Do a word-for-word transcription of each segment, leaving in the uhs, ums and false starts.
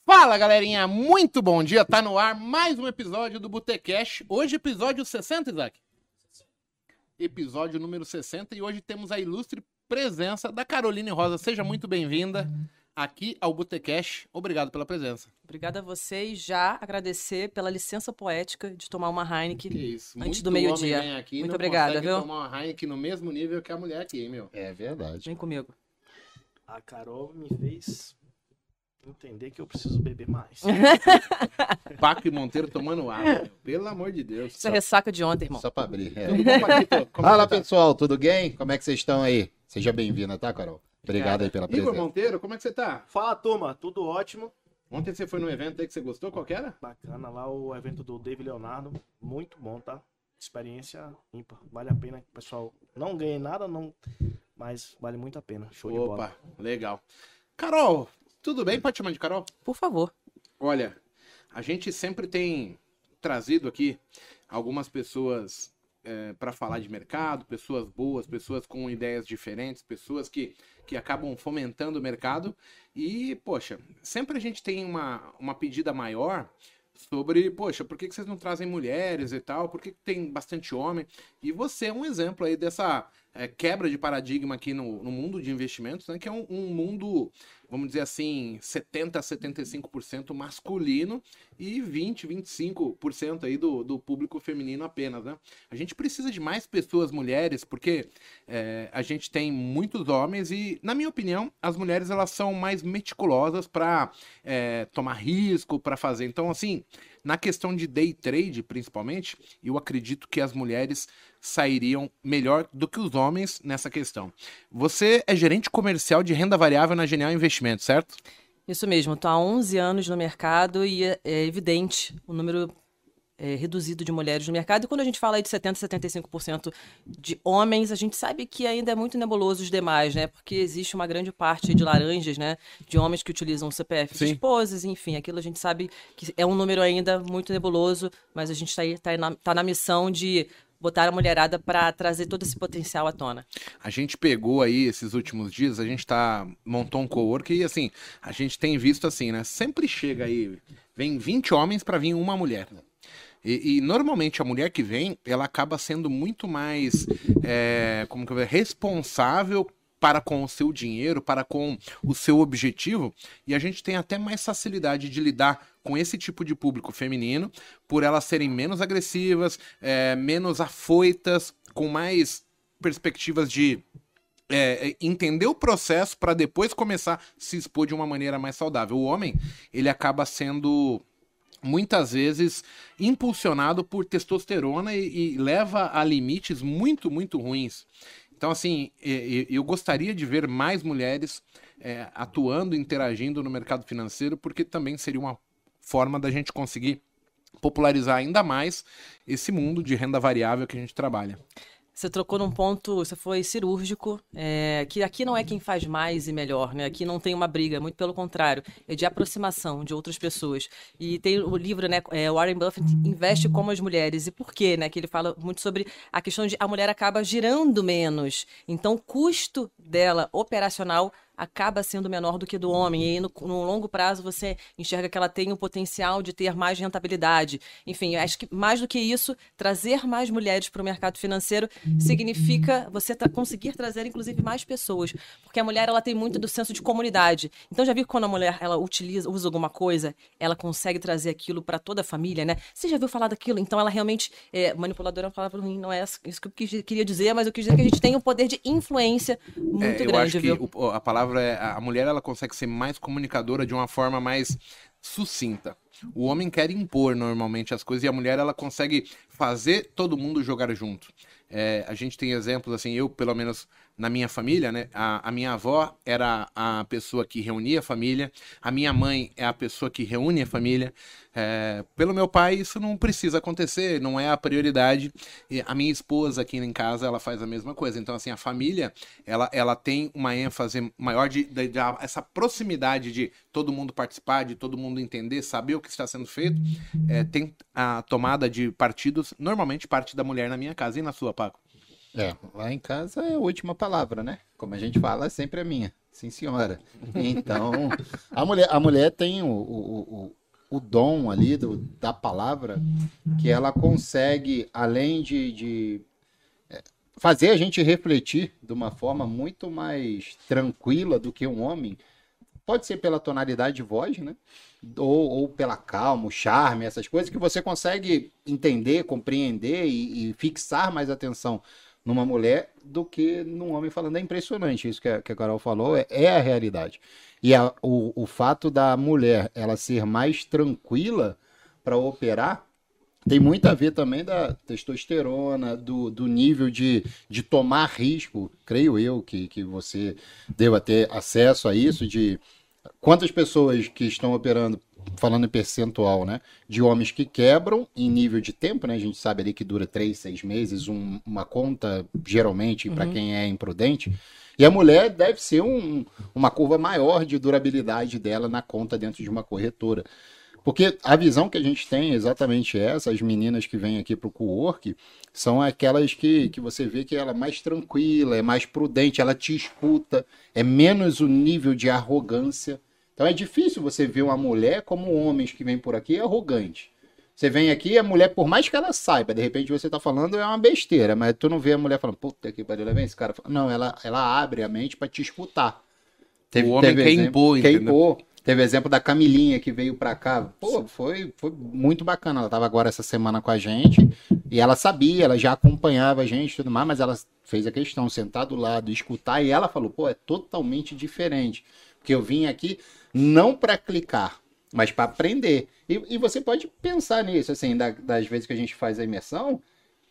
Fala, galerinha, muito bom dia, tá no ar mais um episódio do Botecast. Hoje episódio sessenta, Isaac? Episódio número sessenta, e hoje temos a ilustre presença da Caroline Rosa. Seja muito bem-vinda aqui ao Botecast. Obrigado pela presença. Obrigada a você e já agradecer pela licença poética de tomar uma Heineken Que isso, antes muito do meio-dia. homem vem aqui, Muito não obrigada, consegue viu? tomar uma Heineken no mesmo nível que a mulher aqui, hein, meu? É verdade. Vem comigo. A Carol me fez entender que eu preciso beber mais. Paco e Monteiro tomando água, meu. Pelo amor de Deus. Isso é ressaca de ontem, irmão. Só pra abrir. É. Tudo bom, Paquito? Como Fala, é que tá? pessoal, tudo bem? Como é que vocês estão aí? Seja bem-vinda, tá, Carol? Obrigado aí pela Igor presença. Monteiro, como é que você tá? Fala, turma, tudo ótimo. Ontem você foi num evento aí que você gostou, qual que era? Bacana lá o evento do David Leonardo. Muito bom, tá? Experiência ímpar. Vale a pena, pessoal. Não ganhei nada, não, mas vale muito a pena. Show de bola. Opa, legal. Carol, tudo bem? Pode chamar de Carol? Por favor. Olha, a gente sempre tem trazido aqui algumas pessoas é, para falar de mercado, pessoas boas, pessoas com ideias diferentes, pessoas que, que acabam fomentando o mercado. E, poxa, sempre a gente tem uma, uma pedida maior sobre, poxa, por que, que vocês não trazem mulheres e tal? Por que, que tem bastante homem? E você é um exemplo aí dessa é, quebra de paradigma aqui no, no mundo de investimentos, né? Que é um, um mundo, vamos dizer assim, setenta a setenta e cinco por cento masculino e vinte, vinte e cinco por cento aí do, do público feminino apenas, né? A gente precisa de mais pessoas mulheres, porque é, a gente tem muitos homens e, na minha opinião, as mulheres elas são mais meticulosas para é, tomar risco, para fazer. Então, assim, na questão de day trade, principalmente, eu acredito que as mulheres sairiam melhor do que os homens nessa questão. Você é gerente comercial de renda variável na Genial Investimentos, certo? Isso mesmo, estou há onze anos no mercado e é, é evidente o número é, reduzido de mulheres no mercado. E quando a gente fala aí de setenta, setenta e cinco por cento de homens, a gente sabe que ainda é muito nebuloso os demais, né? Porque existe uma grande parte de laranjas, né? De homens que utilizam o C P F de Sim. esposas, enfim, aquilo a gente sabe que é um número ainda muito nebuloso, mas a gente está aí, tá aí na, tá na missão de botar a mulherada para trazer todo esse potencial à tona. A gente pegou aí esses últimos dias, a gente tá montou um cowork e assim, a gente tem visto assim, né? Sempre chega aí, vem vinte homens para vir uma mulher. E, e normalmente a mulher que vem, ela acaba sendo muito mais é, como que eu vou dizer, responsável para com o seu dinheiro, para com o seu objetivo, e a gente tem até mais facilidade de lidar com esse tipo de público feminino, por elas serem menos agressivas, é, menos afoitas, com mais perspectivas de é, entender o processo para depois começar a se expor de uma maneira mais saudável. O homem, ele acaba sendo muitas vezes impulsionado por testosterona e, e leva a limites muito, muito ruins. Então, assim, eu gostaria de ver mais mulheres é, atuando, interagindo no mercado financeiro, porque também seria uma forma da gente conseguir popularizar ainda mais esse mundo de renda variável que a gente trabalha. Você trocou num ponto, você foi cirúrgico, é, que aqui não é quem faz mais e melhor, né? Aqui não tem uma briga, muito pelo contrário, é de aproximação de outras pessoas. E tem o livro, né, é, Warren Buffett investe como as mulheres. E por quê, né? Que ele fala muito sobre a questão de a mulher acaba girando menos. Então, o custo dela operacional acaba sendo menor do que do homem. E aí, no, no longo prazo, você enxerga que ela tem o potencial de ter mais rentabilidade. Enfim, acho que mais do que isso, trazer mais mulheres para o mercado financeiro significa você tra- conseguir trazer, inclusive, mais pessoas. Porque a mulher, ela tem muito do senso de comunidade. Então, já viu que quando a mulher, ela utiliza, usa alguma coisa, ela consegue trazer aquilo para toda a família, né? Você já viu falar daquilo? Então, ela realmente... É, manipuladora é uma palavra ruim, não é isso que eu quis- queria dizer, mas eu quis dizer que a gente tem um poder de influência muito É, eu grande, acho que viu? o- a palavra é a mulher, ela consegue ser mais comunicadora de uma forma mais sucinta. O homem quer impor normalmente as coisas e a mulher ela consegue fazer todo mundo jogar junto. É, a gente tem exemplos assim, eu pelo menos na minha família, né? A, a minha avó era a pessoa que reunia a família, a minha mãe é a pessoa que reúne a família. É, pelo meu pai isso não precisa acontecer, não é a prioridade. E a minha esposa aqui em casa ela faz a mesma coisa. Então assim a família ela, ela tem uma ênfase maior de, de, de essa proximidade de todo mundo participar, de todo mundo entender, saber o que está sendo feito. É, tem a tomada de partidos, normalmente parte da mulher na minha casa e na sua, Paco. É, lá em casa é a última palavra, né? Como a gente fala, é sempre a minha. Sim, senhora. Então, a mulher, a mulher tem o, o, o, o dom ali do, da palavra, que ela consegue, além de, de fazer a gente refletir de uma forma muito mais tranquila do que um homem. Pode ser pela tonalidade de voz, né? Ou, ou pela calma, o charme, essas coisas que você consegue entender, compreender e, e fixar mais atenção numa mulher do que num homem falando. É impressionante isso que a, que a Carol falou, é, é a realidade. E a, o, o fato da mulher ela ser mais tranquila para operar tem muito a ver também da testosterona, do, do nível de, de tomar risco, creio eu que, que você deva ter acesso a isso, de quantas pessoas que estão operando, falando em percentual, né, de homens que quebram em nível de tempo, né, a gente sabe ali que dura três, seis meses, um, uma conta, geralmente, para Uhum. quem é imprudente, e a mulher deve ser um, uma curva maior de durabilidade dela na conta dentro de uma corretora. Porque a visão que a gente tem é exatamente essa, as meninas que vêm aqui para o co-work são aquelas que, que você vê que ela é mais tranquila, é mais prudente, ela te escuta, é menos o nível de arrogância. Então é difícil você ver uma mulher como homens que vêm por aqui arrogante. Você vem aqui, a mulher, por mais que ela saiba, de repente você tá falando é uma besteira, mas tu não vê a mulher falando, puta que pariu, vem esse cara. Não, ela, ela abre a mente para te escutar. O homem quer impor, entendeu? Queimou. Teve exemplo da Camilinha que veio pra cá. Pô, foi, foi muito bacana. Ela tava agora essa semana com a gente e ela sabia, ela já acompanhava a gente e tudo mais, mas ela fez a questão de sentar do lado, escutar, e ela falou, pô, é totalmente diferente. Porque eu vim aqui não pra clicar, mas pra aprender. E, e você pode pensar nisso, assim, da, das vezes que a gente faz a imersão,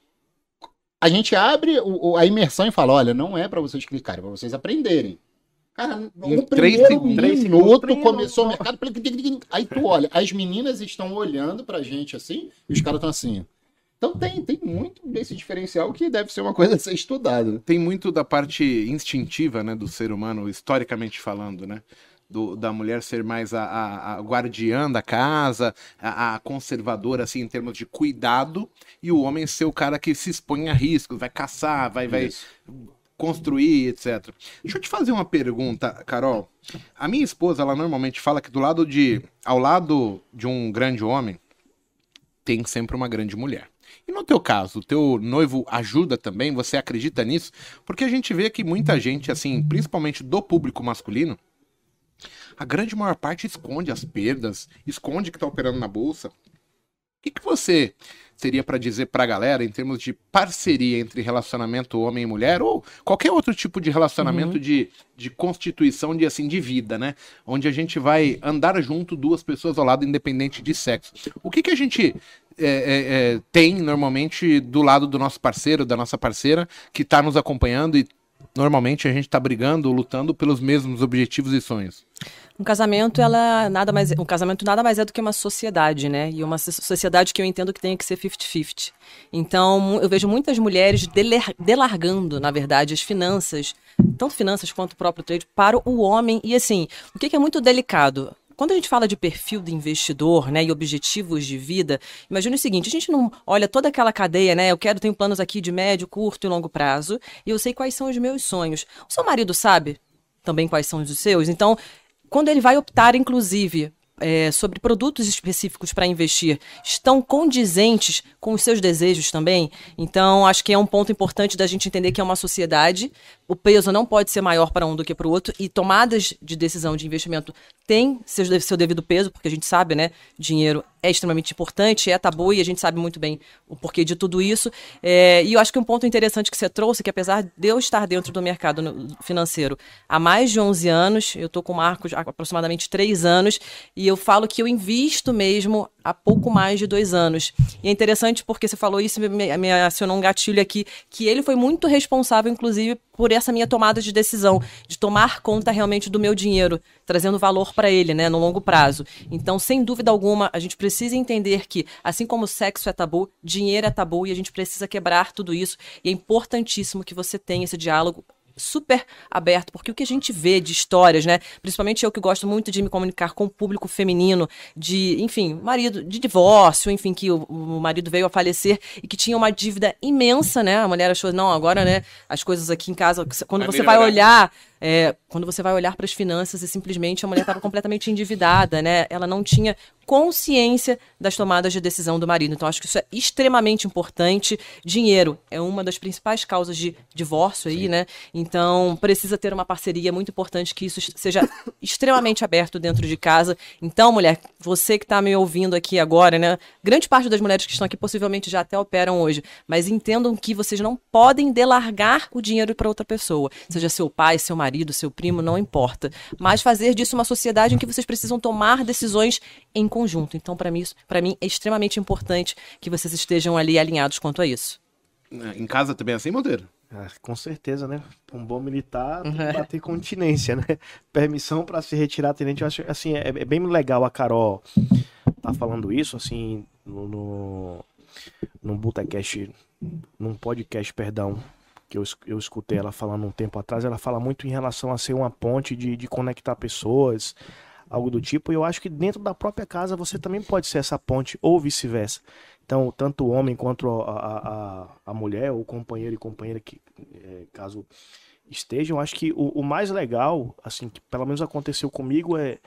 a gente abre o, o, a imersão e fala, olha, não é pra vocês clicarem, é pra vocês aprenderem. Cara, Em o três primeiro segundos. Três minuto segundos, começou o não- mercado. Aí tu olha, as meninas estão olhando pra gente assim, e os caras estão assim. Então tem, tem muito desse diferencial que deve ser uma coisa a ser estudada. Tem muito da parte instintiva, né, do ser humano, historicamente falando, né? Do, da mulher ser mais a, a, a guardiã da casa, a, a conservadora, assim, em termos de cuidado, e o homem ser o cara que se expõe a riscos, vai caçar, vai, vai Isso. construir, etcétera. Deixa eu te fazer uma pergunta, Carol. A minha esposa, ela normalmente fala que do lado de, ao lado de um grande homem, tem sempre uma grande mulher. E no teu caso, o teu noivo ajuda também? Você acredita nisso? Porque a gente vê que muita gente, assim, principalmente do público masculino, a grande maior parte esconde as perdas, esconde que tá operando na bolsa. O que, que você seria para dizer pra galera em termos de parceria entre relacionamento homem e mulher ou qualquer outro tipo de relacionamento Uhum. de, de constituição de assim de vida, né? Onde a gente vai andar junto, duas pessoas ao lado, independente de sexo. O que, que a gente é, é, é, tem normalmente do lado do nosso parceiro, da nossa parceira, que tá nos acompanhando e normalmente a gente tá brigando, lutando pelos mesmos objetivos e sonhos? Um casamento, ela nada mais, um casamento nada mais é do que uma sociedade, né? E uma so- sociedade que eu entendo que tem que ser cinquenta cinquenta. Então, mu- eu vejo muitas mulheres deler- delargando, na verdade, as finanças, tanto finanças quanto o próprio trade, para o homem. E assim, o que que é muito delicado? Quando a gente fala de perfil do investidor, né, e objetivos de vida, imagine o seguinte, a gente não olha toda aquela cadeia, né, eu quero, tenho planos aqui de médio, curto e longo prazo, e eu sei quais são os meus sonhos. O seu marido sabe também quais são os seus? Então, quando ele vai optar, inclusive, é, sobre produtos específicos para investir, estão condizentes com os seus desejos também? Então, acho que é um ponto importante da gente entender que é uma sociedade, o peso não pode ser maior para um do que para o outro, e tomadas de decisão de investimento têm seu, seu devido peso, porque a gente sabe, né, dinheiro é extremamente importante, é tabu, e a gente sabe muito bem o porquê de tudo isso. É, e eu acho que um ponto interessante que você trouxe, que apesar de eu estar dentro do mercado no- financeiro há mais de onze anos, eu estou com o Marcos há aproximadamente três anos, e eu falo que eu invisto mesmo há pouco mais de dois anos. E é interessante porque você falou isso e me, me acionou um gatilho aqui, que ele foi muito responsável, inclusive, por essa minha tomada de decisão, de tomar conta realmente do meu dinheiro, trazendo valor para ele, né, no longo prazo. Então, sem dúvida alguma, a gente precisa entender que, assim como sexo é tabu, dinheiro é tabu, e a gente precisa quebrar tudo isso. E é importantíssimo que você tenha esse diálogo super aberto, porque o que a gente vê de histórias, né? Principalmente eu que gosto muito de me comunicar com o público feminino, de, enfim, marido, de divórcio, enfim, que o, o marido veio a falecer e que tinha uma dívida imensa, né? A mulher achou, não, agora, né, as coisas aqui em casa, quando Vai você vai melhorar. olhar, é, quando você vai olhar para as finanças e simplesmente a mulher estava completamente endividada, né? Ela não tinha consciência das tomadas de decisão do marido. Então, acho que isso é extremamente importante. Dinheiro é uma das principais causas de divórcio aí, né? Então, precisa ter uma parceria muito importante, que isso seja extremamente aberto dentro de casa. Então, mulher, você que está me ouvindo aqui agora, né? Grande parte das mulheres que estão aqui possivelmente já até operam hoje, mas entendam que vocês não podem delargar o dinheiro para outra pessoa. Seja seu pai, seu marido, seu primo, não importa. Mas fazer disso uma sociedade em que vocês precisam tomar decisões em conjunto. Então, para mim, para mim, é extremamente importante que vocês estejam ali alinhados quanto a isso. Em casa também é assim, Monteiro? Ah, com certeza, né? Um bom militar tem que bater continência, né? Permissão para se retirar tenente, eu acho assim, é, é bem legal a Carol tá falando isso, assim, no, no, num Botecast, num podcast, perdão, que eu, eu escutei ela falando um tempo atrás. Ela fala muito em relação a ser uma ponte de, de conectar pessoas, algo do tipo, e eu acho que dentro da própria casa você também pode ser essa ponte, ou vice-versa. Então, tanto o homem quanto a, a, a mulher, ou companheiro e companheira, que é, caso estejam, acho que o, o mais legal, assim, que pelo menos aconteceu comigo, é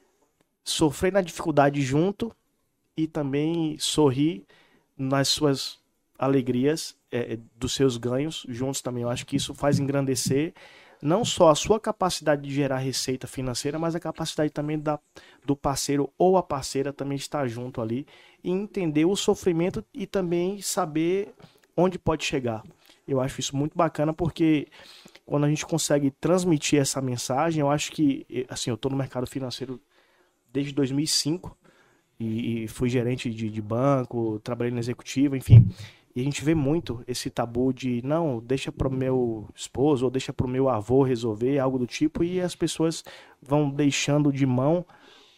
sofrer na dificuldade junto e também sorrir nas suas alegrias, é, dos seus ganhos juntos também. Eu acho que isso faz engrandecer não só a sua capacidade de gerar receita financeira, mas a capacidade também da, do parceiro ou a parceira também estar junto ali e entender o sofrimento e também saber onde pode chegar. Eu acho isso muito bacana, porque quando a gente consegue transmitir essa mensagem, eu acho que, assim, eu estou no mercado financeiro desde dois mil e cinco e, e fui gerente de, de banco, trabalhei no executivo, enfim. E a gente vê muito esse tabu de, não, deixa pro meu esposo ou deixa pro meu avô resolver, algo do tipo, e as pessoas vão deixando de mão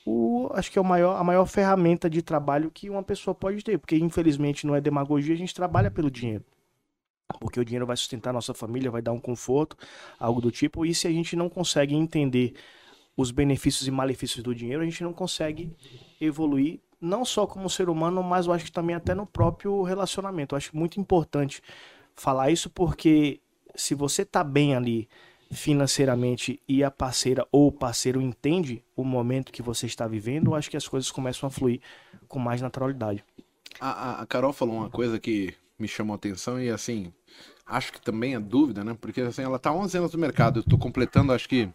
o, acho que é o maior, a maior ferramenta de trabalho que uma pessoa pode ter, porque infelizmente não é demagogia, a gente trabalha pelo dinheiro. Porque o dinheiro vai sustentar a nossa família, vai dar um conforto, algo do tipo, e se a gente não consegue entender os benefícios e malefícios do dinheiro, a gente não consegue evoluir, não só como ser humano, mas eu acho que também até no próprio relacionamento. Eu acho muito importante falar isso, porque se você tá bem ali financeiramente e a parceira ou o parceiro entende o momento que você está vivendo, eu acho que as coisas começam a fluir com mais naturalidade. A, a, a Carol falou uma coisa que me chamou a atenção e, assim, acho que também é dúvida, né? Porque, assim, ela tá há onze anos no mercado. Eu tô completando, acho que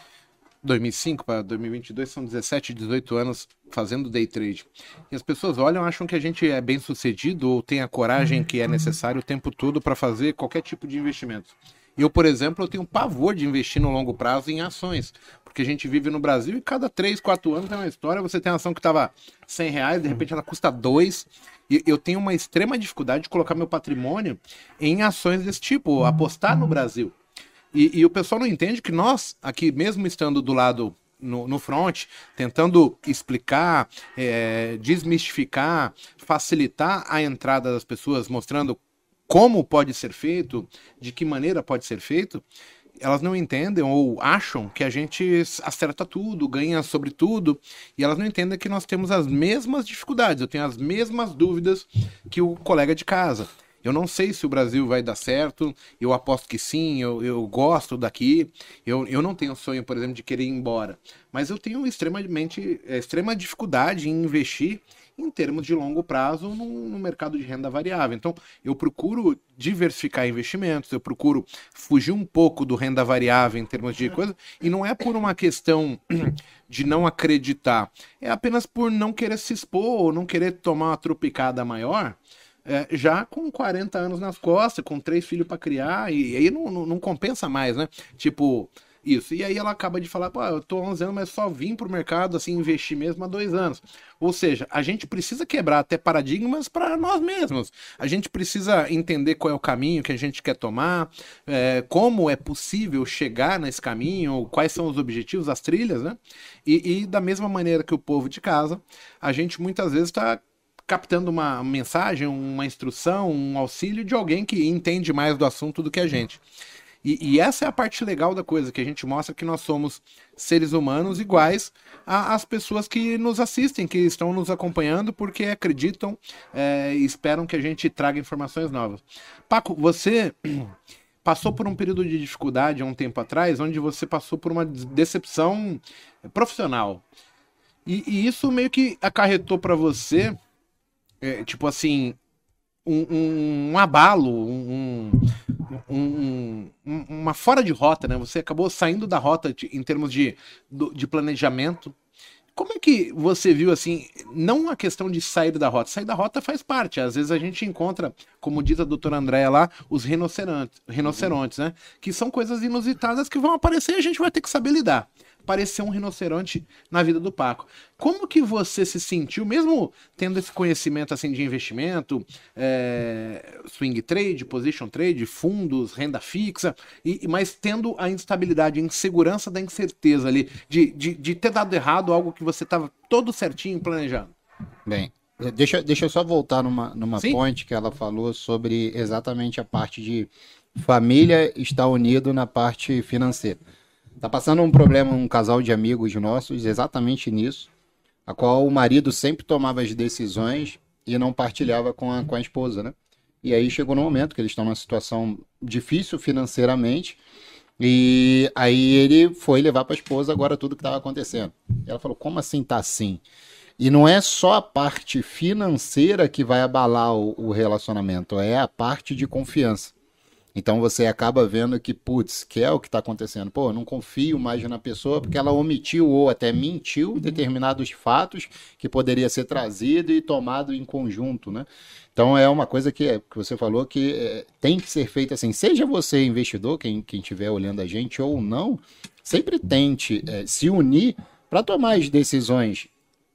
dois mil e cinco para dois mil e vinte e dois são dezessete, dezoito anos fazendo day trade. E as pessoas olham, acham que a gente é bem sucedido ou tem a coragem que é necessário o tempo todo para fazer qualquer tipo de investimento. Eu, por exemplo, eu tenho pavor de investir no longo prazo em ações, porque a gente vive no Brasil e cada três, quatro anos tem uma história. Você tem uma ação que estava cem reais, de repente ela custa dois. E eu tenho uma extrema dificuldade de colocar meu patrimônio em ações desse tipo, apostar no Brasil. E, e o pessoal não entende que nós, aqui mesmo estando do lado no, no front, tentando explicar, é, desmistificar, facilitar a entrada das pessoas, mostrando como pode ser feito, de que maneira pode ser feito, elas não entendem ou acham que a gente acerta tudo, ganha sobre tudo, e elas não entendem que nós temos as mesmas dificuldades, eu tenho as mesmas dúvidas que o colega de casa. Eu não sei se o Brasil vai dar certo, eu aposto que sim, eu, eu gosto daqui, eu, eu não tenho sonho, por exemplo, de querer ir embora, mas eu tenho extremamente, extrema dificuldade em investir em termos de longo prazo no, no mercado de renda variável. Então, eu procuro diversificar investimentos, eu procuro fugir um pouco do renda variável em termos de coisa, e não é por uma questão de não acreditar, é apenas por não querer se expor ou não querer tomar uma tropicada maior, é, já com quarenta anos nas costas, com três filhos para criar, e, e aí não, não, não compensa mais, né? Tipo, isso. E aí ela acaba de falar, pô, eu tô há onze anos, mas só vim pro mercado, assim, investir mesmo há dois anos. Ou seja, a gente precisa quebrar até paradigmas para nós mesmos. A gente precisa entender qual é o caminho que a gente quer tomar, é, como é possível chegar nesse caminho, quais são os objetivos, as trilhas, né? E, e da mesma maneira que o povo de casa, a gente muitas vezes está captando uma mensagem, uma instrução, um auxílio de alguém que entende mais do assunto do que a gente. E, e essa é a parte legal da coisa, que a gente mostra que nós somos seres humanos iguais às pessoas que nos assistem, que estão nos acompanhando, porque acreditam é, e esperam que a gente traga informações novas. Paco, você passou por um período de dificuldade há um tempo atrás, onde você passou por uma decepção profissional. E, e isso meio que acarretou para você, é, tipo assim, um, um, um abalo, um, um, um, uma fora de rota, né? Você acabou saindo da rota de, em termos de, de planejamento. Como é que você viu, assim, não a questão de sair da rota? Sair da rota faz parte. Às vezes a gente encontra, como diz a doutora Andréa lá, os rinocerontes, rinocerontes, né? Que são coisas inusitadas que vão aparecer e a gente vai ter que saber lidar. Parecer um rinoceronte na vida do Paco. Como que você se sentiu, mesmo tendo esse conhecimento assim de investimento, é, swing trade, position trade, fundos, renda fixa, e, mas tendo a instabilidade, a insegurança da incerteza ali, de, de, de ter dado errado algo que você estava todo certinho planejando? Bem, deixa, deixa eu só voltar numa, numa point que ela falou sobre exatamente a parte de família estar unido na parte financeira. Tá passando um problema um casal de amigos nossos exatamente nisso, a qual o marido sempre tomava as decisões e não partilhava com a, com a esposa, né? E aí chegou no momento que eles estão numa situação difícil financeiramente e aí ele foi levar para a esposa agora tudo que estava acontecendo. E ela falou, como assim tá assim? E não é só a parte financeira que vai abalar o, o relacionamento, é a parte de confiança. Então você acaba vendo que, putz, que é o que está acontecendo. Pô, eu não confio mais na pessoa porque ela omitiu ou até mentiu determinados fatos que poderia ser trazido e tomado em conjunto, né? Então é uma coisa que, que você falou que é, tem que ser feita assim. Seja você investidor, quem quem estiver olhando a gente ou não, sempre tente é, se unir para tomar as decisões,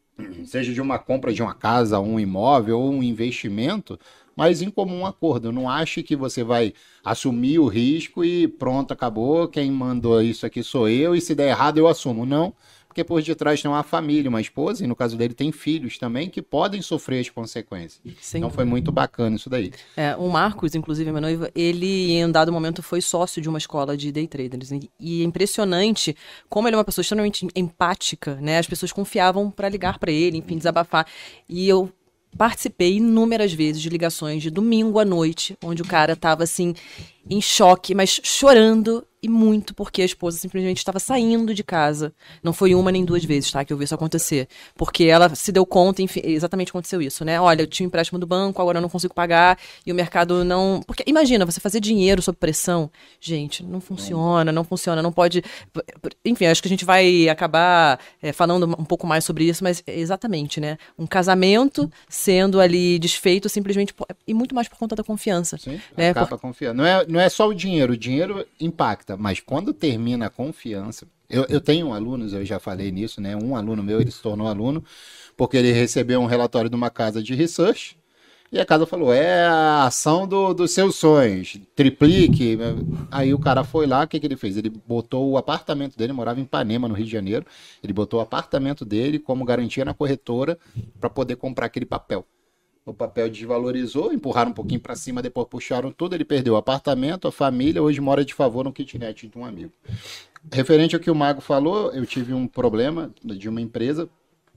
seja de uma compra de uma casa, um imóvel ou um investimento, mas em comum acordo. Não ache que você vai assumir o risco e pronto, acabou, quem mandou isso aqui sou eu e se der errado eu assumo. Não, porque por detrás tem uma família, uma esposa, e no caso dele tem filhos também que podem sofrer as consequências. Sim. Então foi muito bacana isso daí. É, o Marcos, inclusive, meu noivo, ele em um dado momento foi sócio de uma escola de day traders. E é impressionante como ele é uma pessoa extremamente empática, né? As pessoas confiavam para ligar para ele, enfim, desabafar. E eu participei inúmeras vezes de ligações de domingo à noite, onde o cara tava assim, em choque, mas chorando e muito, porque a esposa simplesmente estava saindo de casa. Não foi uma nem duas vezes, tá, que eu vi isso acontecer. Porque ela se deu conta, enfim, exatamente aconteceu isso, né? Olha, eu tinha um empréstimo do banco, agora eu não consigo pagar, e o mercado não... Porque imagina, você fazer dinheiro sob pressão, gente, não funciona, não funciona, não pode... Enfim, acho que a gente vai acabar é, falando um pouco mais sobre isso, mas é exatamente, né? Um casamento sendo ali desfeito simplesmente, por... e muito mais por conta da confiança. Sim, né? acaba por... confiando. Não é, não é só o dinheiro, o dinheiro impacta, mas quando termina a confiança... Eu, eu tenho alunos, eu já falei nisso, né? Um aluno meu, ele se tornou aluno porque ele recebeu um relatório de uma casa de research e a casa falou, é a ação do, dos seus sonhos, triplique. Aí o cara foi lá, o que, que ele fez? Ele botou o apartamento dele, morava em Ipanema, no Rio de Janeiro, ele botou o apartamento dele como garantia na corretora para poder comprar aquele papel. O papel desvalorizou, empurraram um pouquinho para cima, depois puxaram tudo, ele perdeu o apartamento, a família, hoje mora de favor no kitnet de um amigo. Referente ao que o Mago falou, eu tive um problema de uma empresa,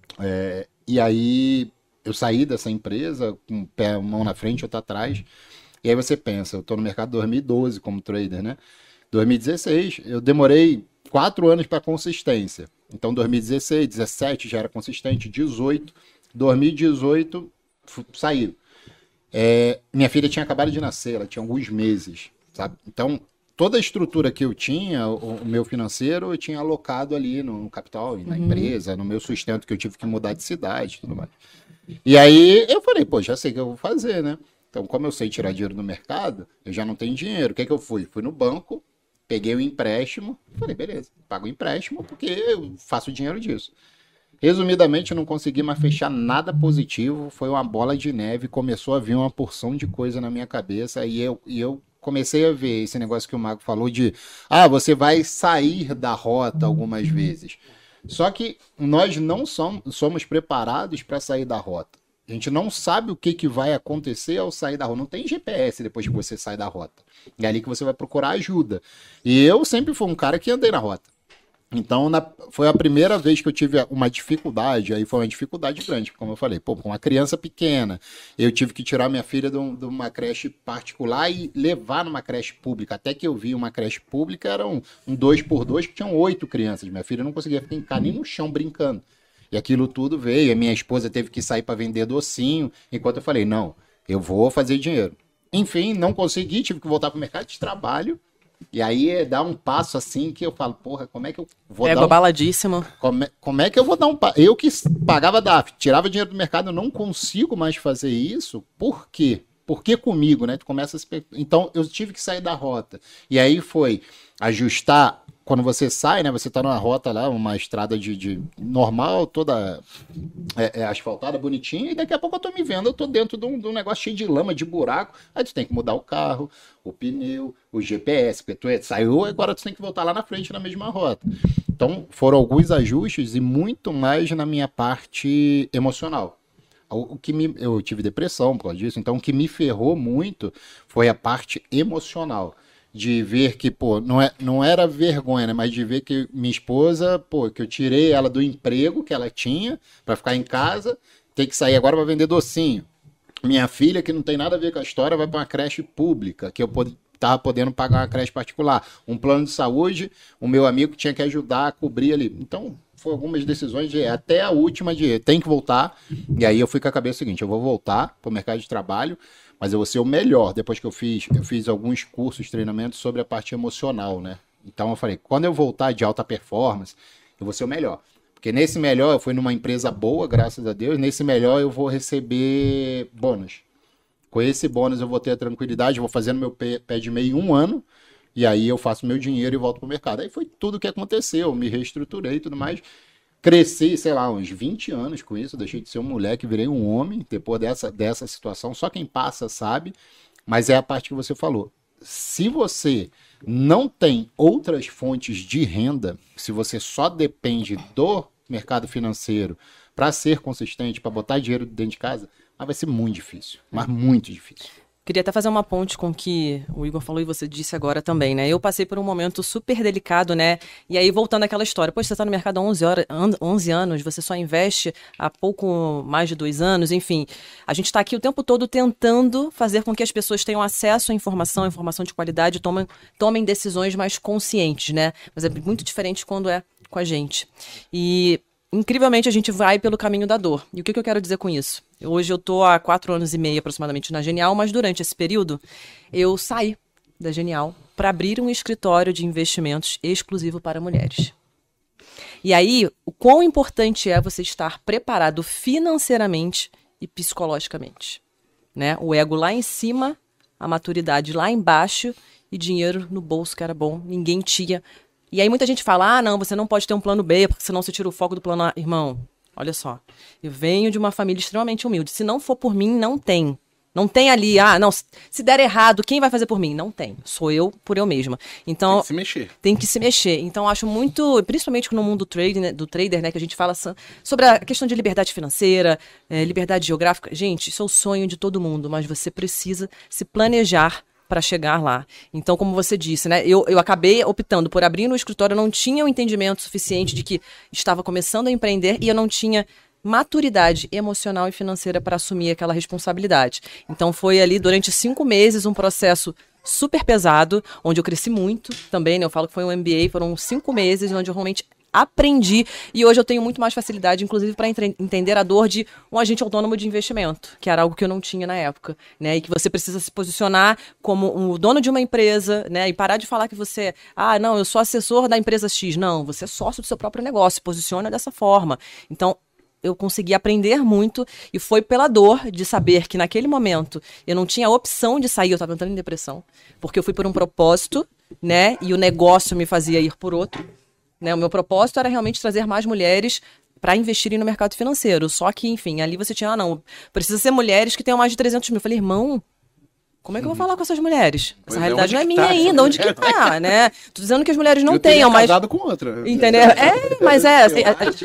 é, e aí eu saí dessa empresa, com o pé, mão na frente, outra atrás, e aí você pensa, eu estou no mercado dois mil e doze como trader, né? dois mil e dezesseis, eu demorei quatro anos para consistência, então dois mil e dezesseis, dezessete já era consistente, dezoito, dois mil e dezoito saiu. É, minha filha tinha acabado de nascer, ela tinha alguns meses, sabe? Então, toda a estrutura que eu tinha, o, o meu financeiro, eu tinha alocado ali no, no capital, na uhum. empresa, no meu sustento, que eu tive que mudar de cidade e tudo mais. E aí eu falei, pô, já sei o que eu vou fazer, né? Então, como eu sei tirar dinheiro do mercado, eu já não tenho dinheiro. O que é que eu fui? Fui no banco, peguei o empréstimo, falei, beleza, pago o empréstimo porque eu faço dinheiro disso. Resumidamente, eu não consegui mais fechar nada positivo, foi uma bola de neve, começou a vir uma porção de coisa na minha cabeça e eu, e eu comecei a ver esse negócio que o Mago falou de, ah, você vai sair da rota algumas vezes. Só que nós não somos, somos preparados para sair da rota. A gente não sabe o que, que vai acontecer ao sair da rota. Não tem G P S depois que você sai da rota. É ali que você vai procurar ajuda. E eu sempre fui um cara que andei na rota. Então, na, foi a primeira vez que eu tive uma dificuldade, aí foi uma dificuldade grande, como eu falei, pô, com uma criança pequena, eu tive que tirar minha filha de, um, de uma creche particular e levar numa creche pública. Até que eu vi uma creche pública, era um, um dois por dois, que tinham oito crianças. Minha filha não conseguia ficar nem no chão brincando. E aquilo tudo veio, a minha esposa teve que sair para vender docinho, enquanto eu falei, não, eu vou fazer dinheiro. Enfim, não consegui, tive que voltar para o mercado de trabalho. E aí dá um passo assim que eu falo, porra, como é que eu vou é, dar um... baladíssimo. Como é, como é que eu vou dar um passo? Eu que pagava D A F, tirava dinheiro do mercado, eu não consigo mais fazer isso. Por quê? Por que comigo, né? Tu começa a se... Então, eu tive que sair da rota. E aí foi ajustar... Quando você sai, né? Você tá numa rota lá, uma estrada de, de normal, toda é, é, asfaltada, bonitinha, e daqui a pouco eu tô me vendo, eu tô dentro de um, de um negócio cheio de lama, de buraco. Aí tu tem que mudar o carro, o pneu, o G P S, porque tu é, saiu, agora tu tem que voltar lá na frente na mesma rota. Então, foram alguns ajustes e muito mais na minha parte emocional. O, o que me, eu tive depressão por causa disso, então o que me ferrou muito foi a parte emocional. De ver que, pô, não, é, não era vergonha, né? Mas de ver que minha esposa, pô, que eu tirei ela do emprego que ela tinha para ficar em casa, tem que sair agora para vender docinho. Minha filha, que não tem nada a ver com a história, vai para uma creche pública, que eu pod- tava podendo pagar uma creche particular. Um plano de saúde, o meu amigo tinha que ajudar a cobrir ali. Então, foram algumas decisões, de, até a última de tem que voltar. E aí eu fui com a cabeça seguinte, eu vou voltar para o mercado de trabalho, mas eu vou ser o melhor. Depois que eu fiz, eu fiz alguns cursos, treinamentos sobre a parte emocional, né? Então eu falei, quando eu voltar de alta performance, eu vou ser o melhor. Porque nesse melhor, eu fui numa empresa boa, graças a Deus, nesse melhor eu vou receber bônus. Com esse bônus eu vou ter a tranquilidade, eu vou fazendo meu pé de meio um ano, e aí eu faço meu dinheiro e volto pro mercado. Aí foi tudo o que aconteceu, eu me reestruturei e tudo mais. Cresci, sei lá, uns vinte anos com isso, deixei de ser um moleque, virei um homem depois dessa, dessa situação. Só quem passa sabe, mas é a parte que você falou. Se você não tem outras fontes de renda, se você só depende do mercado financeiro para ser consistente, para botar dinheiro dentro de casa, mas vai ser muito difícil, mas muito difícil. Queria até fazer uma ponte com o que o Igor falou e você disse agora também, né? Eu passei por um momento super delicado, né? E aí, voltando àquela história, poxa, você está no mercado há onze, horas, onze anos, você só investe há pouco mais de dois anos, enfim. A gente está aqui o tempo todo tentando fazer com que as pessoas tenham acesso à informação, informação de qualidade, tomem, tomem decisões mais conscientes, né? Mas é muito diferente quando é com a gente. E... incrivelmente, a gente vai pelo caminho da dor. E o que, que eu quero dizer com isso? Hoje eu estou há quatro anos e meio aproximadamente na Genial, mas durante esse período eu saí da Genial para abrir um escritório de investimentos exclusivo para mulheres. E aí, o quão importante é você estar preparado financeiramente e psicologicamente, né? O ego lá em cima, a maturidade lá embaixo e dinheiro no bolso, que era bom, ninguém tinha. E aí muita gente fala, ah, não, você não pode ter um plano B, porque senão você tira o foco do plano A. Irmão, olha só, eu venho de uma família extremamente humilde. Se não for por mim, não tem. Não tem ali, ah, não, se der errado, quem vai fazer por mim? Não tem. Sou eu por eu mesma. Então, tem que se mexer. Tem que se mexer. Então, acho muito, principalmente no mundo do trading, né, do trader, né, que a gente fala sobre a questão de liberdade financeira, é, liberdade geográfica. Gente, isso é o sonho de todo mundo, mas você precisa se planejar para chegar lá. Então, como você disse, né, eu, eu acabei optando por abrir no escritório, eu não tinha o entendimento suficiente de que estava começando a empreender e eu não tinha maturidade emocional e financeira para assumir aquela responsabilidade. Então, foi ali durante cinco meses um processo super pesado, onde eu cresci muito também, né, eu falo que foi um M B A, foram cinco meses onde eu realmente aprendi e hoje eu tenho muito mais facilidade, inclusive, para entre- entender a dor de um agente autônomo de investimento, que era algo que eu não tinha na época, né? E que você precisa se posicionar como o dono de uma empresa, né? E parar de falar que você, ah, não, eu sou assessor da empresa X. Não, você é sócio do seu próprio negócio, se posiciona dessa forma. Então, eu consegui aprender muito e foi pela dor de saber que naquele momento eu não tinha opção de sair, eu estava entrando em depressão, porque eu fui por um propósito, né? E o negócio me fazia ir por outro. Né, o meu propósito era realmente trazer mais mulheres para investirem no mercado financeiro. Só que, enfim, ali você tinha, ah, não, precisa ser mulheres que tenham mais de trezentos mil. Eu falei, irmão, Como é que eu vou falar com essas mulheres? Pois Essa é, realidade onde não é que minha tá? ainda, onde que tá, né? Tô dizendo que as mulheres não eu teria tenham, mas... casado com outra. Entendeu? É, mas é assim...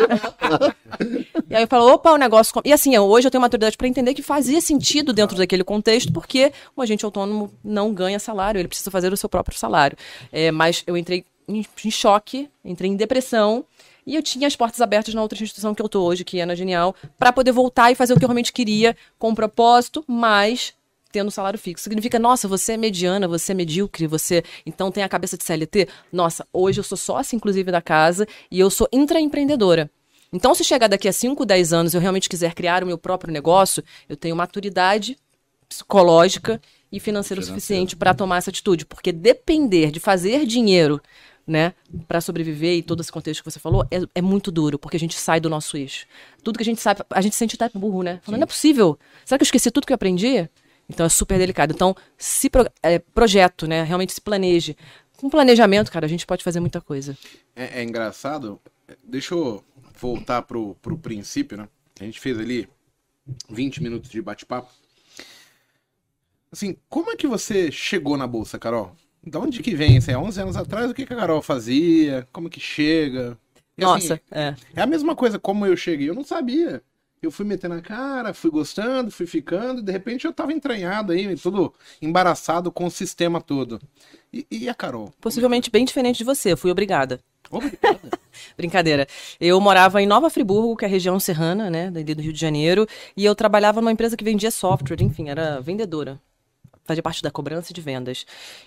E aí eu falo, opa, o negócio... E assim, hoje eu tenho maturidade para entender que fazia sentido dentro daquele contexto, porque um agente autônomo não ganha salário, ele precisa fazer o seu próprio salário. É, mas eu entrei em, em choque, entrei em depressão, e eu tinha as portas abertas na outra instituição que eu tô hoje, que é na Genial, para poder voltar e fazer o que eu realmente queria, com propósito, mas tendo salário fixo. Significa, nossa, você é mediana, você é medíocre, você então tem a cabeça de C L T? Nossa, hoje eu sou sócia, inclusive, da casa, e eu sou intraempreendedora. Então, se chegar daqui a cinco, dez anos e eu realmente quiser criar o meu próprio negócio, eu tenho maturidade psicológica e financeira o suficiente para tomar essa atitude. Porque depender de fazer dinheiro, né, para sobreviver e todo esse contexto que você falou, é, é muito duro, porque a gente sai do nosso eixo. Tudo que a gente sabe, a gente se sente até burro, né? Falando, não é possível. Será que eu esqueci tudo que eu aprendi? Então, é super delicado. Então, se pro, é, projeto, né, realmente se planeje. Com planejamento, cara, a gente pode fazer muita coisa. É, é engraçado. Deixa eu voltar pro, pro princípio, né? A gente fez ali vinte minutos de bate-papo. Assim, como é que você chegou na Bolsa, Carol? De onde que vem? Assim, há onze anos atrás, o que, que a Carol fazia? Como que chega? E, Nossa, assim, é. É a mesma coisa como eu cheguei. Eu não sabia. Eu fui metendo a cara, fui gostando, fui ficando, e de repente eu tava entranhado aí, todo embaraçado com o sistema todo. E, e a Carol? Possivelmente bem diferente de você, eu fui obrigada. Obrigada. Brincadeira. Eu morava em Nova Friburgo, que é a região serrana, né, dali do Rio de Janeiro, e eu trabalhava numa empresa que vendia software, enfim, era vendedora. Fazia parte da cobrança de vendas.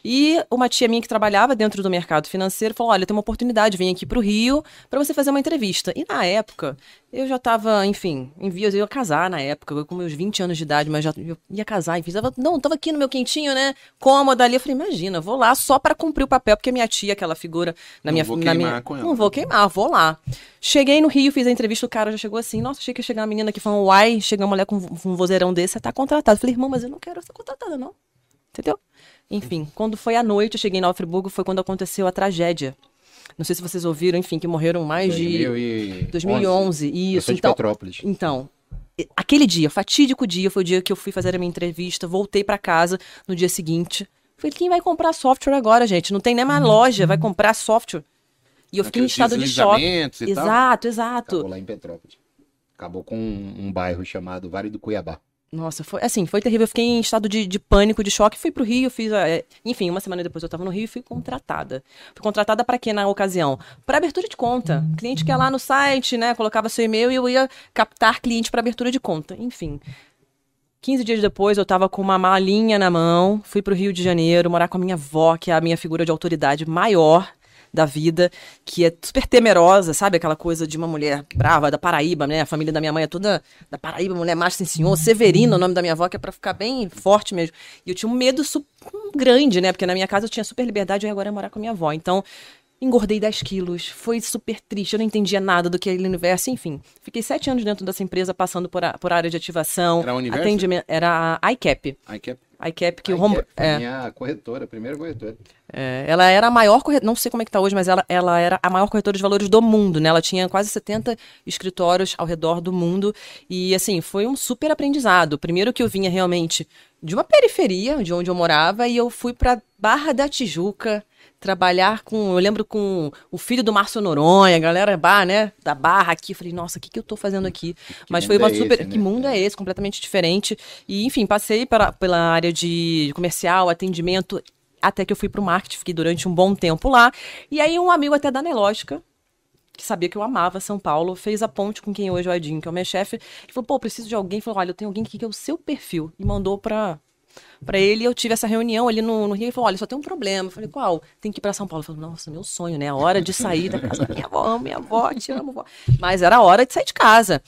E uma tia minha que trabalhava dentro do mercado financeiro falou, olha, tem uma oportunidade, vem aqui pro Rio para você fazer uma entrevista. E na época, eu já estava, enfim, em vias, eu ia casar na época, eu com meus vinte anos de idade, mas já eu ia casar, enfim, tava, não, tava aqui no meu quentinho, né, cômoda ali. Eu falei, imagina, vou lá só para cumprir o papel, porque minha tia, aquela figura na Não minha... vou na queimar minha, com ela. Não vou queimar, vou lá. Cheguei no Rio, fiz a entrevista, o cara já chegou assim, nossa, achei que ia chegar uma menina aqui falando, uai, chega uma mulher com um vozeirão desse, você tá contratado. Eu falei, irmão, mas eu não quero ser contratada, não. Entendeu? Enfim, quando foi à noite, eu cheguei em Nova Friburgo, foi quando aconteceu a tragédia. Não sei se vocês ouviram, enfim, que morreram mais de... dois mil e onze, isso. Eu sou de então, Petrópolis. Então, aquele dia, fatídico dia, foi o dia que eu fui fazer a minha entrevista, voltei pra casa no dia seguinte. Falei, quem vai comprar software agora, gente? Não tem nem mais loja, vai comprar software. E eu fiquei em Aqueles estado de choque. deslizamentos e tal. Exato, exato. Acabou lá em Petrópolis. Acabou com um, um bairro chamado Vale do Cuiabá. Nossa, foi assim, foi terrível. Eu fiquei em estado de, de pânico, de choque. Fui pro Rio, fiz. É, enfim, uma semana depois eu tava no Rio e fui contratada. Fui contratada para quê na ocasião? Para abertura de conta. Cliente que ia lá no site, né? Colocava seu e-mail e eu ia captar cliente para abertura de conta. Enfim. quinze dias depois eu tava com uma malinha na mão, fui pro Rio de Janeiro morar com a minha avó, que é a minha figura de autoridade maior da vida, que é super temerosa, sabe? Aquela coisa de uma mulher brava da Paraíba, né? A família da minha mãe é toda da Paraíba, mulher macho sem senhor, Severina, o nome da minha avó, que é pra ficar bem forte mesmo. E eu tinha um medo su- grande, né? Porque na minha casa eu tinha super liberdade e agora ia morar com a minha avó. Então, engordei dez quilos, foi super triste, eu não entendia nada do que aquele universo, enfim. Fiquei sete anos dentro dessa empresa, passando por, a, por área de ativação, Era a Universo? atendimento, era a iCap. Aí que é... iCap, que Aí o home... que foi é. minha corretora, a primeira corretora. É, ela era a maior corretora, não sei como é que tá hoje, mas ela, ela era a maior corretora de valores do mundo, né? Ela tinha quase setenta escritórios ao redor do mundo e, assim, foi um super aprendizado. Primeiro que eu vinha realmente de uma periferia, de onde eu morava, e eu fui pra Barra da Tijuca trabalhar com, eu lembro com o filho do Márcio Noronha, a galera bar, né, da Barra aqui. Eu falei, nossa, o que, que eu tô fazendo aqui? Mas foi mundo uma é super... esse, né? Que mundo é esse? Completamente diferente. E, enfim, passei pela, pela área de comercial, atendimento, até que eu fui pro marketing, fiquei durante um bom tempo lá. E aí um amigo até da Nelógica, que sabia que eu amava São Paulo, fez a ponte com quem hoje é o Edinho, que é o meu chefe, e falou, pô, preciso de alguém. Falou, olha, eu tenho alguém aqui que é o seu perfil. E mandou pra, pra ele, eu tive essa reunião ali no, no Rio, e falou, olha, só tem um problema. Eu falei, qual? Tem que ir pra São Paulo. Eu falei, nossa, meu sonho, né? A hora de sair da casa da minha avó, amo minha avó, te amo, vó. Mas era a hora de sair de casa.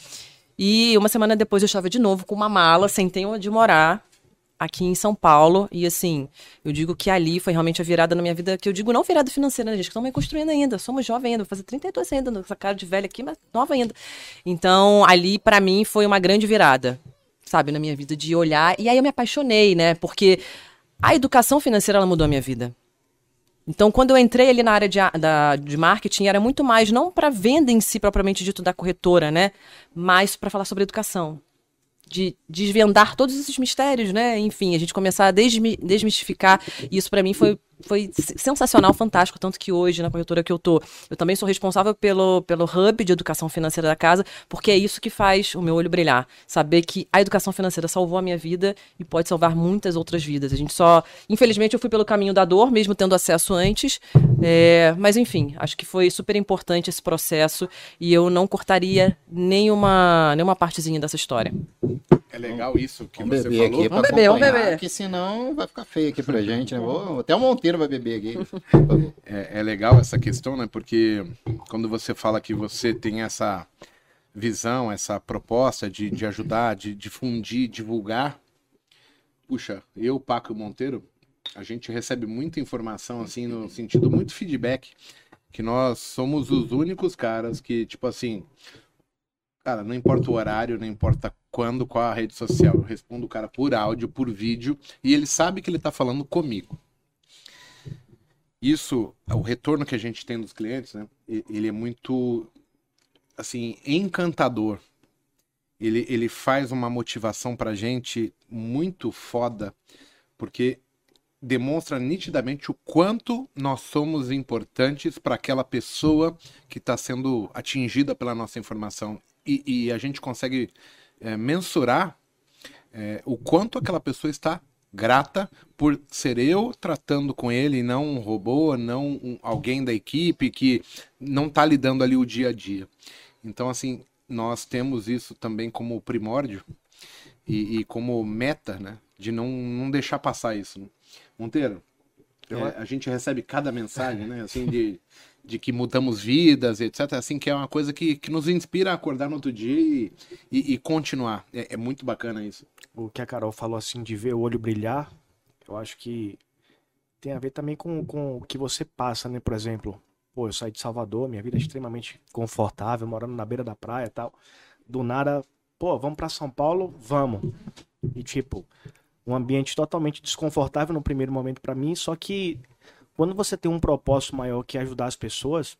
E uma semana depois eu estava de novo com uma mala, sem ter onde morar, aqui em São Paulo, e assim, eu digo que ali foi realmente a virada na minha vida, que eu digo não virada financeira, né, gente, que estamos construindo ainda, somos jovens ainda, vou fazer trinta e dois ainda, essa cara de velha aqui, mas nova ainda. Então, ali, pra mim, foi uma grande virada, sabe, na minha vida, de olhar, e aí eu me apaixonei, né, porque a educação financeira, ela mudou a minha vida. Então, quando eu entrei ali na área de, da, de marketing, era muito mais, não para venda em si, propriamente dito, da corretora, né, mas para falar sobre educação. de desvendar todos esses mistérios, né? Enfim, a gente começar a desmi desmistificar. E isso para mim foi, foi sensacional, fantástico. Tanto que hoje, na corretora que eu tô, eu também sou responsável pelo, pelo hub de educação financeira da casa, porque é isso que faz o meu olho brilhar. Saber que a educação financeira salvou a minha vida e pode salvar muitas outras vidas. A gente só... Infelizmente, eu fui pelo caminho da dor, mesmo tendo acesso antes. É, mas, enfim, acho que foi super importante esse processo e eu não cortaria nenhuma, nenhuma partezinha dessa história. É legal isso que vamos você beber falou. aqui pra Vamos beber, vamos acompanhar, beber. porque senão vai ficar feio aqui pra gente, né? Vou, até o Monteiro vai beber aqui. Por favor. É, é legal essa questão, né? Porque quando você fala que você tem essa visão, essa proposta de, de ajudar, de difundir, divulgar, puxa, eu, Paco e o Monteiro, a gente recebe muita informação, assim, no sentido, muito feedback, que nós somos os únicos caras que, tipo assim, cara, não importa o horário, não importa quando, qual a rede social, eu respondo o cara por áudio, por vídeo, e ele sabe que ele tá falando comigo. Isso, o retorno que a gente tem dos clientes, né, ele é muito, assim, encantador. Ele, ele faz uma motivação pra gente muito foda, porque demonstra nitidamente o quanto nós somos importantes para aquela pessoa que está sendo atingida pela nossa informação. E, e a gente consegue é, mensurar é, o quanto aquela pessoa está grata por ser eu tratando com ele e não um robô, não um, alguém da equipe que não está lidando ali o dia a dia. Então, assim, nós temos isso também como primórdio e, e como meta, né, de não, não deixar passar isso, né? Monteiro, é, a gente recebe cada mensagem, né, assim, de, de que mudamos vidas, etcétera, assim, que é uma coisa que, que nos inspira a acordar no outro dia e, e, e continuar. É, é muito bacana isso. O que a Carol falou, assim, de ver o olho brilhar, eu acho que tem a ver também com, com o que você passa, né, por exemplo, pô, eu saí de Salvador, minha vida é extremamente confortável, morando na beira da praia e tal, do nada, pô, vamos pra São Paulo? Vamos. E, tipo, um ambiente totalmente desconfortável no primeiro momento pra mim, só que quando você tem um propósito maior que é ajudar as pessoas,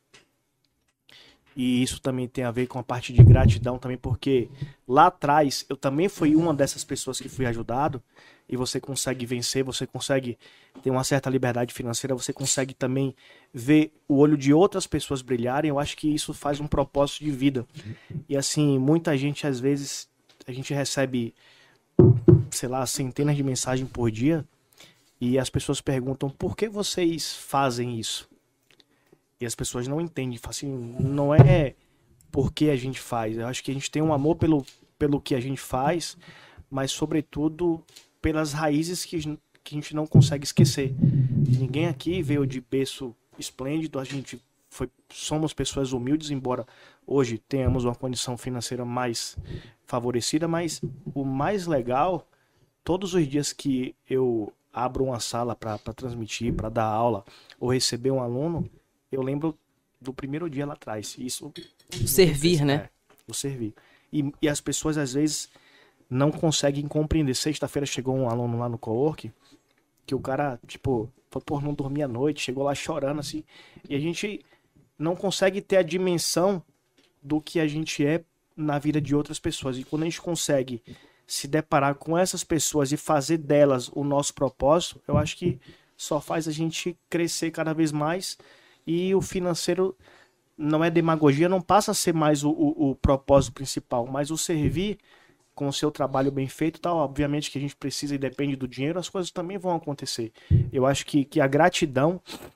e isso também tem a ver com a parte de gratidão também, porque lá atrás eu também fui uma dessas pessoas que fui ajudado, e você consegue vencer, você consegue ter uma certa liberdade financeira, você consegue também ver o olho de outras pessoas brilharem. Eu acho que isso faz um propósito de vida. E assim, muita gente, às vezes, a gente recebe, sei lá, centenas de mensagens por dia, e as pessoas perguntam, por que vocês fazem isso? E as pessoas não entendem, assim, não é porque a gente faz. Eu acho que a gente tem um amor pelo, pelo que a gente faz, mas sobretudo pelas raízes que, que a gente não consegue esquecer. Ninguém aqui veio de berço esplêndido, a gente foi, somos pessoas humildes, embora hoje tenhamos uma condição financeira mais favorecida, mas o mais legal, todos os dias que eu abro uma sala para transmitir, para dar aula, ou receber um aluno, eu lembro do primeiro dia lá atrás. Isso, o servir, né? É, o servir. E, e as pessoas, às vezes, não conseguem compreender. Sexta-feira chegou um aluno lá no cowork, que o cara, tipo, foi por não dormir à noite, chegou lá chorando, assim. E a gente não consegue ter a dimensão do que a gente é na vida de outras pessoas. E quando a gente consegue se deparar com essas pessoas e fazer delas o nosso propósito, eu acho que só faz a gente crescer cada vez mais. E o financeiro não é demagogia, não passa a ser mais o, o, o propósito principal, mas o servir com o seu trabalho bem feito, tá? Obviamente que a gente precisa e depende do dinheiro, as coisas também vão acontecer. Eu acho que, que a gratidão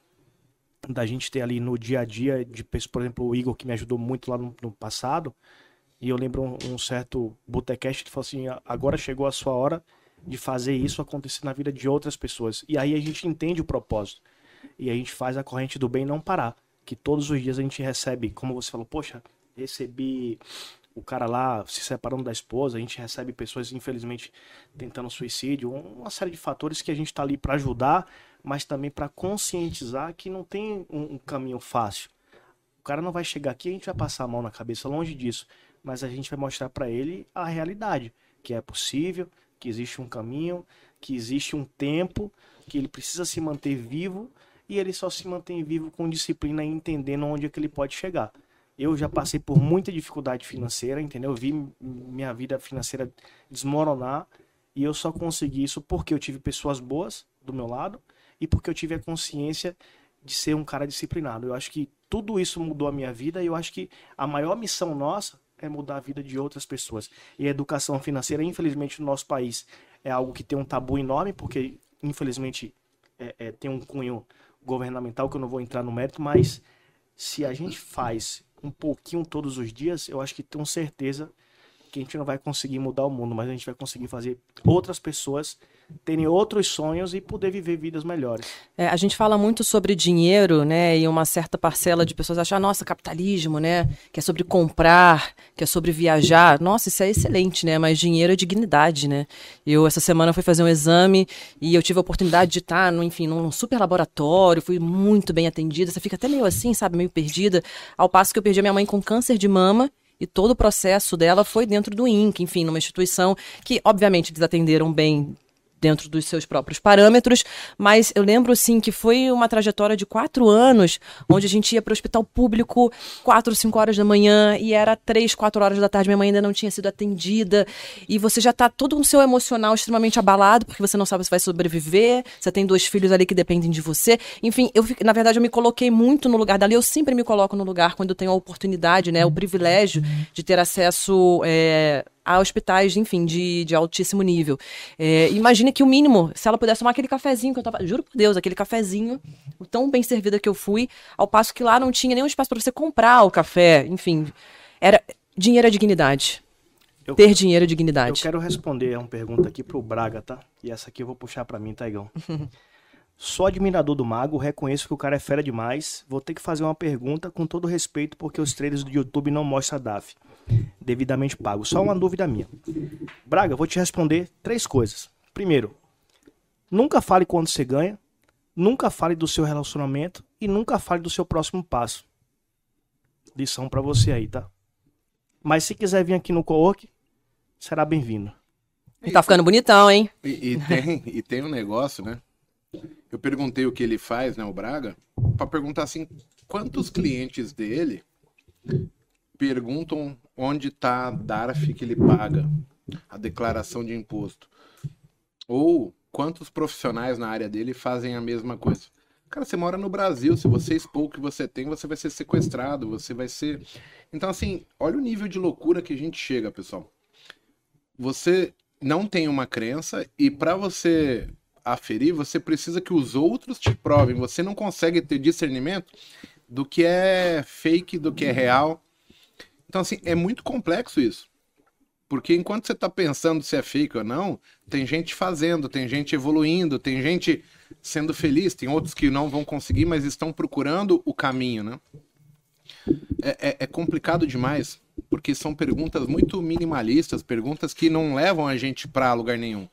da gente ter ali no dia a dia, de, por exemplo, o Igor, que me ajudou muito lá no, no passado, e eu lembro um, um certo Botecast que falou assim, agora chegou a sua hora de fazer isso acontecer na vida de outras pessoas. E aí a gente entende o propósito. E a gente faz a corrente do bem não parar. Que todos os dias a gente recebe, como você falou, poxa, recebi o cara lá se separando da esposa, a gente recebe pessoas, infelizmente, tentando suicídio, uma série de fatores que a gente está ali para ajudar, mas também para conscientizar que não tem um, um caminho fácil. O cara não vai chegar aqui e a gente vai passar a mão na cabeça, longe disso. Mas a gente vai mostrar para ele a realidade, que é possível, que existe um caminho, que existe um tempo, que ele precisa se manter vivo, e ele só se mantém vivo com disciplina e entendendo onde é que ele pode chegar. Eu já passei por muita dificuldade financeira, entendeu? Eu vi minha vida financeira desmoronar e eu só consegui isso porque eu tive pessoas boas do meu lado e porque eu tive a consciência de ser um cara disciplinado. Eu acho que tudo isso mudou a minha vida e eu acho que a maior missão nossa é mudar a vida de outras pessoas. E a educação financeira, infelizmente, no nosso país é algo que tem um tabu enorme, porque, infelizmente, é, é, tem um cunho governamental que eu não vou entrar no mérito, mas se a gente faz um pouquinho todos os dias, eu acho que tenho certeza que a gente não vai conseguir mudar o mundo, mas a gente vai conseguir fazer outras pessoas terem outros sonhos e poder viver vidas melhores. É, a gente fala muito sobre dinheiro, né? E uma certa parcela de pessoas acham, nossa, capitalismo, né? Que é sobre comprar, que é sobre viajar. Nossa, isso é excelente, né? Mas dinheiro é dignidade, né? Eu, essa semana, fui fazer um exame e eu tive a oportunidade de estar, no, enfim, num super laboratório, fui muito bem atendida. Você fica até meio assim, sabe? Meio perdida. Ao passo que eu perdi a minha mãe com câncer de mama. E todo o processo dela foi dentro do I N C, enfim, numa instituição que, obviamente, eles atenderam bem dentro dos seus próprios parâmetros, mas eu lembro, assim, que foi uma trajetória de quatro anos, onde a gente ia para o hospital público quatro, cinco horas da manhã, e era três, quatro horas da tarde, minha mãe ainda não tinha sido atendida, e você já está todo no seu emocional extremamente abalado, porque você não sabe se vai sobreviver, você tem dois filhos ali que dependem de você, enfim, eu, na verdade, eu me coloquei muito no lugar dali, eu sempre me coloco no lugar quando eu tenho a oportunidade, né, o privilégio de ter acesso é, a hospitais, enfim, de, de altíssimo nível. É, imagine que o mínimo, se ela pudesse tomar aquele cafezinho que eu tava, juro por Deus, aquele cafezinho, o tão bem servida que eu fui, ao passo que lá não tinha nenhum espaço para você comprar o café, enfim, era dinheiro é dignidade. Eu, Ter dinheiro é dignidade. Eu quero responder uma pergunta aqui pro Braga, tá? E essa aqui eu vou puxar para mim, Taigão. Sou admirador do Mago, reconheço que o cara é fera demais. Vou ter que fazer uma pergunta com todo respeito, porque os trailers do YouTube não mostram a D A F devidamente pago. Só uma dúvida minha. Braga, vou te responder três coisas. Primeiro, nunca fale quando você ganha, nunca fale do seu relacionamento e nunca fale do seu próximo passo. Lição pra você aí, tá? Mas se quiser vir aqui no co-work, será bem-vindo. E tá ficando bonitão, hein? E, e, tem, e tem um negócio, né? Eu perguntei o que ele faz, né, o Braga, pra perguntar assim, quantos clientes dele perguntam onde tá a D A R F que ele paga, a declaração de imposto. Ou quantos profissionais na área dele fazem a mesma coisa. Cara, você mora no Brasil, se você expor o que você tem, você vai ser sequestrado, você vai ser... Então, assim, olha o nível de loucura que a gente chega, pessoal. Você não tem uma crença e para você aferir, você precisa que os outros te provem. Você não consegue ter discernimento do que é fake, do que é real. Então, assim, é muito complexo isso. Porque enquanto você está pensando se é fake ou não, tem gente fazendo, tem gente evoluindo, tem gente sendo feliz, tem outros que não vão conseguir, mas estão procurando o caminho, né? É, é, é complicado demais, porque são perguntas muito minimalistas, perguntas que não levam a gente para lugar nenhum.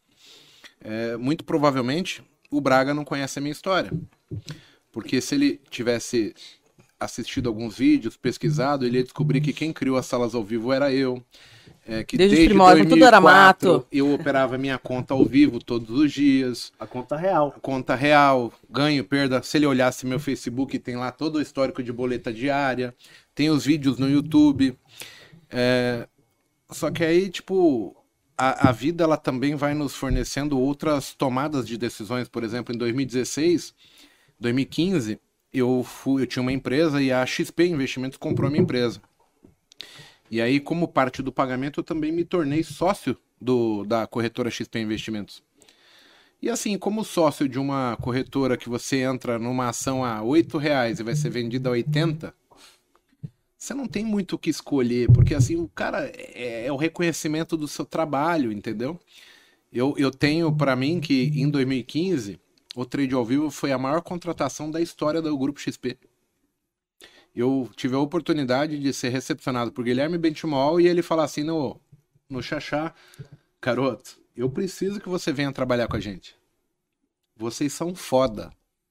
É, muito provavelmente, o Braga não conhece a minha história. Porque se ele tivesse assistido alguns vídeos, pesquisado, ele ia descobrir que quem criou as salas ao vivo era eu. É, que desde, desde os primórdios, tudo era mato. Eu operava minha conta ao vivo todos os dias. A conta real. A conta real, ganho, perda. Se ele olhasse meu Facebook, tem lá todo o histórico de boleta diária. Tem os vídeos no YouTube. É... Só que aí, tipo, a, a vida ela também vai nos fornecendo outras tomadas de decisões. Por exemplo, em dois mil e dezesseis, dois mil e quinze, eu, fui, eu tinha uma empresa e a X P Investimentos comprou a minha empresa. E aí, como parte do pagamento, eu também me tornei sócio do, da corretora X P Investimentos. E assim, como sócio de uma corretora que você entra numa ação a oito reais e vai ser vendida a oitenta, você não tem muito o que escolher, porque assim, o cara é, é o reconhecimento do seu trabalho, entendeu? Eu, eu tenho para mim que em dois mil e quinze, o Trade ao Vivo foi a maior contratação da história do Grupo X P. Eu tive a oportunidade de ser recepcionado por Guilherme Benchimol e ele falar assim no, no Xaxá, garoto, eu preciso que você venha trabalhar com a gente. Vocês são foda.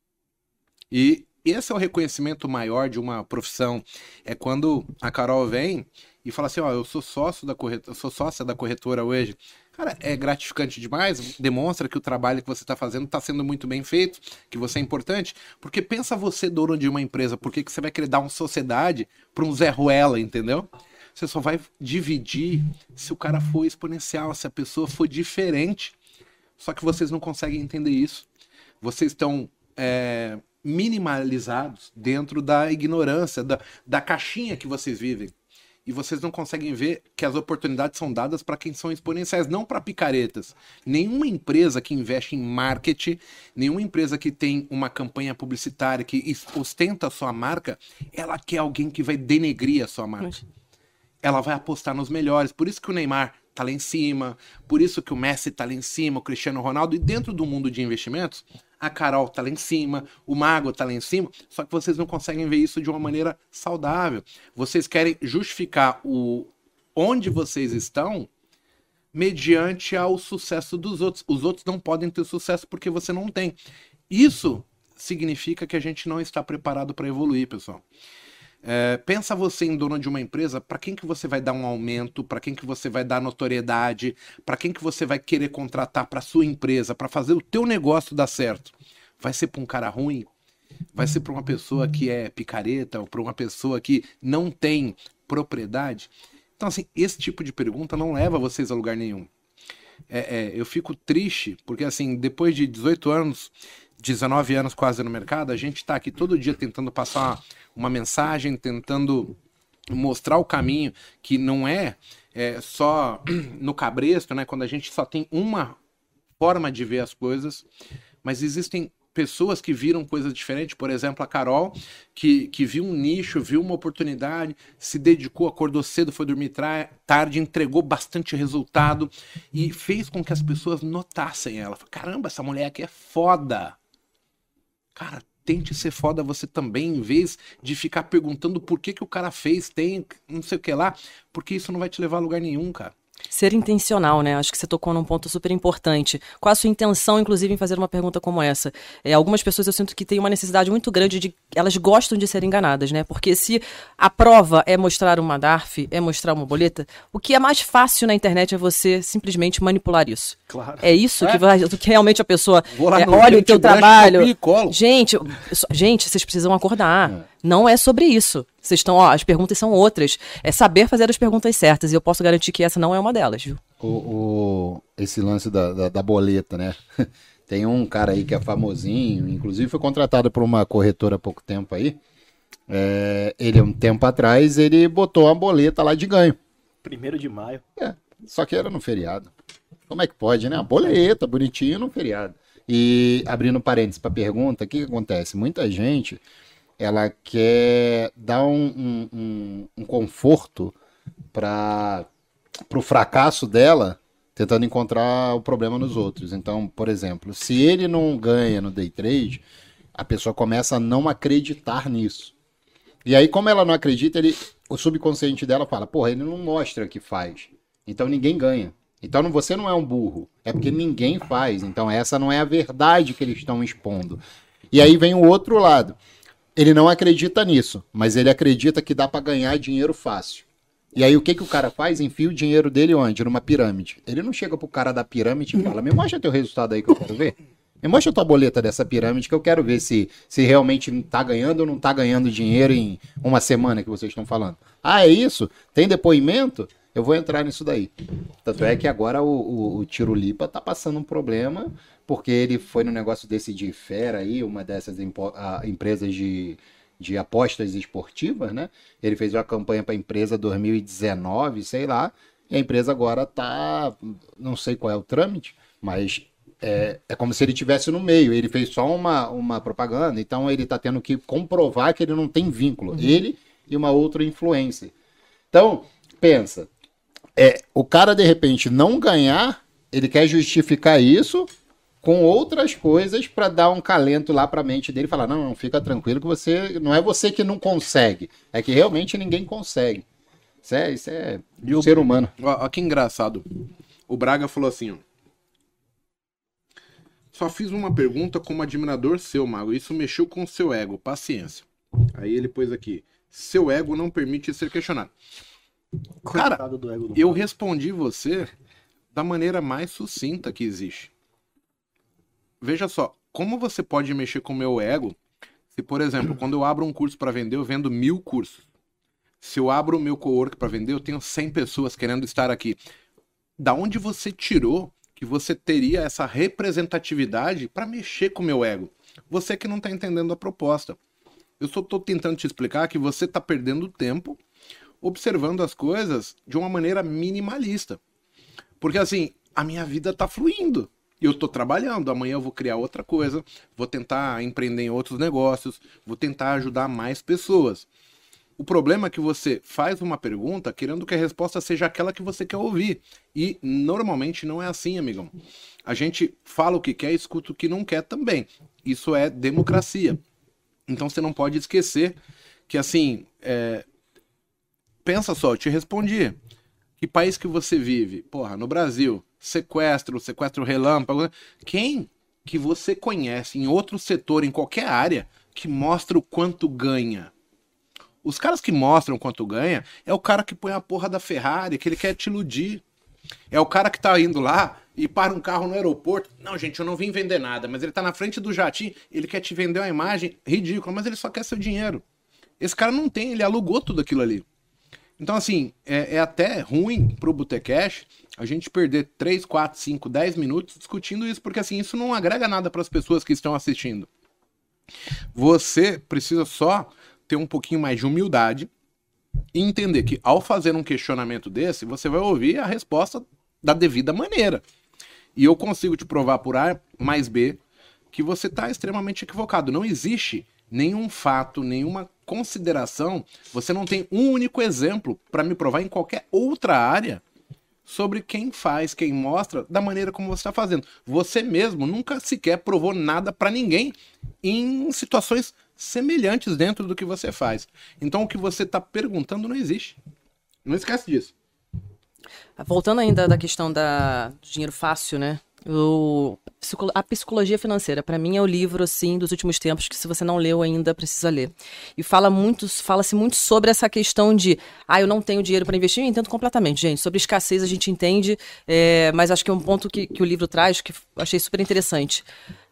E esse é o reconhecimento maior de uma profissão. É quando a Carol vem e fala assim, ó, eu sou sócio da corretora, eu sou sócia da corretora hoje. Cara, é gratificante demais, demonstra que o trabalho que você está fazendo está sendo muito bem feito, que você é importante, porque pensa você, dono de uma empresa, por que que você vai querer dar uma sociedade para um Zé Ruela, entendeu? Você só vai dividir se o cara for exponencial, se a pessoa for diferente. Só que vocês não conseguem entender isso. Vocês estão é, minimalizados dentro da ignorância, da, da caixinha que vocês vivem. E vocês não conseguem ver que as oportunidades são dadas para quem são exponenciais, não para picaretas. Nenhuma empresa que investe em marketing, nenhuma empresa que tem uma campanha publicitária, que ostenta a sua marca, ela quer alguém que vai denegrir a sua marca. Ela vai apostar nos melhores. Por isso que o Neymar tá lá em cima, por isso que o Messi tá lá em cima, o Cristiano Ronaldo. E dentro do mundo de investimentos, a Carol tá lá em cima, o Mago tá lá em cima, só que vocês não conseguem ver isso de uma maneira saudável. Vocês querem justificar o onde vocês estão mediante ao sucesso dos outros. Os outros não podem ter sucesso porque você não tem. Isso significa que a gente não está preparado para evoluir, pessoal. É, pensa você em dono de uma empresa, para quem que você vai dar um aumento, para quem que você vai dar notoriedade, para quem que você vai querer contratar para sua empresa, para fazer o teu negócio dar certo? Vai ser para um cara ruim? Vai ser para uma pessoa que é picareta ou para uma pessoa que não tem propriedade? Então, assim, esse tipo de pergunta não leva vocês a lugar nenhum. É, é, eu fico triste porque, assim, depois de dezoito anos, dezenove anos quase no mercado, a gente está aqui todo dia tentando passar uma mensagem, tentando mostrar o caminho, que não é, é só no cabresto, né? Quando a gente só tem uma forma de ver as coisas, mas existem pessoas que viram coisas diferentes. Por exemplo, a Carol, que, que viu um nicho, viu uma oportunidade, se dedicou, acordou cedo, foi dormir tarde, entregou bastante resultado e fez com que as pessoas notassem ela. Caramba, essa mulher aqui é foda. Cara, tente ser foda você também, em vez de ficar perguntando por que que o cara fez, tem, não sei o que lá, porque isso não vai te levar a lugar nenhum, cara. Ser intencional, né? Acho que você tocou num ponto super importante. Qual a sua intenção, inclusive, em fazer uma pergunta como essa? É, algumas pessoas eu sinto que têm uma necessidade muito grande de... Elas gostam de ser enganadas, né? Porque se a prova é mostrar uma D A R F, é mostrar uma boleta, o que é mais fácil na internet é você simplesmente manipular isso. Claro. É isso É. que, vai, que realmente a pessoa é, no olha o Gente teu Branco, trabalho. copia e colo. Gente, eu- gente, vocês precisam acordar. É. Não é sobre isso. Vocês estão, ó, as perguntas são outras. É saber fazer as perguntas certas. E eu posso garantir que essa não é uma delas, viu? O, o- esse lance da, da, da boleta, né? Tem um cara aí que é famosinho, inclusive foi contratado por uma corretora há pouco tempo aí. É, ele, um tempo atrás, ele botou uma boleta lá de ganho. Primeiro de maio. É, só que era no feriado. Como é que pode, né? Uma boleta, bonitinho no feriado. E abrindo parênteses para a pergunta, o que, que acontece? Muita gente, ela quer dar um, um, um, um conforto para o fracasso dela, tentando encontrar o problema nos outros. Então, por exemplo, se ele não ganha no day trade, a pessoa começa a não acreditar nisso. E aí, como ela não acredita, ele, o subconsciente dela fala, porra, ele não mostra que faz. Então ninguém ganha. Então não- você não é um burro. É porque ninguém faz. Então essa não é a verdade que eles estão expondo. E aí vem o outro lado. Ele não acredita nisso, mas ele acredita que dá pra ganhar dinheiro fácil. E aí o que, que o cara faz? Enfia o dinheiro dele onde? Numa pirâmide. Ele não chega pro cara da pirâmide e fala, me mostra teu resultado aí que eu quero ver. Me mostra a tua boleta dessa pirâmide que eu quero ver se, se realmente tá ganhando ou não tá ganhando dinheiro em uma semana que vocês estão falando. Ah, é isso? Tem depoimento? Eu vou entrar nisso daí. Tanto é que agora o, o, o Tiro Lipa tá passando um problema, porque ele foi no negócio desse de Fera aí, uma dessas impo- a- empresas de, de apostas esportivas, né? Ele fez uma campanha para a empresa dois mil e dezenove, sei lá, e a empresa agora tá, não sei qual é o trâmite, mas é, é como se ele tivesse no meio. Ele fez só uma, uma propaganda, então ele tá tendo que comprovar que ele não tem vínculo. Ele e uma outra influencer. Então, pensa, é, o cara de repente não ganhar, ele quer justificar isso com outras coisas para dar um calento lá para a mente dele e falar, não, não, fica tranquilo que você, não é você que não consegue, é que realmente ninguém consegue. Isso é, isso é E o- ser humano. Ó, ó que engraçado. O Braga falou assim, ó. Só fiz uma pergunta como admirador seu, Mago. Isso mexeu com o seu ego. Paciência. Aí ele pôs aqui. Seu ego não permite ser questionado. Cara, Coitado do ego do eu Mago. respondi você da maneira mais sucinta que existe. Veja só, como você pode mexer com o meu ego se, por exemplo, quando eu abro um curso para vender, eu vendo mil cursos. Se eu abro o meu cowork para vender, eu tenho cem pessoas querendo estar aqui. Da onde você tirou que você teria essa representatividade para mexer com o meu ego? Você que não está entendendo a proposta. Eu só estou tentando te explicar que você está perdendo tempo observando as coisas de uma maneira minimalista. Porque assim, a minha vida está fluindo. Eu estou trabalhando, amanhã eu vou criar outra coisa, vou tentar empreender em outros negócios, vou tentar ajudar mais pessoas. O problema é que você faz uma pergunta querendo que a resposta seja aquela que você quer ouvir. E normalmente não é assim, amigão. A gente fala o que quer e escuta o que não quer também. Isso é democracia. Então você não pode esquecer que, assim, é... pensa só, eu te respondi. Que país que você vive? Porra, no Brasil. Sequestro, sequestro relâmpago. Quem que você conhece em outro setor, em qualquer área, que mostra o quanto ganha? Os caras que mostram quanto ganha é o cara que põe a porra da Ferrari, que ele quer te iludir. É o cara que tá indo lá e para um carro no aeroporto. Não, gente, eu não vim vender nada, mas ele tá na frente do jatinho, ele quer te vender uma imagem ridícula, mas ele só quer seu dinheiro. Esse cara não tem, ele alugou tudo aquilo ali. Então, assim, é, é até ruim pro Botecash a gente perder três, quatro, cinco, dez minutos discutindo isso, porque assim, isso não agrega nada para as pessoas que estão assistindo. Você precisa só ter um pouquinho mais de humildade e entender que ao fazer um questionamento desse, você vai ouvir a resposta da devida maneira. E eu consigo te provar por A mais B que você está extremamente equivocado. Não existe nenhum fato, nenhuma consideração, você não tem um único exemplo para me provar em qualquer outra área sobre quem faz, quem mostra, da maneira como você está fazendo. Você mesmo nunca sequer provou nada para ninguém em situações semelhantes dentro do que você faz. Então o que você está perguntando não existe. Não esquece disso. Voltando ainda da questão da do dinheiro fácil, né? O, a Psicologia Financeira, para mim, é o livro assim dos últimos tempos que, se você não leu ainda, precisa ler. E fala muito, fala-se muito sobre essa questão de, ah, eu não tenho dinheiro para investir. Eu entendo completamente, gente. Sobre escassez a gente entende, é, mas acho que é um ponto que, que o livro traz que eu achei super interessante.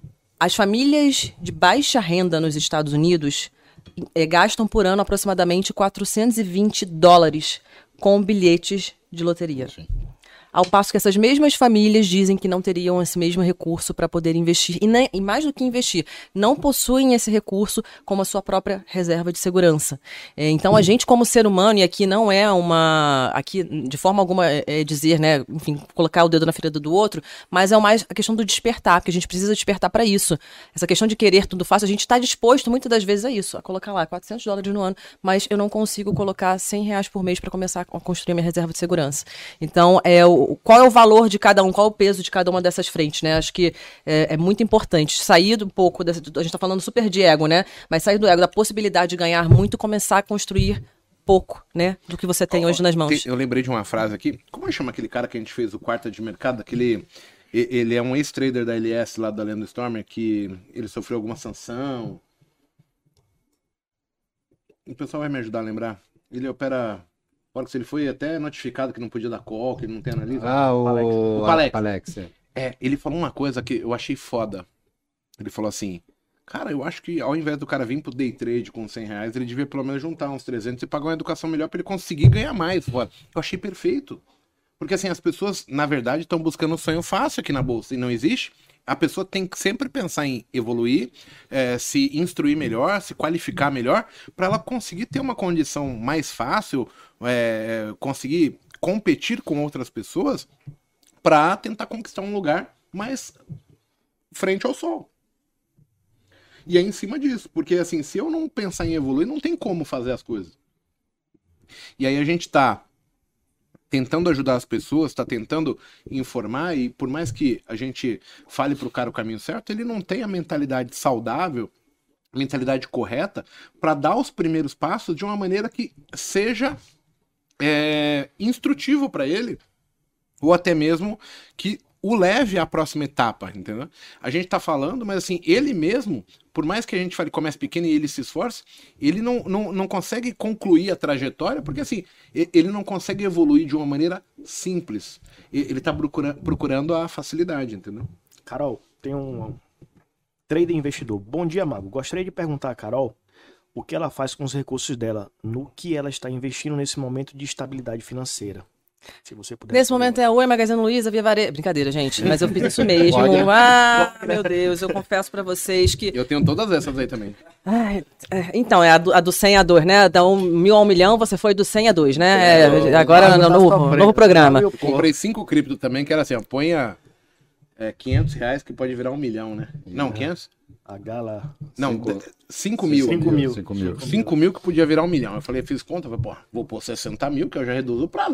As famílias de baixa renda nos Estados Unidos é, gastam por ano aproximadamente quatrocentos e vinte dólares com bilhetes de loteria. Sim. Ao passo que essas mesmas famílias dizem que não teriam esse mesmo recurso para poder investir. E, nem, e mais do que investir, não possuem esse recurso como a sua própria reserva de segurança. É, então, a gente como ser humano, e aqui não é uma... Aqui, de forma alguma, é, é dizer, né, enfim, colocar o dedo na ferida do outro, mas é mais a questão do despertar, porque a gente precisa despertar para isso. Essa questão de querer tudo fácil, a gente está disposto muitas das vezes a isso, a colocar lá quatrocentos dólares no ano, mas eu não consigo colocar cem reais por mês para começar a construir minha reserva de segurança. Então, é o qual é o valor de cada um, qual é o peso de cada uma dessas frentes, né? Acho que é, é muito importante sair um pouco, dessa, a gente tá falando super de ego, né? Mas sair do ego, da possibilidade de ganhar muito, começar a construir pouco, né? Do que você tem oh, hoje nas mãos. Tem, eu lembrei de uma frase aqui, como é que chama aquele cara que a gente fez o quarta de mercado? Aquele, ele é um ex-trader da L S lá da Lendo Stormer, que ele sofreu alguma sanção. O pessoal vai me ajudar a lembrar. Ele opera... Porque ele foi até notificado que não podia dar call, que não tem analisa. Ah, o Palex. O Palex. Palex é. é, ele falou uma coisa que eu achei foda. Ele falou assim, cara, eu acho que ao invés do cara vir pro day trade com cem reais, ele devia pelo menos juntar uns trezentos e pagar uma educação melhor pra ele conseguir ganhar mais. Foda. Eu achei perfeito. Porque assim, as pessoas, na verdade, estão buscando um sonho fácil aqui na bolsa e não existe. A pessoa tem que sempre pensar em evoluir, é, se instruir melhor, se qualificar melhor, para ela conseguir ter uma condição mais fácil, é, conseguir competir com outras pessoas, para tentar conquistar um lugar mais frente ao sol. E é em cima disso, porque assim, se eu não pensar em evoluir, não tem como fazer as coisas. E aí a gente tá tentando ajudar as pessoas, está tentando informar, e por mais que a gente fale para o cara o caminho certo, ele não tem a mentalidade saudável, a mentalidade correta, para dar os primeiros passos de uma maneira que seja é, instrutivo para ele, ou até mesmo que o leve à próxima etapa, entendeu? A gente tá falando, mas assim, ele mesmo, por mais que a gente fale comece pequeno e ele se esforce, ele não, não, não consegue concluir a trajetória, porque assim, ele não consegue evoluir de uma maneira simples. Ele tá procura, procurando a facilidade, entendeu? Carol, tem um trader investidor. Bom dia, Mago. Gostaria de perguntar a Carol o que ela faz com os recursos dela, no que ela está investindo nesse momento de estabilidade financeira. Se você puder. Nesse momento é Oi, Magazine Luiza, Via Varejo. Brincadeira, gente, mas eu fiz isso mesmo. Pode. Ah, meu Deus, eu confesso pra vocês que... Eu tenho todas essas aí também. Ai, é, então, é a do, a do cem a dois, né? Da um, mil a um milhão, você foi do cem a dois, né? É, agora, no novo, novo programa. Eu comprei cinco cripto também, que era assim, ó, ponha é, quinhentos reais que pode virar um milhão, né? Não, quinhentos? A gala. Não, Cinco. cinco mil. Cinco mil. cinco mil. cinco mil que podia virar um milhão. Eu falei, fiz conta, falei, pô, vou pôr sessenta mil, que eu já reduzo o prazo.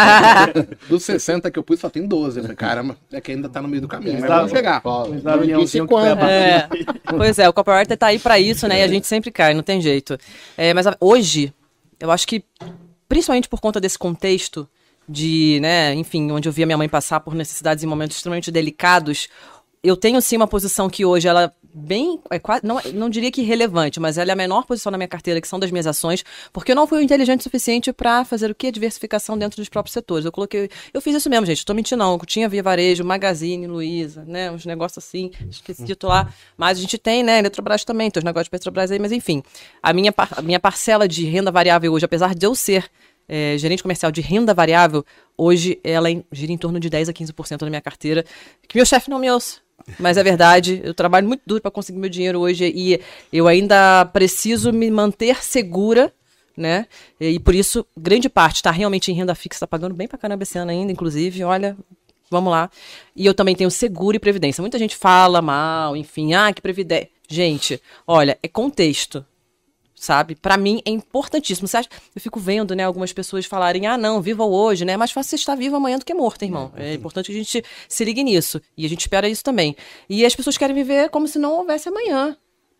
Dos sessenta que eu pus, só tem doze. Eu falei, caramba, é que ainda tá no meio do caminho, mas vamos chegar. Os Não aviãozinhos disse que quando. foi É, pois é, o copyright tá aí pra isso, né? E a gente sempre cai, não tem jeito. É, mas a- hoje, eu acho que, principalmente por conta desse contexto de, né, enfim, onde eu via minha mãe passar por necessidades em momentos extremamente delicados, eu tenho sim uma posição que hoje ela bem, é quase, não, não diria que relevante, mas ela é a menor posição na minha carteira, que são das minhas ações, porque eu não fui inteligente o suficiente para fazer o que? Diversificação dentro dos próprios setores. Eu coloquei, eu fiz isso mesmo, gente, tô mentindo não, eu tinha Via Varejo, Magazine, Luiza, né, uns negócios assim, esqueci de lá, mas a gente tem, né, Eletrobras também, tem os negócios de Petrobras aí, mas enfim, a minha, par- a minha parcela de renda variável hoje, apesar de eu ser é, gerente comercial de renda variável, hoje ela em- gira em torno de dez a quinze por cento da minha carteira, que meu chefe não me ouça. Mas é verdade, eu trabalho muito duro para conseguir meu dinheiro hoje e eu ainda preciso me manter segura, né? E por isso, grande parte está realmente em renda fixa, está pagando bem para caramba esse ano ainda, inclusive, olha, vamos lá. E eu também tenho seguro e previdência. Muita gente fala mal, enfim, ah, que previdência. Gente, olha, é contexto. Sabe? Pra mim é importantíssimo. Você acha? Eu fico vendo, né, algumas pessoas falarem, ah, não, viva o hoje, né? É mais fácil você estar vivo amanhã do que morto, irmão. É importante que a gente se ligue nisso. E a gente espera isso também. E as pessoas querem viver como se não houvesse amanhã.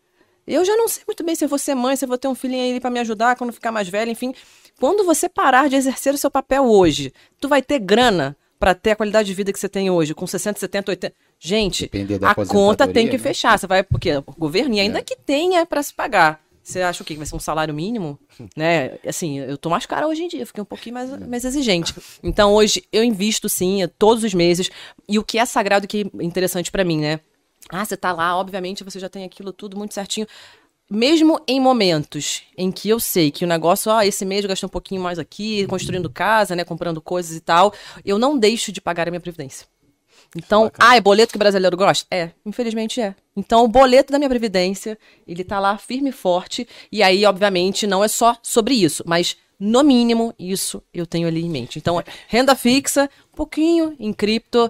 Eu já não sei muito bem se eu vou ser mãe, se eu vou ter um filhinho aí pra me ajudar quando ficar mais velha, enfim. Quando você parar de exercer o seu papel hoje, tu vai ter grana pra ter a qualidade de vida que você tem hoje, com sessenta, setenta, oitenta... Gente, Depender da a conta tem que aposentadoria, né? fechar. Você vai, porque o governo, e ainda É. que tenha pra se pagar. Você acha o quê? Que vai ser um salário mínimo? Né? Assim, eu tô mais cara hoje em dia, eu fiquei um pouquinho mais, mais exigente. Então, hoje, eu invisto, sim, todos os meses. E o que é sagrado, que é interessante pra mim, né? Ah, você tá lá, obviamente, você já tem aquilo tudo muito certinho. Mesmo em momentos em que eu sei que o negócio, ó, esse mês eu gastei um pouquinho mais aqui, construindo casa, né, comprando coisas e tal, eu não deixo de pagar a minha previdência. Então, ah, é boleto que o brasileiro gosta? É, infelizmente é. Então, o boleto da minha previdência, ele tá lá firme e forte, e aí, obviamente, não é só sobre isso, mas, no mínimo, isso eu tenho ali em mente. Então, renda fixa, um pouquinho em cripto,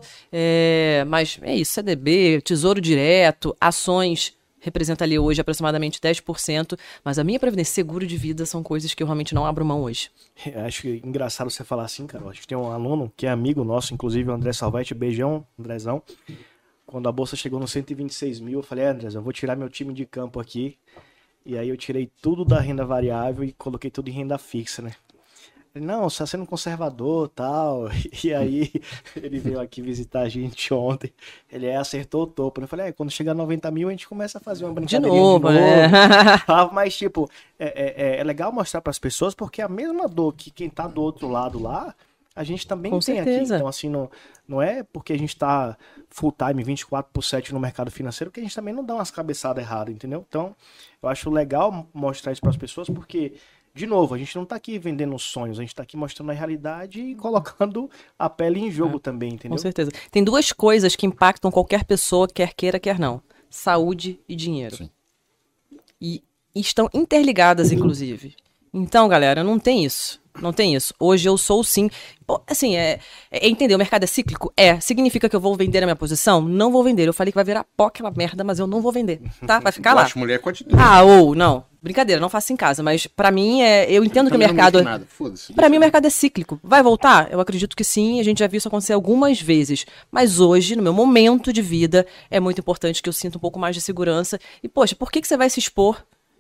é, mas é isso, C D B, tesouro direto, ações, representa ali hoje aproximadamente dez por cento, mas a minha previdência, seguro de vida, são coisas que eu realmente não abro mão hoje. Acho que é engraçado você falar assim, cara. A gente tem um aluno que é amigo nosso, inclusive o André Salvete. Beijão, Andrezão. Quando a bolsa chegou nos cento e vinte e seis mil, eu falei, é, Andrezão, eu vou tirar meu time de campo aqui. E aí eu tirei tudo da renda variável e coloquei tudo em renda fixa, né? Ele, não, você tá sendo conservador e tal. E aí ele veio aqui visitar a gente ontem. Ele é, acertou o topo. Eu falei, é, quando chegar a noventa mil, a gente começa a fazer uma De brincadeirinha novo, de novo. né? Ah, mas, tipo, é, é, é legal mostrar para as pessoas, porque a mesma dor que quem tá do outro lado lá, a gente também Com tem certeza. aqui. Então, assim, não, não é porque a gente tá full time, vinte e quatro por sete no mercado financeiro, que a gente também não dá umas cabeçadas erradas, entendeu? Então, eu acho legal mostrar isso para as pessoas, porque, de novo, a gente não tá aqui vendendo sonhos, a gente tá aqui mostrando a realidade e colocando a pele em jogo também, Com entendeu? certeza. Tem duas coisas que impactam qualquer pessoa, quer queira, quer não. Saúde e dinheiro. Sim. E estão interligadas, inclusive. Então, galera, não tem isso. Não tem isso. Hoje eu sou sim. Pô, assim, é, é entender, o mercado é cíclico? É. Significa que eu vou vender a minha posição? Não vou vender. Eu falei que vai virar pó aquela merda, mas eu não vou vender. Tá? Vai ficar Eu lá. acho mulher com atitude. Ah, ou, não. Brincadeira, não faço em casa. Mas pra mim, é, eu entendo que o Também não mercado. mexo nada, foda-se. Pra mim, o mercado é cíclico. Vai voltar? Eu acredito que sim. A gente já viu isso acontecer algumas vezes. Mas hoje, no meu momento de vida, é muito importante que eu sinta um pouco mais de segurança. E, poxa, por que, que você vai se expor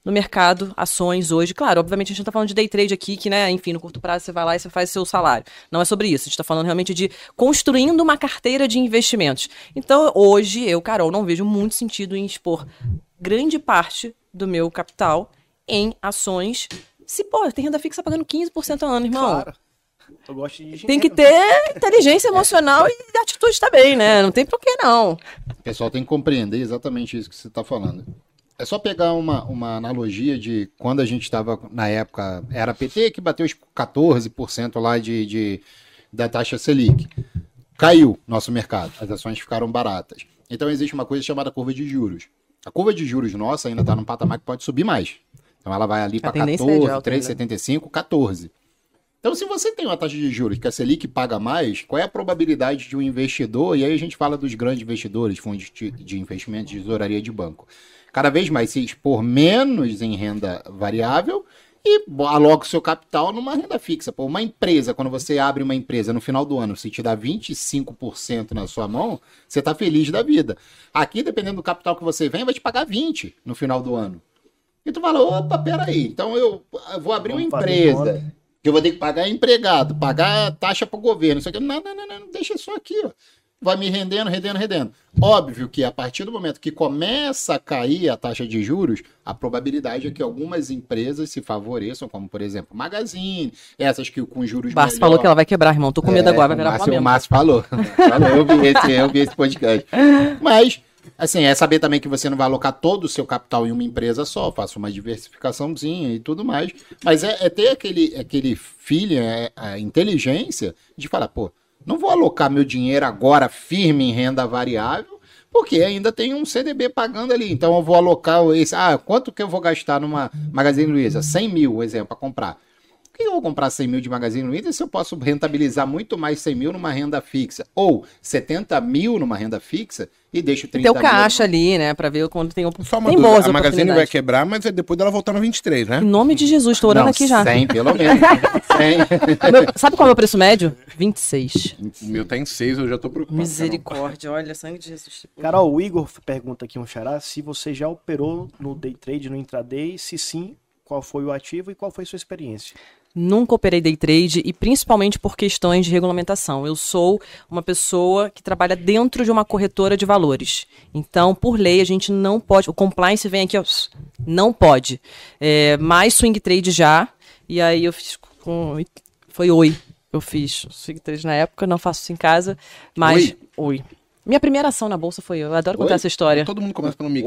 no mercado, ações hoje. Claro, obviamente a gente não está falando de day trade aqui, que, né, enfim, no curto prazo você vai lá e você faz seu salário. Não é sobre isso. A gente está falando realmente de construindo uma carteira de investimentos. Então, hoje, eu, Carol, não vejo muito sentido em expor grande parte do meu capital em ações. Se, pô, tem renda fixa pagando quinze por cento ao ano, irmão. Claro. Eu gosto de dinheiro. Tem que ter inteligência emocional e atitude também, né? Não tem por que não. O pessoal tem que compreender exatamente isso que você está falando. É só pegar uma, uma analogia de quando a gente estava, na época, era P T que bateu os quatorze por cento lá de, de, da taxa Selic. Caiu nosso mercado, as ações ficaram baratas. Então existe uma coisa chamada curva de juros. A curva de juros nossa ainda está num patamar que pode subir mais. Então ela vai ali para quatorze, três vírgula setenta e cinco, quatorze. Então, se você tem uma taxa de juros que a Selic paga mais, qual é a probabilidade de um investidor, e aí a gente fala dos grandes investidores, fundos de investimento, de tesouraria de banco, cada vez mais se expor menos em renda variável e aloca o seu capital numa renda fixa. Pô, uma empresa, quando você abre uma empresa no final do ano, se te dá vinte e cinco por cento na sua mão, você está feliz da vida. Aqui, dependendo do capital que você vem, vai te pagar vinte por cento no final do ano. E tu fala, opa, peraí, então eu, eu vou abrir Vamos uma empresa... que eu vou ter que pagar empregado, pagar taxa para o governo, isso aqui. Não, não, não, não, deixa isso aqui, ó. Vai me rendendo, rendendo, rendendo. Óbvio que a partir do momento que começa a cair a taxa de juros, a probabilidade é que algumas empresas se favoreçam, como por exemplo, Magazine, essas que com juros Barça melhor... falou que ela vai quebrar, irmão. Tô com medo é, agora, vai o virar Márcio, Flamengo. o Márcio falou. falou. Eu vi esse, eu vi esse podcast. Mas... assim, é saber também que você não vai alocar todo o seu capital em uma empresa só, faça uma diversificaçãozinha e tudo mais. Mas é, é ter aquele, aquele feeling, é, a inteligência de falar, pô, não vou alocar meu dinheiro agora firme em renda variável, porque ainda tem um C D B pagando ali. Então eu vou alocar esse. Ah, quanto que eu vou gastar numa Magazine Luiza? cem mil, exemplo, para comprar. Por que eu vou comprar cem mil de Magazine Luiza se eu posso rentabilizar muito mais cem mil numa renda fixa? Ou setenta mil numa renda fixa e deixo trinta Tem mil... o caixa ali, né? Pra ver quando tem, Só uma tem dúvida, boas a Magazine vai oportunidades. quebrar, mas é depois dela voltar no vinte e três, né? Em nome de Jesus, tô orando Não, aqui já. cem pelo menos. cem. Meu- sabe qual é o meu preço médio? vinte e seis. O meu tá em seis, eu já tô preocupado. Misericórdia, olha, sangue de Jesus. Carol, o Igor pergunta aqui um xará se você já operou no day trade, no intraday, se sim, qual foi o ativo e qual foi a sua experiência? Nunca operei day trade e principalmente por questões de regulamentação. Eu sou uma pessoa que trabalha dentro de uma corretora de valores. Então, por lei, a gente não pode... O compliance vem aqui, ó, não pode. É, mais swing trade já. E aí eu fiz com... Foi Oi. Eu fiz swing trade na época, não faço isso em casa. Mas... Oi? Oi. Minha primeira ação na bolsa foi eu. Eu adoro contar Oi? essa história. Todo mundo começa pelo mico.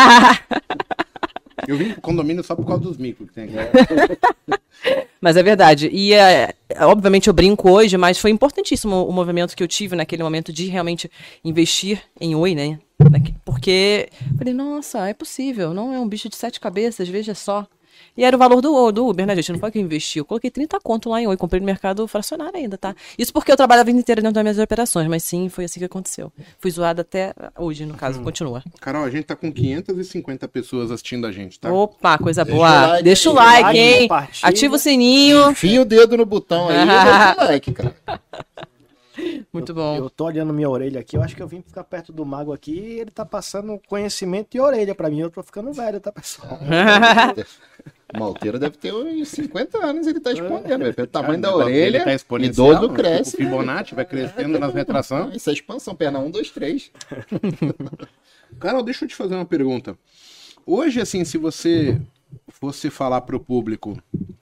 Eu vim pro condomínio só por causa dos micos que tem aqui. Mas é verdade. E, é, obviamente, eu brinco hoje, mas foi importantíssimo o movimento que eu tive naquele momento de realmente investir em Oi, né? Porque falei, nossa, é possível. Não é um bicho de sete cabeças, veja só. E era o valor do, do Uber, né, gente? Não foi que eu investi. Eu coloquei trinta conto lá em Oi. Comprei no mercado fracionário ainda, tá? Isso porque eu trabalho a vida inteira dentro das minhas operações. Mas sim, foi assim que aconteceu. Fui zoada até hoje, no caso. Hum. Continua. Carol, a gente tá com quinhentas e cinquenta pessoas assistindo a gente, tá? Opa, coisa Deixa boa. o like Deixa o aí, like, like, hein? compartilha. Ativa o sininho. Enfia o dedo no botão aí e deixa o like, cara. Muito eu, bom. Eu tô olhando minha orelha aqui, eu acho que eu vim ficar perto do mago aqui e ele tá passando conhecimento e orelha pra mim. Eu tô ficando velho, tá, pessoal? O Malteiro deve ter uns cinquenta anos, ele tá respondendo. Velho. Pelo tamanho Cara, da o negócio dele orelha, tá exponencial, idoso né? cresce. O Fibonacci vai crescendo nas retrações. Isso é expansão, perna um, dois, três. Carol, deixa eu te fazer uma pergunta. Hoje, assim, se você fosse falar pro público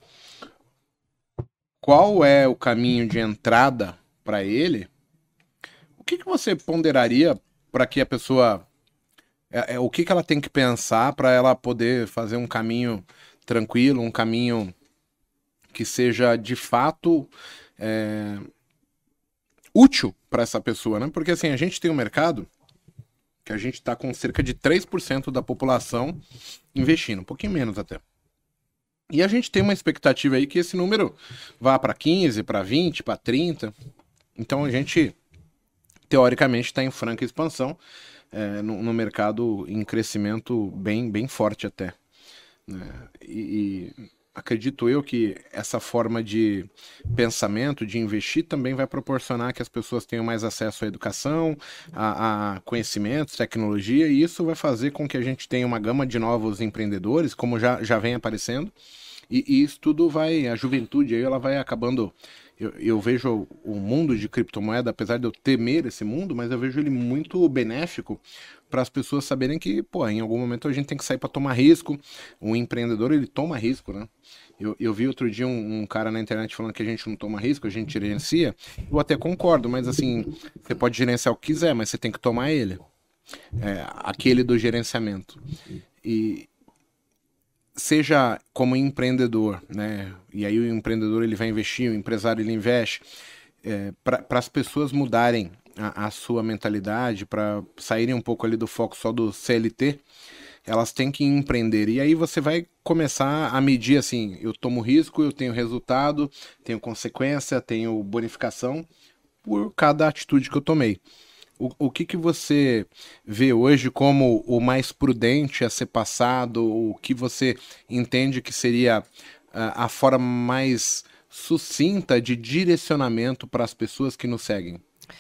qual é o caminho de entrada para ele, o que, que você ponderaria para que a pessoa... É, é, o que, que ela tem que pensar para ela poder fazer um caminho tranquilo, um caminho que seja de fato é, útil para essa pessoa, né? Porque assim, a gente tem um mercado que a gente está com cerca de três por cento da população investindo, um pouquinho menos até. E a gente tem uma expectativa aí que esse número vá para quinze, para vinte, para trinta. Então a gente, teoricamente, está em franca expansão, é, no, no mercado em crescimento bem, bem forte até. Né? E, e acredito eu que essa forma de pensamento, de investir, também vai proporcionar que as pessoas tenham mais acesso à educação, a, a conhecimentos, tecnologia, e isso vai fazer com que a gente tenha uma gama de novos empreendedores, como já, já vem aparecendo, e, e isso tudo vai, a juventude aí, ela vai acabando. Eu, eu vejo o mundo de criptomoeda, apesar de eu temer esse mundo, mas eu vejo ele muito benéfico para as pessoas saberem que, pô, em algum momento a gente tem que sair para tomar risco. Um empreendedor, ele toma risco, né? Eu, eu vi outro dia um, um cara na internet falando que a gente não toma risco, a gente gerencia. Eu até concordo, mas assim, você pode gerenciar o que quiser, mas você tem que tomar ele. É, aquele do gerenciamento. E seja como empreendedor, né? E aí o empreendedor ele vai investir, o empresário ele investe, é, para as pessoas mudarem a, a sua mentalidade, para saírem um pouco ali do foco só do C L T, elas têm que empreender. E aí você vai começar a medir assim, eu tomo risco, eu tenho resultado, tenho consequência, tenho bonificação por cada atitude que eu tomei. O, o que, que você vê hoje como o mais prudente a ser passado? O que você entende que seria a, a forma mais sucinta de direcionamento para as pessoas que nos seguem?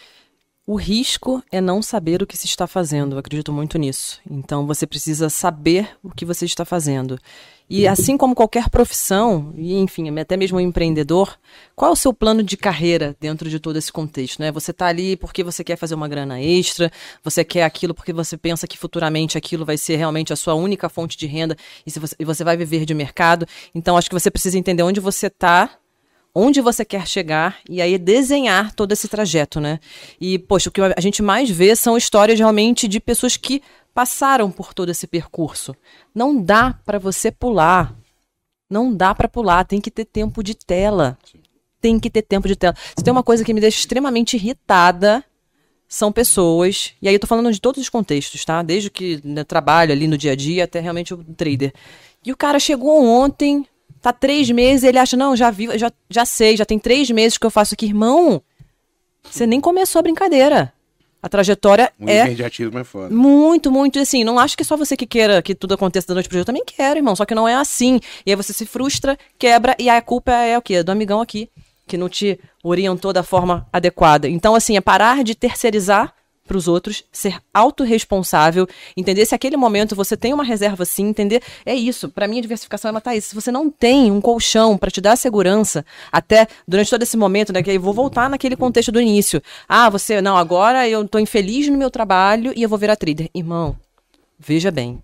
O risco é não saber o que se está fazendo, eu acredito muito nisso. Então você precisa saber o que você está fazendo. E assim como qualquer profissão, e enfim, até mesmo um empreendedor, qual é o seu plano de carreira dentro de todo esse contexto, né? Você está ali porque você quer fazer uma grana extra, você quer aquilo porque você pensa que futuramente aquilo vai ser realmente a sua única fonte de renda e, se você, e você vai viver de mercado. Então acho que você precisa entender onde você está, onde você quer chegar e aí desenhar todo esse trajeto, né? E, poxa, o que a gente mais vê são histórias realmente de pessoas que passaram por todo esse percurso. Não dá para você pular. Não dá para pular, tem que ter tempo de tela. Tem que ter tempo de tela. Se tem uma coisa que me deixa extremamente irritada, são pessoas, e aí eu tô falando de todos os contextos, tá? Desde que né, trabalho ali no dia a dia até realmente o trader. E o cara chegou ontem, tá três meses, ele acha, não, já vi, já, já sei, já tem três meses que eu faço aqui. Irmão, você nem começou a brincadeira. A trajetória o é... O imediatismo é foda. Muito, muito, assim, não acho que só você que queira que tudo aconteça da noite pro dia. Eu também quero, irmão, só que não é assim. E aí você se frustra, quebra, e aí a culpa é o quê? Do amigão aqui, que não te orientou da forma adequada. Então, assim, é parar de terceirizar para os outros, ser autorresponsável, entender se aquele momento você tem uma reserva sim, entender, é isso, para mim a diversificação é matar isso, se você não tem um colchão para te dar segurança, até durante todo esse momento, né, que eu vou voltar naquele contexto do início, ah, você, não, agora eu tô infeliz no meu trabalho e eu vou virar trader, irmão, veja bem,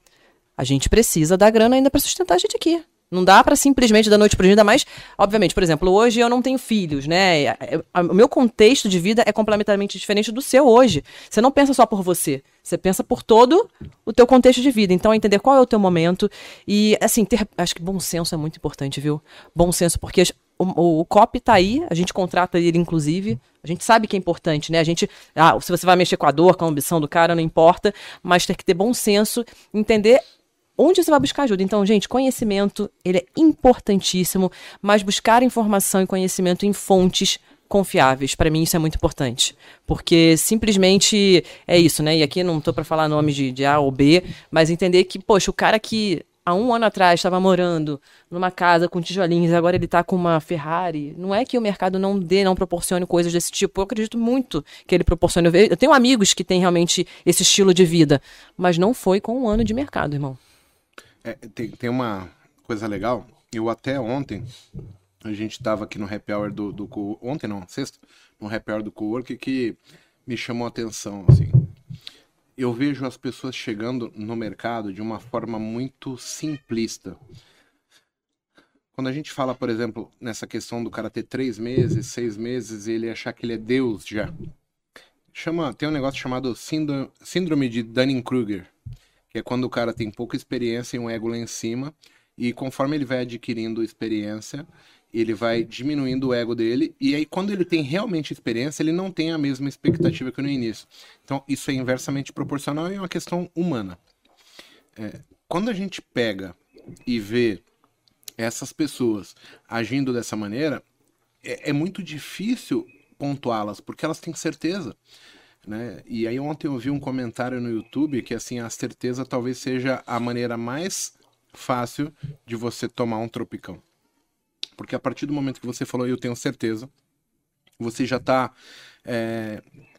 a gente precisa dar grana ainda para sustentar a gente aqui. Não dá para simplesmente da noite pro dia, ainda mais, obviamente, por exemplo, hoje eu não tenho filhos, né? O meu contexto de vida é completamente diferente do seu hoje. Você não pensa só por você, você pensa por todo o teu contexto de vida. Então, entender qual é o teu momento e, assim, ter, acho que bom senso é muito importante, viu? Bom senso, porque o, o, o copy tá aí, a gente contrata ele, inclusive, a gente sabe que é importante, né? A gente, ah, se você vai mexer com a dor, com a ambição do cara, não importa, mas ter que ter bom senso, entender onde você vai buscar ajuda? Então, gente, conhecimento, ele é importantíssimo, mas buscar informação e conhecimento em fontes confiáveis, para mim isso é muito importante, porque simplesmente é isso, né? E aqui não estou para falar nomes de, de A ou B, mas entender que, poxa, o cara que há um ano atrás estava morando numa casa com tijolinhos e agora ele está com uma Ferrari, não é que o mercado não dê, não proporcione coisas desse tipo, eu acredito muito que ele proporcione. Eu tenho amigos que têm realmente esse estilo de vida, mas não foi com um ano de mercado, irmão. É, tem, tem uma coisa legal. Eu até ontem, a gente estava aqui no happy hour do, do... Ontem não, sexta, no happy hour do Cowork, que me chamou a atenção, assim. Eu vejo as pessoas chegando no mercado de uma forma muito simplista. Quando a gente fala, por exemplo, nessa questão do cara ter três meses, seis meses, e ele achar que ele é Deus já. Chama, tem um negócio chamado síndrome, síndrome de Dunning-Kruger, que é quando o cara tem pouca experiência e um ego lá em cima, e conforme ele vai adquirindo experiência, ele vai diminuindo o ego dele, e aí quando ele tem realmente experiência, ele não tem a mesma expectativa que no início. Então isso é inversamente proporcional e é uma questão humana. É, quando a gente pega e vê essas pessoas agindo dessa maneira, é, é muito difícil pontuá-las, porque elas têm certeza. Né? E aí ontem eu vi um comentário no YouTube que assim, a certeza talvez seja a maneira mais fácil de você tomar um tropicão. Porque a partir do momento que você falou, eu tenho certeza, você já está é,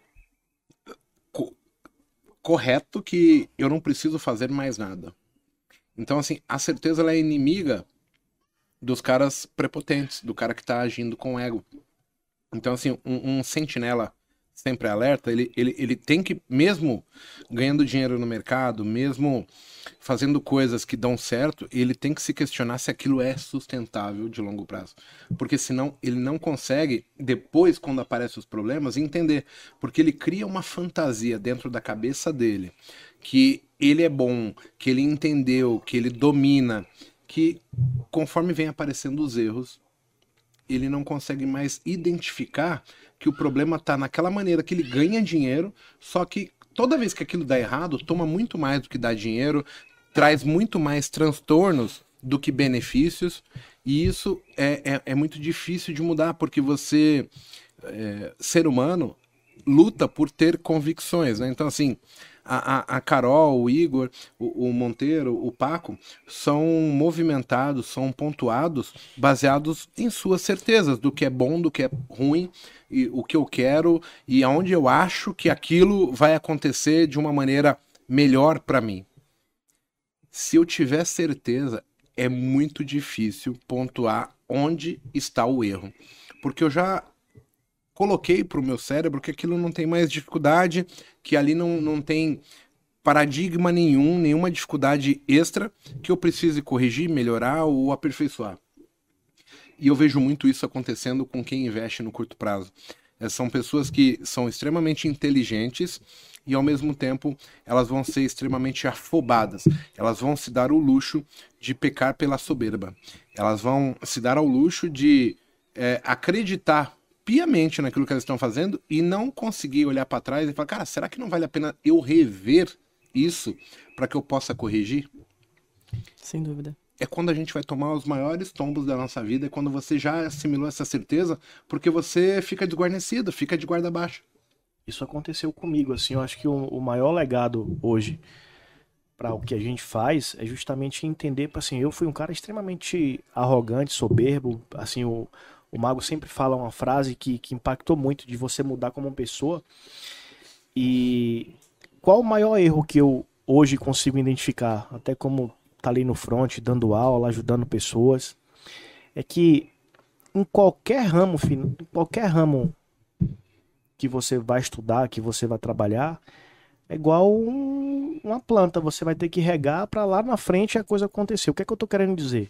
co correto que eu não preciso fazer mais nada. Então, assim, a certeza ela é inimiga dos caras prepotentes, do cara que está agindo com ego. Então, assim, um, um sentinela sempre alerta, ele, ele, ele tem que, mesmo ganhando dinheiro no mercado, mesmo fazendo coisas que dão certo, ele tem que se questionar se aquilo é sustentável de longo prazo. Porque senão ele não consegue, depois, quando aparecem os problemas, entender. Porque ele cria uma fantasia dentro da cabeça dele, que ele é bom, que ele entendeu, que ele domina, que conforme vem aparecendo os erros, ele não consegue mais identificar que o problema está naquela maneira que ele ganha dinheiro, só que toda vez que aquilo dá errado, toma muito mais do que dá dinheiro, traz muito mais transtornos do que benefícios, e isso é, é, é muito difícil de mudar, porque você, é, ser humano, luta por ter convicções, né? Então, assim, a, a, a Carol, o Igor, o, o Monteiro, o Paco, são movimentados, são pontuados, baseados em suas certezas, do que é bom, do que é ruim, e o que eu quero, e aonde eu acho que aquilo vai acontecer de uma maneira melhor para mim. Se eu tiver certeza, é muito difícil pontuar onde está o erro. Porque eu já coloquei para o meu cérebro que aquilo não tem mais dificuldade, que ali não, não tem paradigma nenhum, nenhuma dificuldade extra que eu precise corrigir, melhorar ou aperfeiçoar. E eu vejo muito isso acontecendo com quem investe no curto prazo. É, são pessoas que são extremamente inteligentes e, ao mesmo tempo, elas vão ser extremamente afobadas. Elas vão se dar o luxo de pecar pela soberba. Elas vão se dar ao luxo de é, acreditar piamente naquilo que elas estão fazendo e não conseguir olhar para trás e falar, cara, será que não vale a pena eu rever isso para que eu possa corrigir? Sem dúvida. É quando a gente vai tomar os maiores tombos da nossa vida, é quando você já assimilou essa certeza, porque você fica desguarnecido, fica de guarda baixa. Isso aconteceu comigo, assim, eu acho que o, o maior legado hoje para o que a gente faz é justamente entender, assim, eu fui um cara extremamente arrogante, soberbo, assim, o O Mago sempre fala uma frase que, que impactou muito de você mudar como pessoa. E qual o maior erro que eu hoje consigo identificar, até como tá ali no front, dando aula, ajudando pessoas, é que em qualquer ramo, em qualquer ramo que você vai estudar, que você vai trabalhar, é igual um, uma planta, você vai ter que regar para lá na frente a coisa acontecer. O que é que eu tô querendo dizer?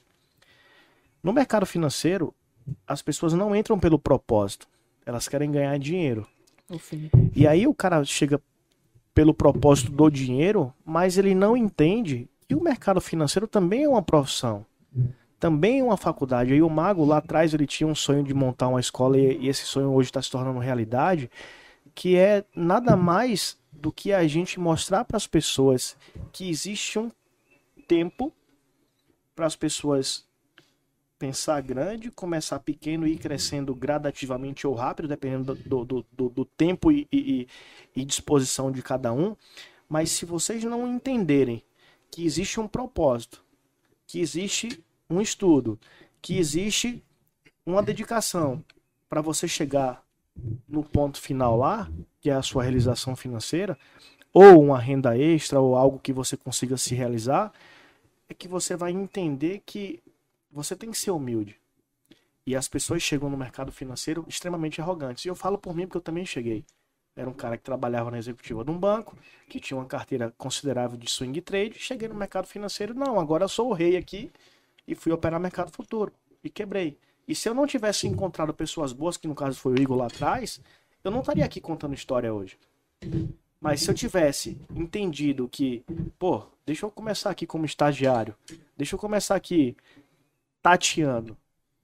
No mercado financeiro, as pessoas não entram pelo propósito, elas querem ganhar dinheiro. Enfim. E aí o cara chega pelo propósito do dinheiro, mas ele não entende que o mercado financeiro também é uma profissão, também é uma faculdade. Aí o Mago lá atrás ele tinha um sonho de montar uma escola e esse sonho hoje está se tornando realidade, que é nada mais do que a gente mostrar para as pessoas que existe um tempo para as pessoas pensar grande, começar pequeno e ir crescendo gradativamente ou rápido, dependendo do, do, do, do tempo e, e, e disposição de cada um. Mas se vocês não entenderem que existe um propósito, que existe um estudo, que existe uma dedicação para você chegar no ponto final lá, que é a sua realização financeira, ou uma renda extra, ou algo que você consiga se realizar, é que você vai entender que você tem que ser humilde. E as pessoas chegam no mercado financeiro extremamente arrogantes. E eu falo por mim porque eu também cheguei. Era um cara que trabalhava na executiva de um banco, que tinha uma carteira considerável de swing trade. Cheguei no mercado financeiro, não, agora eu sou o rei aqui e fui operar mercado futuro. E quebrei. E se eu não tivesse encontrado pessoas boas, que no caso foi o Igor lá atrás, eu não estaria aqui contando história hoje. Mas se eu tivesse entendido que, pô, deixa eu começar aqui como estagiário, deixa eu começar aqui tateando,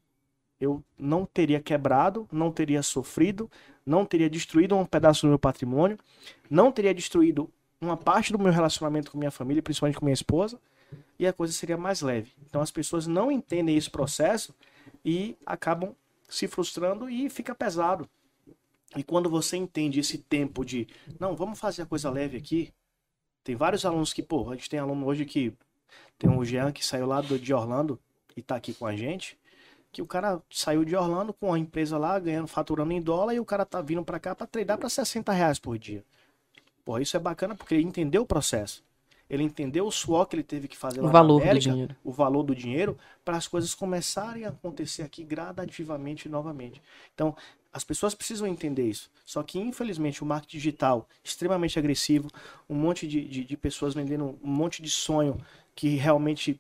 eu não teria quebrado, não teria sofrido, não teria destruído um pedaço do meu patrimônio, não teria destruído uma parte do meu relacionamento com minha família, principalmente com minha esposa, e a coisa seria mais leve. Então as pessoas não entendem esse processo e acabam se frustrando e fica pesado. E quando você entende esse tempo de, não, vamos fazer a coisa leve aqui, tem vários alunos que, pô, a gente tem aluno hoje que Tem um Jean que saiu lá do, de Orlando e tá aqui com a gente, que o cara saiu de Orlando com a empresa lá, ganhando, faturando em dólar, e o cara tá vindo pra cá pra treinar pra sessenta reais por dia. Pô, isso é bacana porque ele entendeu o processo. Ele entendeu o suor que ele teve que fazer lá O valor na América, do dinheiro. o valor do dinheiro, para as coisas começarem a acontecer aqui gradativamente novamente. Então, as pessoas precisam entender isso. Só que, infelizmente, o marketing digital extremamente agressivo, um monte de, de, de pessoas vendendo um monte de sonho que realmente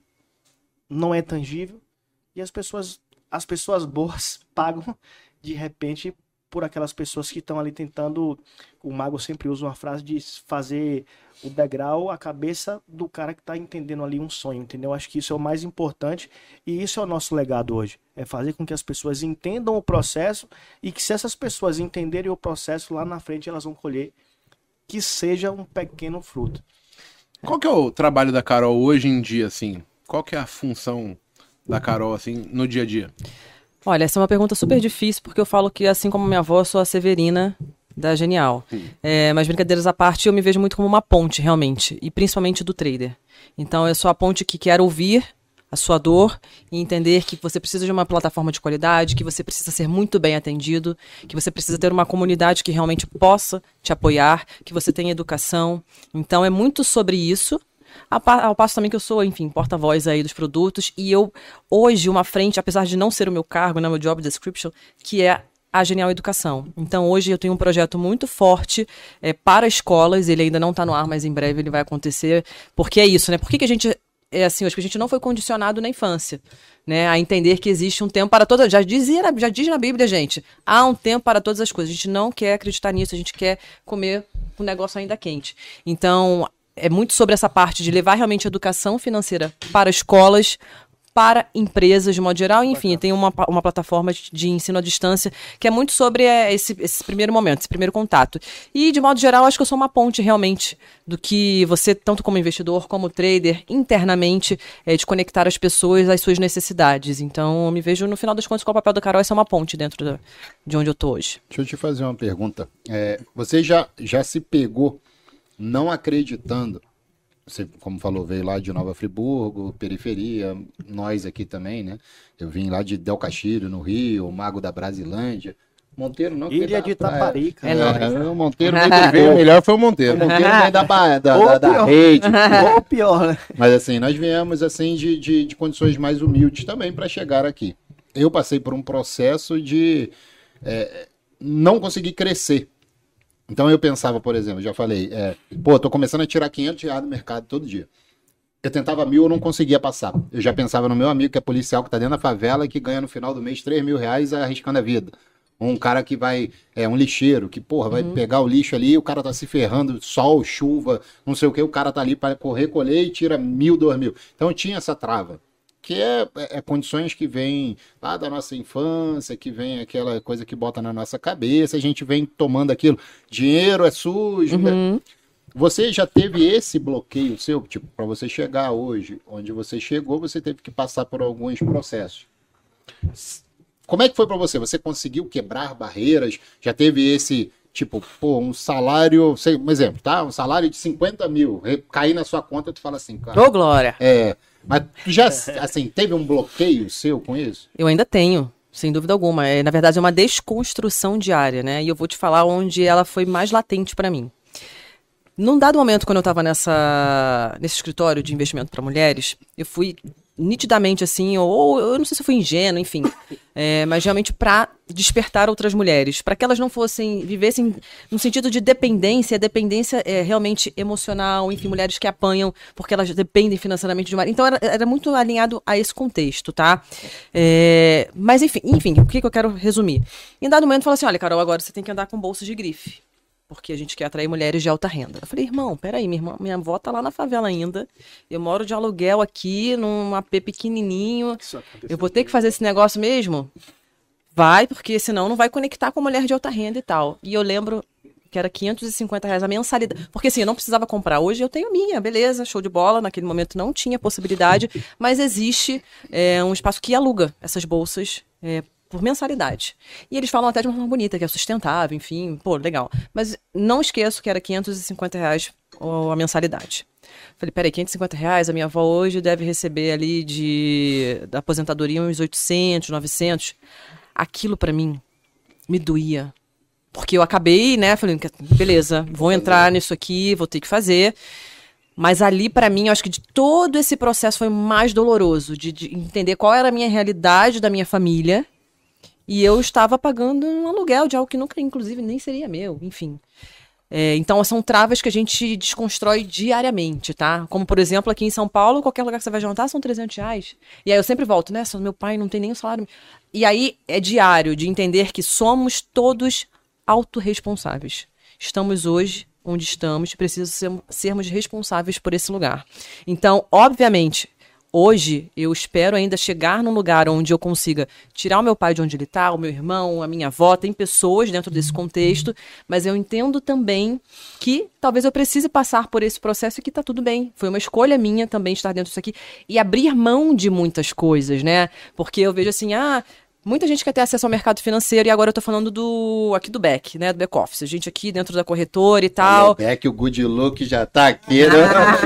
não é tangível, e as pessoas, as pessoas boas pagam, de repente, por aquelas pessoas que estão ali tentando, o mago sempre usa uma frase de fazer o degrau a cabeça do cara que está entendendo ali um sonho, entendeu? Acho que isso é o mais importante e isso é o nosso legado hoje, é fazer com que as pessoas entendam o processo e que se essas pessoas entenderem o processo, lá na frente elas vão colher que seja um pequeno fruto. Qual que é o trabalho da Carol hoje em dia, assim? Qual que é a função da Carol, assim, no dia a dia? Olha, essa é uma pergunta super difícil, porque eu falo que, assim como minha avó, eu sou a Severina da Genial. É, mas brincadeiras à parte, eu me vejo muito como uma ponte, realmente. E principalmente do trader. Então, eu sou a ponte que quer ouvir a sua dor e entender que você precisa de uma plataforma de qualidade, que você precisa ser muito bem atendido, que você precisa ter uma comunidade que realmente possa te apoiar, que você tenha educação. Então, é muito sobre isso. Ao passo também que eu sou, enfim, porta-voz aí dos produtos, e eu, hoje, uma frente, apesar de não ser o meu cargo, né, meu job description, que é a Genial Educação. Então, hoje eu tenho um projeto muito forte é, para escolas, ele ainda não está no ar, mas em breve ele vai acontecer, porque é isso, né? Por que, que a gente, é assim, acho que a gente não foi condicionado na infância, né, a entender que existe um tempo para todas, já dizia, já diz na Bíblia, gente, há um tempo para todas as coisas, a gente não quer acreditar nisso, a gente quer comer o negócio ainda quente. Então, é muito sobre essa parte de levar realmente a educação financeira para escolas, para empresas de modo geral, enfim, tem uma, uma plataforma de ensino à distância que é muito sobre é, esse, esse primeiro momento, esse primeiro contato. E, de modo geral, acho que eu sou uma ponte realmente do que você, tanto como investidor, como trader, internamente, é, de conectar as pessoas às suas necessidades. Então, eu me vejo, no final das contas, qual é o papel da Carol, essa é uma ponte dentro da, de onde eu tô hoje. Deixa eu te fazer uma pergunta. É, você já, já se pegou não acreditando, você, como falou, veio lá de Nova Friburgo, periferia, nós aqui também, né? Eu vim lá de Del Castilho, no Rio, o Mago da Brasilândia. Monteiro não... Ilha de Itaparica. É, É, nóis. o Monteiro Quem veio veio melhor foi o Monteiro. O Monteiro veio da, da, da, Ou da, da pior. rede. Ou pior, né? Mas assim, nós viemos assim de, de, de condições mais humildes também para chegar aqui. Eu passei por um processo de é, não conseguir crescer. Então eu pensava, por exemplo, já falei, é, pô, tô começando a tirar quinhentos reais do mercado todo dia. Eu tentava mil, eu não conseguia passar. Eu já pensava no meu amigo que é policial, que tá dentro da favela, que ganha no final do mês três mil reais arriscando a vida. Um cara que vai, é um lixeiro, que, porra, vai Uhum. pegar o lixo ali, o cara tá se ferrando, sol, chuva, não sei o que, o cara tá ali para correr, colher e tira mil, dois mil. Então eu tinha essa trava. Que é, é, é condições que vêm lá da nossa infância, que vem aquela coisa que bota na nossa cabeça, a gente vem tomando aquilo. Dinheiro é sujo. Né? Uhum. Você já teve esse bloqueio seu? Tipo, para você chegar hoje, onde você chegou, você teve que passar por alguns processos. Como é que foi para você? Você conseguiu quebrar barreiras? Já teve esse, tipo, pô, um salário, sei, um exemplo, tá? Um salário de cinquenta mil, cair na sua conta, tu fala assim, cara. Ô, Glória! É, mas tu já, assim, teve um bloqueio seu com isso? Eu ainda tenho, sem dúvida alguma. É, na verdade, é uma desconstrução diária, né? E eu vou te falar onde ela foi mais latente para mim. Num dado momento, quando eu estava nessa, nesse escritório de investimento para mulheres, eu fui nitidamente assim, ou eu não sei se eu fui ingênuo, enfim, é, mas realmente para despertar outras mulheres, para que elas não fossem, vivessem no sentido de dependência, a dependência é realmente emocional, enfim, mulheres que apanham porque elas dependem financeiramente de uma... Então era, era muito alinhado a esse contexto, tá? É, mas enfim, enfim, o que, que eu quero resumir? Em dado momento, eu falo assim, olha, Carol, agora você tem que andar com bolsas de grife. Porque a gente quer atrair mulheres de alta renda. Eu falei, irmão, peraí, minha, irmã, minha avó tá lá na favela ainda, eu moro de aluguel aqui, num A P pequenininho, eu vou ter que fazer esse negócio mesmo? Vai, porque senão não vai conectar com a mulher de alta renda e tal. E eu lembro que era quinhentos e cinquenta reais a mensalidade, porque assim, eu não precisava comprar, hoje eu tenho a minha, beleza, show de bola, naquele momento não tinha possibilidade, mas existe é, um espaço que aluga essas bolsas é, por mensalidade. E eles falam até de uma forma bonita, que é sustentável, enfim, pô, legal. Mas não esqueço que era quinhentos e cinquenta reais a mensalidade. Falei, peraí, quinhentos e cinquenta reais, a minha avó hoje deve receber ali de, da aposentadoria uns oitocentos, novecentos. Aquilo pra mim me doía. Porque eu acabei, né, falei, beleza, vou entrar nisso aqui, vou ter que fazer. Mas ali, pra mim, eu acho que de todo esse processo foi mais doloroso, de, de entender qual era a minha realidade da minha família. E eu estava pagando um aluguel de algo que nunca, inclusive, nem seria meu, enfim. É, então, são travas que a gente desconstrói diariamente, tá? Como, por exemplo, aqui em São Paulo, qualquer lugar que você vai jantar são trezentos reais. E aí eu sempre volto, né? Meu pai não tem nem o salário. E aí é diário de entender que somos todos autorresponsáveis. Estamos hoje onde estamos, precisamos ser, sermos responsáveis por esse lugar. Então, obviamente, hoje eu espero ainda chegar num lugar onde eu consiga tirar o meu pai de onde ele está, o meu irmão, a minha avó, tem pessoas dentro desse contexto, mas eu entendo também que talvez eu precise passar por esse processo e que está tudo bem. Foi uma escolha minha também estar dentro disso aqui e abrir mão de muitas coisas, né? Porque eu vejo assim, ah... Muita gente quer ter acesso ao mercado financeiro e agora eu tô falando do aqui do back, né, do back office. A gente aqui dentro da corretora e tal. O back, o good look já tá aqui, né?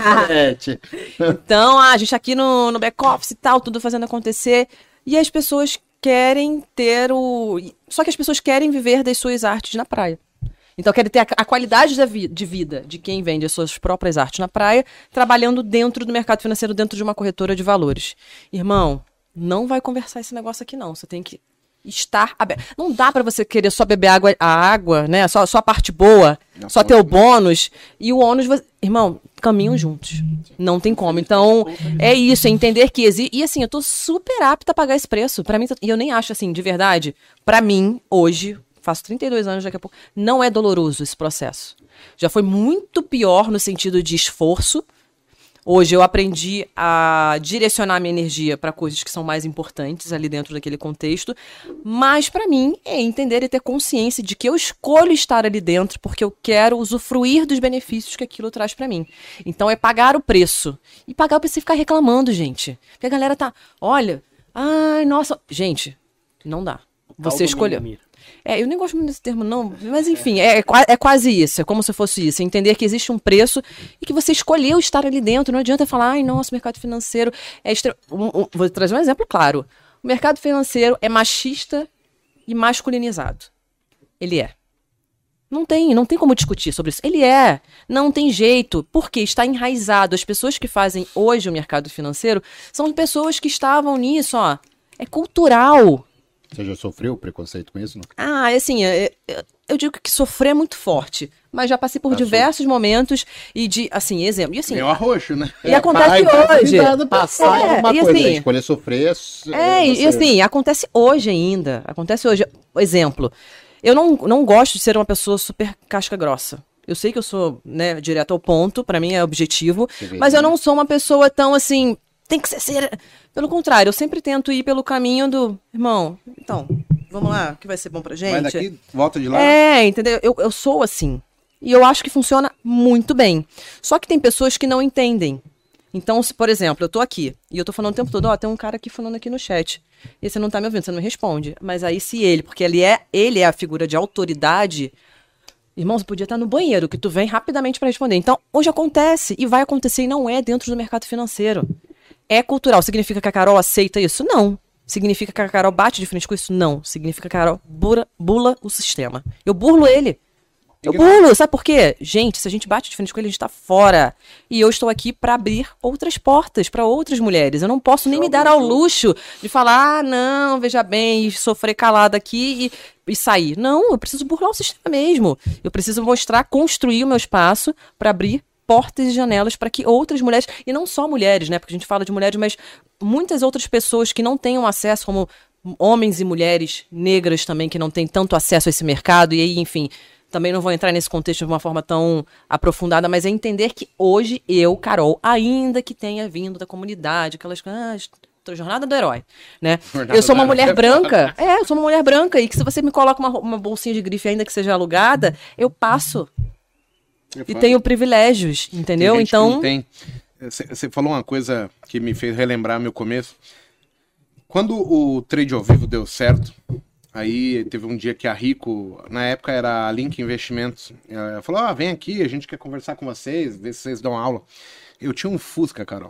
Então, a gente aqui no, no back office e tal, tudo fazendo acontecer. E as pessoas querem ter o... Só que as pessoas querem viver das suas artes na praia. Então, querem ter a, a qualidade da vi, de vida de quem vende as suas próprias artes na praia, trabalhando dentro do mercado financeiro, dentro de uma corretora de valores. Irmão... Não vai conversar esse negócio aqui, não. Você tem que estar aberto. Não dá pra você querer só beber água, a água, né? Só, só a parte boa, não, só ter o bônus. E o ônus, você... irmão, caminham juntos. Não tem como. Então, é isso, é entender que existe. E assim, eu tô super apta a pagar esse preço. Pra mim, e eu nem acho assim, de verdade, pra mim, hoje, faço trinta e dois anos daqui a pouco, não é doloroso esse processo. Já foi muito pior no sentido de esforço. Hoje eu aprendi a direcionar minha energia para coisas que são mais importantes ali dentro daquele contexto, mas para mim é entender e ter consciência de que eu escolho estar ali dentro porque eu quero usufruir dos benefícios que aquilo traz para mim. Então é pagar o preço. E pagar o preço e ficar reclamando, gente. Porque a galera tá, olha, ai, nossa, gente, não dá. Você escolheu. É, eu nem gosto muito desse termo, não, mas enfim, é, é quase isso, é como se fosse isso, entender que existe um preço e que você escolheu estar ali dentro, não adianta falar, ai, nossa, o mercado financeiro é... Extra... Um, um, vou trazer um exemplo claro, o mercado financeiro é machista e masculinizado, ele é. Não tem, não tem como discutir sobre isso, ele é, não tem jeito, porque está enraizado, as pessoas que fazem hoje o mercado financeiro são pessoas que estavam nisso, ó, é cultural. Você já sofreu preconceito com isso, não? Ah, assim, eu, eu digo que sofrer é muito forte, mas já passei por Passou. diversos momentos e de, assim, exemplo. E assim, meu arroxo, né? E é, acontece pai, hoje. Passar é, uma coisa, assim, escolher sofrer é, é e assim, acontece hoje ainda. Acontece hoje. Exemplo, eu não, não gosto de ser uma pessoa super casca grossa. Eu sei que eu sou, né, direto ao ponto, pra mim é objetivo, mas eu não sou uma pessoa tão assim... Tem que ser, ser... Pelo contrário, eu sempre tento ir pelo caminho do... Irmão, então, vamos lá, o que vai ser bom pra gente? Vai daqui, volta de lá. É, entendeu? Eu, eu sou assim. E eu acho que funciona muito bem. Só que tem pessoas que não entendem. Então, se, por exemplo, eu tô aqui, e eu tô falando o tempo todo, ó, tem um cara aqui falando aqui no chat. E você não tá me ouvindo, você não me responde. Mas aí se ele, porque ele é, ele é a figura de autoridade... Irmão, você podia estar no banheiro, que tu vem rapidamente pra responder. Então, hoje acontece, e vai acontecer, e não é dentro do mercado financeiro. É cultural. Significa que a Carol aceita isso? Não. Significa que a Carol bate de frente com isso? Não. Significa que a Carol bura, bula o sistema. Eu burlo ele. Eu burlo. Sabe por quê? Gente, se a gente bate de frente com ele, a gente tá fora. E eu estou aqui para abrir outras portas para outras mulheres. Eu não posso nem me dar ao luxo de falar, ah, não, veja bem, e sofrer calada aqui e, e sair. Não, eu preciso burlar o sistema mesmo. Eu preciso mostrar, construir o meu espaço para abrir portas e janelas para que outras mulheres, e não só mulheres, né? Porque a gente fala de mulheres, mas muitas outras pessoas que não tenham acesso, como homens e mulheres negras também, que não têm tanto acesso a esse mercado, e aí, enfim, também não vou entrar nesse contexto de uma forma tão aprofundada, mas é entender que hoje eu, Carol, ainda que tenha vindo da comunidade, aquelas coisas, ah, jornada do herói, né? Jornada eu sou uma mulher branca, é, eu sou uma mulher branca, e que se você me coloca uma, uma bolsinha de grife, ainda que seja alugada, eu passo. E tenho privilégios, entendeu? Então. Você falou uma coisa que me fez relembrar meu começo. Quando o trade ao vivo deu certo, Aí teve um dia que a Rico, na época era a Link Investimentos, ela falou, ah, vem aqui, a gente quer conversar com vocês, ver se vocês dão aula. Eu tinha um Fusca, Carol.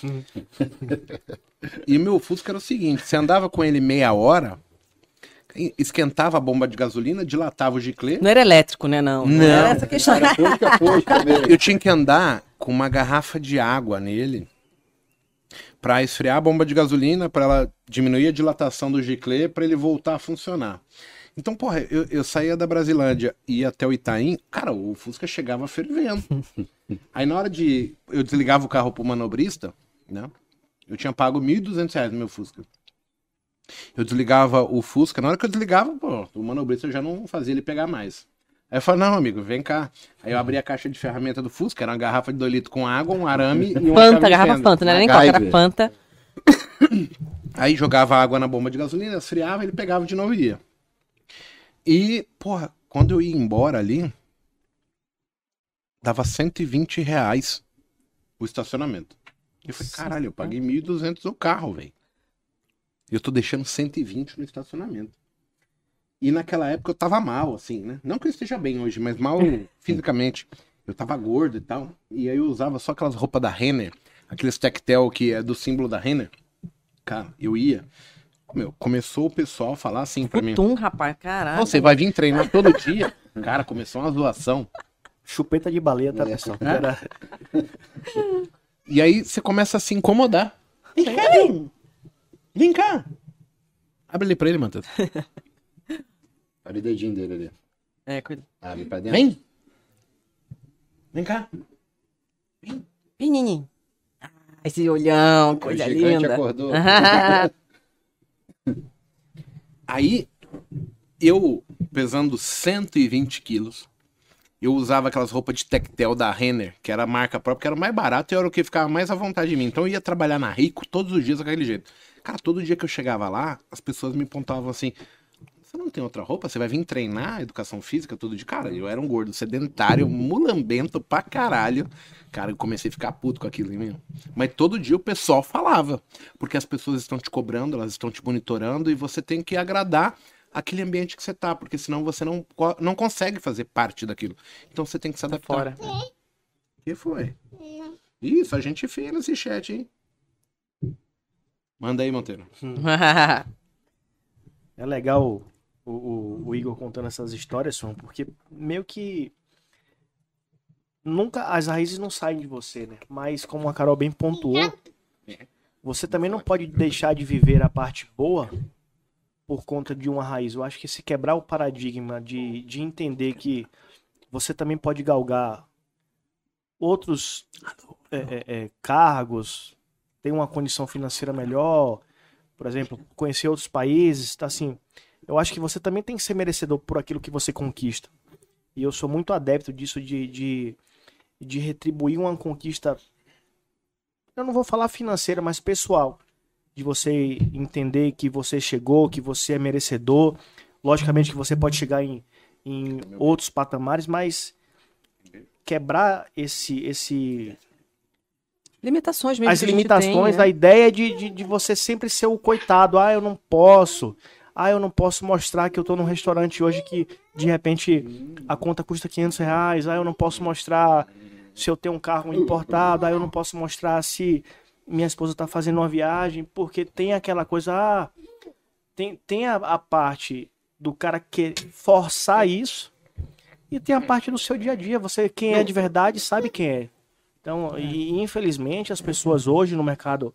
E meu Fusca era o seguinte, você andava com ele meia hora, esquentava a bomba de gasolina, dilatava o giclê. Não era elétrico, né, não? Não. Era essa questão. Era fosca, fosca mesmo. Eu tinha que andar com uma garrafa de água nele para esfriar a bomba de gasolina, para ela diminuir a dilatação do giclê, para ele voltar a funcionar. Então, porra, eu, eu saía da Brasilândia e ia até o Itaim, cara, o Fusca chegava fervendo. Aí na hora de... eu desligava o carro pro manobrista, né? Eu tinha pago mil e duzentos reais no meu Fusca. Eu desligava o Fusca, na hora que eu desligava, pô, o manobrista eu já não fazia ele pegar mais. Aí eu falei, não, amigo, vem cá. Aí eu abri a caixa de ferramenta do Fusca, era uma garrafa de dois litros com água, um arame e um Fanta, garrafa Fanta, não era nem coca, era Fanta. Aí jogava água na bomba de gasolina, esfriava, ele pegava de novo e ia. E, porra, quando eu ia embora ali, dava cento e vinte reais o estacionamento. Eu falei, caralho, eu paguei mil e duzentos no carro, velho. E eu tô deixando cento e vinte no estacionamento. E naquela época eu tava mal, assim, né? Não que eu esteja bem hoje, mas mal fisicamente. Eu tava gordo e tal. E aí eu usava só aquelas roupas da Renner, aqueles tectel que é do símbolo da Renner. Cara, eu ia. Meu, começou o pessoal a falar assim pra mim. Putum, rapaz, caralho. Você vai vir treinar todo dia? Cara, começou uma zoação. Chupeta de baleia, tá, pessoal? É? Era... E aí você começa a se incomodar. Vem cá, vem. Vem cá. Abre ali pra ele, Matheus. Olha o dedinho dele ali. É, cuida. Abre pra dentro. Vem. Vem cá. Pequenininho. Ah, esse olhão, O coisa gigante linda. acordou. Aí, eu, pesando cento e vinte quilos, eu usava aquelas roupas de tectel da Renner, que era a marca própria, que era mais barato e era o que ficava mais à vontade de mim. Então eu ia trabalhar na Rico todos os dias daquele jeito. Cara, todo dia que eu chegava lá, as pessoas me pontuavam assim, você não tem outra roupa? Você vai vir treinar educação física todo dia? Cara, eu era um gordo sedentário, mulambento pra caralho. Cara, eu comecei a ficar puto com aquilo em mim. Mas todo dia o pessoal falava, porque as pessoas estão te cobrando, elas estão te monitorando e você tem que agradar aquele ambiente que você tá, porque senão você não, não consegue fazer parte daquilo. Então você tem que se adaptar. Fora. O que foi? Isso, a gente fez nesse chat, hein? Manda aí, Monteiro. É legal o, o, o Igor contando essas histórias, Som, porque meio que nunca as raízes não saem de você, né? Mas como a Carol bem pontuou, você também não pode deixar de viver a parte boa por conta de uma raiz. Eu acho que se quebrar o paradigma de, de entender que você também pode galgar outros é, é, é, cargos, ter uma condição financeira melhor, por exemplo, conhecer outros países, tá assim, eu acho que você também tem que ser merecedor por aquilo que você conquista. E eu sou muito adepto disso, de, de, de retribuir uma conquista, eu não vou falar financeira, mas pessoal, de você entender que você chegou, que você é merecedor. Logicamente que você pode chegar em, em outros patamares, mas quebrar esse... esse Limitações mesmo. as que a gente limitações, tem, né? a ideia de, de, de você sempre ser o coitado. Ah, eu não posso. Ah, eu não posso mostrar que eu tô num restaurante hoje que, de repente, a conta custa quinhentos reais. Ah, eu não posso mostrar se eu tenho um carro importado. Ah, eu não posso mostrar se minha esposa tá fazendo uma viagem. Porque tem aquela coisa... Ah, tem, tem a, a parte do cara que forçar isso e tem a parte do seu dia a dia. Você, quem é de verdade, sabe quem é. Então, e, infelizmente, as pessoas hoje no mercado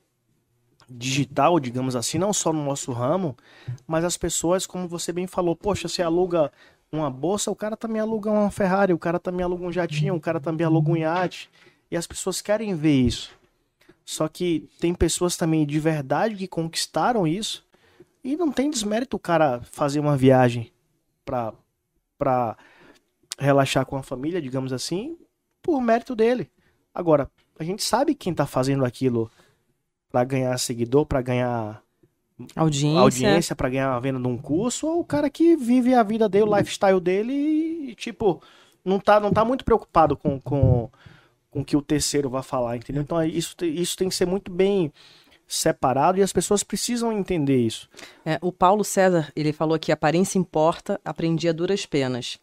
digital, digamos assim, não só no nosso ramo, mas as pessoas, como você bem falou, poxa, você aluga uma bolsa, o cara também aluga uma Ferrari, o cara também aluga um jatinho, o cara também aluga um iate, e as pessoas querem ver isso. Só que tem pessoas também de verdade que conquistaram isso, e não tem desmérito o cara fazer uma viagem pra, pra relaxar com a família, digamos assim, por mérito dele. Agora, a gente sabe quem tá fazendo aquilo para ganhar seguidor, para ganhar Audiência. audiência, para ganhar a venda de um curso, ou o cara que vive a vida dele, o lifestyle dele e, tipo, não tá, não tá muito preocupado com, com, com o que o terceiro vai falar, entendeu? Então, isso, isso tem que ser muito bem separado e as pessoas precisam entender isso. É, o Paulo César, ele falou que aparência importa, aprendi a duras penas.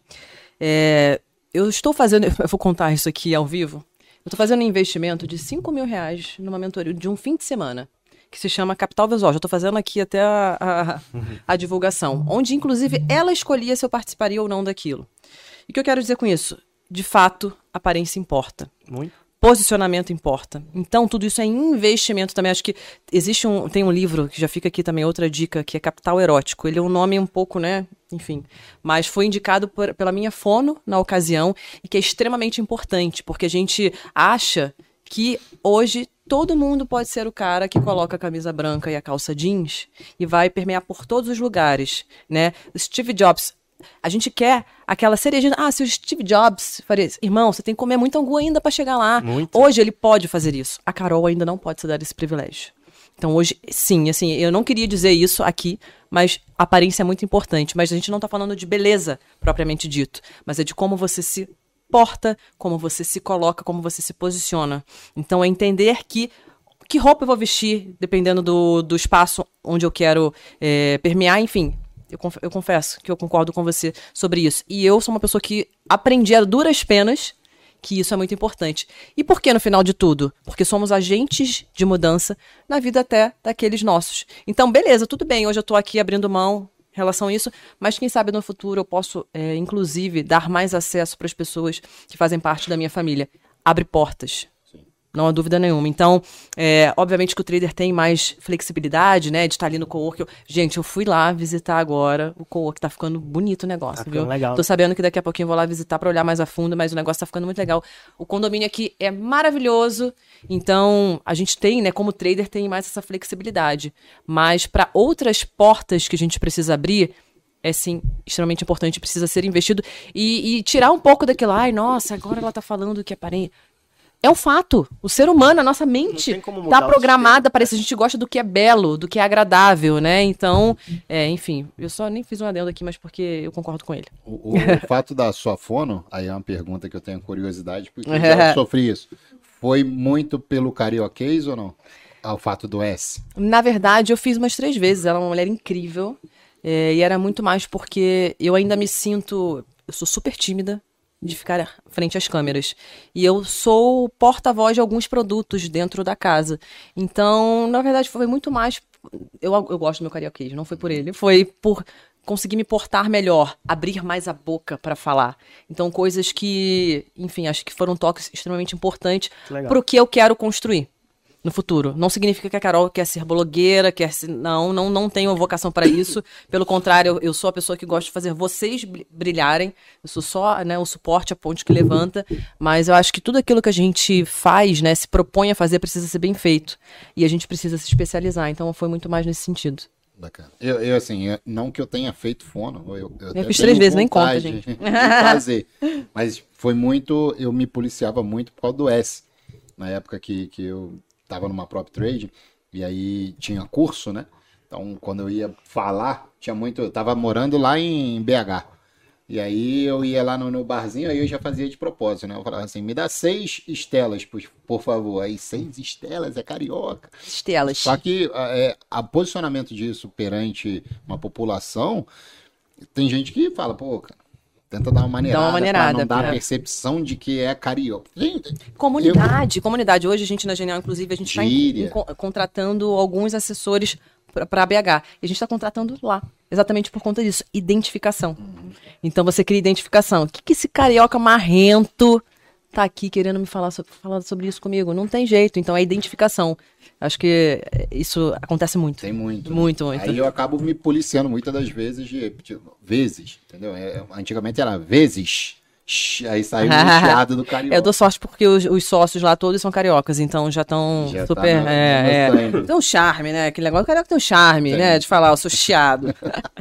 É, eu estou fazendo, eu vou contar isso aqui ao vivo, eu estou fazendo um investimento de cinco mil reais numa mentoria de um fim de semana, que se chama Capital Visual. Já estou fazendo aqui até a, a, a divulgação, onde inclusive ela escolhia se eu participaria ou não daquilo. E o que eu quero dizer com isso? De fato, aparência importa. Muito. Posicionamento importa. Então, tudo isso é investimento também. Acho que existe um, tem um livro, que já fica aqui também outra dica, que é Capital Erótico. Ele é um nome um pouco, né, enfim, mas foi indicado por, pela minha fono na ocasião e que é extremamente importante, porque a gente acha que hoje todo mundo pode ser o cara que coloca a camisa branca e a calça jeans e vai permear por todos os lugares, né? Steve Jobs, a gente quer aquela cerejinha. Ah, se o Steve Jobs faria isso. Irmão, você tem que comer muito angu ainda para chegar lá. Muito. Hoje ele pode fazer isso. A Carol ainda não pode se dar esse privilégio. Então hoje, sim, assim, eu não queria dizer isso aqui, mas a aparência é muito importante. Mas a gente não tá falando de beleza, propriamente dito. Mas é de como você se porta, como você se coloca, como você se posiciona. Então é entender que que roupa eu vou vestir, dependendo do, do espaço onde eu quero é, permear, enfim. Eu, conf eu confesso que eu concordo com você sobre isso. E eu sou uma pessoa que aprendi a duras penas que isso é muito importante. E por que no final de tudo? Porque somos agentes de mudança na vida até daqueles nossos. Então, beleza, tudo bem, hoje eu estou aqui abrindo mão em relação a isso, mas quem sabe no futuro eu posso, é, inclusive, dar mais acesso para as pessoas que fazem parte da minha família. Abre portas. Não há dúvida nenhuma. Então, é, obviamente que o trader tem mais flexibilidade, né? De estar ali no cowork. Eu, gente, eu fui lá visitar agora o cowork. Tá ficando bonito o negócio, Tá viu? legal. Tô sabendo que daqui a pouquinho eu vou lá visitar para olhar mais a fundo, mas o negócio tá ficando muito legal. O condomínio aqui é maravilhoso. Então, a gente tem, né? Como trader, tem mais essa flexibilidade. Mas para outras portas que a gente precisa abrir, é sim extremamente importante, precisa ser investido. E, e tirar um pouco daquilo, ai, nossa, agora ela tá falando que é parente. É um fato. O ser humano, a nossa mente está programada para isso. A gente gosta do que é belo, do que é agradável, né? Então, é, enfim, eu só nem fiz um adendo aqui, mas porque eu concordo com ele. O, o, o fato da sua fono, aí é uma pergunta que eu tenho curiosidade, porque eu já sofri isso. Foi muito pelo carioquês ou não? Ao fato do S? Na verdade, eu fiz umas três vezes. Ela é uma mulher incrível. É, e era muito mais porque eu ainda me sinto... Eu sou super tímida de ficar frente às câmeras. E eu sou porta-voz de alguns produtos dentro da casa. Então, na verdade, foi muito mais... Eu, eu gosto do meu carioquês, não foi por ele. Foi por conseguir me portar melhor, abrir mais a boca para falar. Então, coisas que, enfim, acho que foram toques extremamente importantes para o que eu quero construir no futuro. Não significa que a Carol quer ser blogueira, quer ser... Não, não, não tenho vocação para isso. Pelo contrário, eu, eu sou a pessoa que gosta de fazer vocês brilharem. Eu sou só, né, o suporte, a ponte que levanta. Mas eu acho que tudo aquilo que a gente faz, né, se propõe a fazer, precisa ser bem feito. E a gente precisa se especializar. Então foi muito mais nesse sentido. Bacana. Eu, eu assim, eu, não que eu tenha feito fono. Eu, eu, eu fiz três vezes, nem conta, gente. De fazer. Mas foi muito... Eu me policiava muito por causa do S. Na época que, que eu... Tava numa prop trade, e aí tinha curso, né? Então, quando eu ia falar, tinha muito... Eu tava morando lá em B H. E aí eu ia lá no, no barzinho, aí eu já fazia de propósito, né? Eu falava assim, me dá seis estelas, por, por favor. Aí, seis estelas, é carioca. Estelas. Só que é, a posicionamento disso perante uma população, tem gente que fala, pô, cara, tenta dar uma maneirada, Dá uma maneirada pra não dar é. a percepção de que é carioca. Gente, comunidade, eu... comunidade. Hoje a gente na Genial, inclusive, a gente está contratando alguns assessores para a B H. E a gente está contratando lá, exatamente por conta disso. Identificação. Uhum. Então você cria identificação. O que, que esse carioca marrento tá aqui querendo me falar sobre, falar sobre isso comigo? Não tem jeito. Então é identificação. Acho que isso acontece muito. Tem muito. Muito, muito. Aí eu acabo me policiando muitas das vezes de, de vezes, entendeu? É, antigamente era vezes. Aí saiu o chiado do carioca. Eu dou sorte porque os, os sócios lá todos são cariocas, então já estão super... Tá no, é, é, tem um charme, né? Aquele negócio, o carioca tem um charme, tem. Né? De falar, eu sou chiado.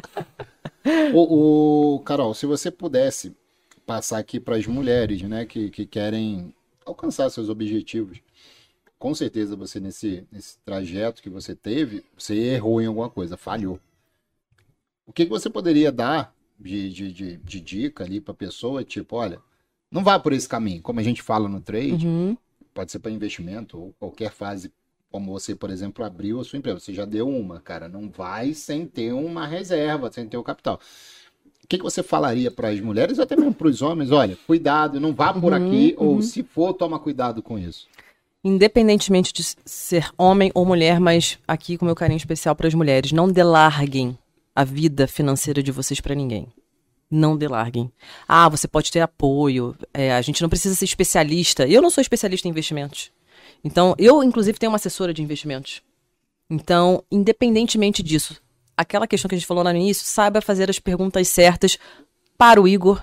o, o, Carol, se você pudesse passar aqui para as mulheres, né, que, que querem alcançar seus objetivos, com certeza você, nesse, nesse trajeto que você teve, você errou em alguma coisa, falhou. O que, que você poderia dar de, de, de, de dica ali para a pessoa? Tipo, olha, não vá por esse caminho. Como a gente fala no trade, uhum. pode ser para investimento ou qualquer fase como você, por exemplo, abriu a sua empresa. Você já deu uma, cara. Não vai sem ter uma reserva, sem ter o capital. O que, que você falaria para as mulheres ou até mesmo para os homens? Olha, cuidado, não vá por Uhum, aqui, uhum. ou se for, toma cuidado com isso. Independentemente de ser homem ou mulher, mas aqui com meu carinho especial para as mulheres, não delarguem a vida financeira de vocês para ninguém. Não delarguem. Ah, você pode ter apoio, é, a gente não precisa ser especialista. Eu não sou especialista em investimentos. Então, eu, inclusive, tenho uma assessora de investimentos. Então, independentemente disso, aquela questão que a gente falou lá no início, saiba fazer as perguntas certas para o Igor.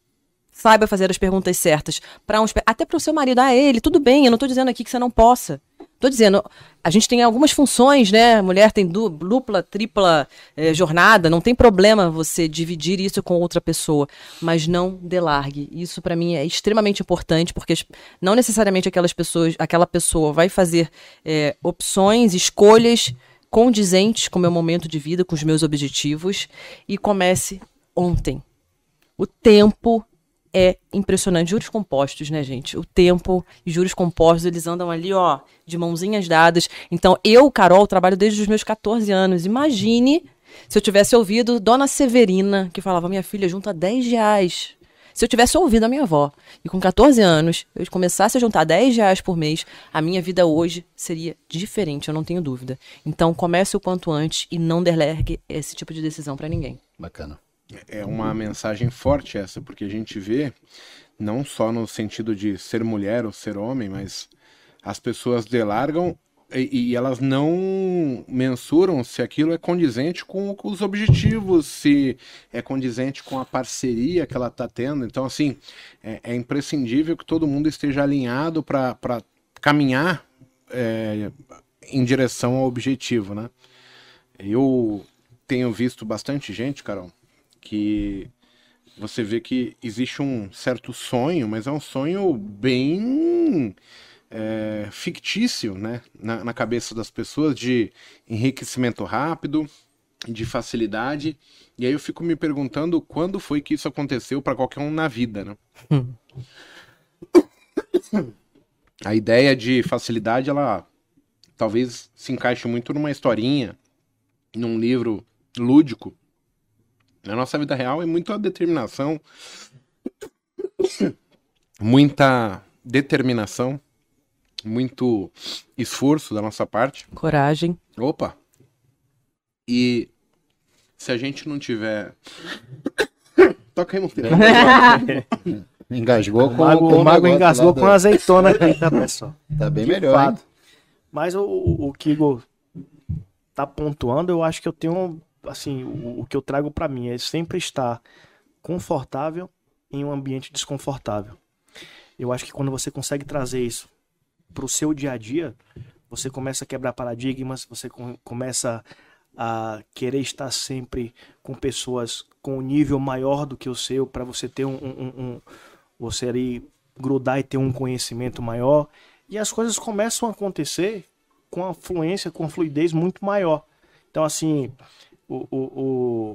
Saiba fazer as perguntas certas. Pra um, até para o seu marido. Ah, ele, tudo bem, eu não estou dizendo aqui que você não possa. Estou dizendo, a gente tem algumas funções, né? A mulher tem du, dupla, tripla eh, jornada. Não tem problema você dividir isso com outra pessoa. Mas não delargue. Isso para mim é extremamente importante, porque não necessariamente aquelas pessoas, aquela pessoa vai fazer eh, opções, escolhas condizentes com o meu momento de vida, com os meus objetivos. E comece ontem. O tempo é impressionante. Juros compostos, né, gente? O tempo e juros compostos, eles andam ali, ó, de mãozinhas dadas. Então, eu, Carol, trabalho desde os meus catorze anos. Imagine se eu tivesse ouvido Dona Severina, que falava, minha filha, junta dez reais. Se eu tivesse ouvido a minha avó, e com catorze anos, eu começasse a juntar dez reais por mês, a minha vida hoje seria diferente, eu não tenho dúvida. Então, comece o quanto antes e não delegue esse tipo de decisão para ninguém. Bacana. É uma mensagem forte essa, porque a gente vê, não só no sentido de ser mulher ou ser homem, mas as pessoas delargam e, e elas não mensuram se aquilo é condizente com, com os objetivos, se é condizente com a parceria que ela está tendo. Então, assim, é, é imprescindível que todo mundo esteja alinhado para caminhar é, em direção ao objetivo, né? Eu tenho visto bastante gente, Carol, que você vê que existe um certo sonho, mas é um sonho bem é, fictício, né? Na, na cabeça das pessoas, de enriquecimento rápido, de facilidade. E aí eu fico me perguntando quando foi que isso aconteceu para qualquer um na vida, né? Hum. A ideia de facilidade, ela talvez se encaixe muito numa historinha, num livro lúdico. Na nossa vida real é muita determinação, muita determinação, muito esforço da nossa parte. Coragem. Opa! E se a gente não tiver... Toca aí, Monteiro. Engasgou O com mago, com o mago negócio engasgou lá do- com azeitona aqui, tá, pessoal? Tá bem De melhor, hein? fato. Mas o, o, o que Igor tá pontuando, eu acho que eu tenho, assim, o, o que eu trago pra mim é sempre estar confortável em um ambiente desconfortável. Eu acho que quando você consegue trazer isso pro seu dia a dia, você começa a quebrar paradigmas, você com- começa a querer estar sempre com pessoas com um nível maior do que o seu, para você ter um, um, um- um- você ali grudar e ter um conhecimento maior, e as coisas começam a acontecer com a fluência, com a fluidez muito maior. Então, assim, o, o, o,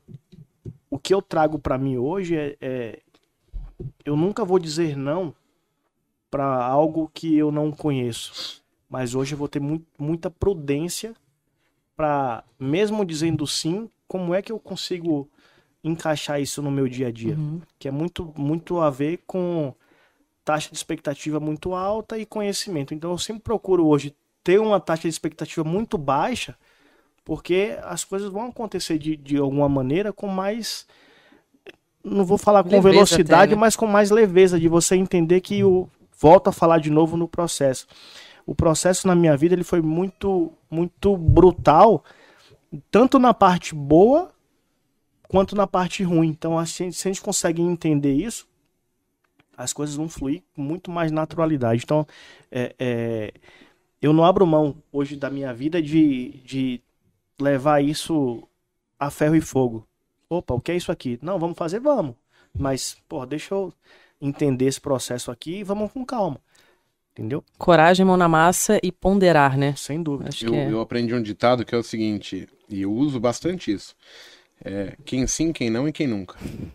o que eu trago para mim hoje é, é eu nunca vou dizer não para algo que eu não conheço, mas hoje eu vou ter muito, muita prudência para, mesmo dizendo sim, como é que eu consigo encaixar isso no meu dia a dia, Uhum. que é muito, muito a ver com taxa de expectativa muito alta e conhecimento. Então eu sempre procuro hoje ter uma taxa de expectativa muito baixa, porque as coisas vão acontecer de, de alguma maneira com mais, não vou falar com Leveza velocidade, até, né? mas com mais leveza, de você entender que o volto a falar de novo no processo. O processo na minha vida ele foi muito, muito brutal, tanto na parte boa quanto na parte ruim. Então, a gente- se a gente consegue entender isso, as coisas vão fluir com muito mais naturalidade. Então, é, é, eu não abro mão hoje da minha vida de, de levar isso a ferro e fogo. Opa, o que é isso aqui? Não, vamos fazer, vamos. Mas, pô, deixa eu entender esse processo aqui e vamos com calma. Entendeu? Coragem, mão na massa e ponderar, né? Sem dúvida. Acho Eu, que é. eu aprendi um ditado que é o seguinte, e eu uso bastante isso. É, quem sim, quem não e quem nunca.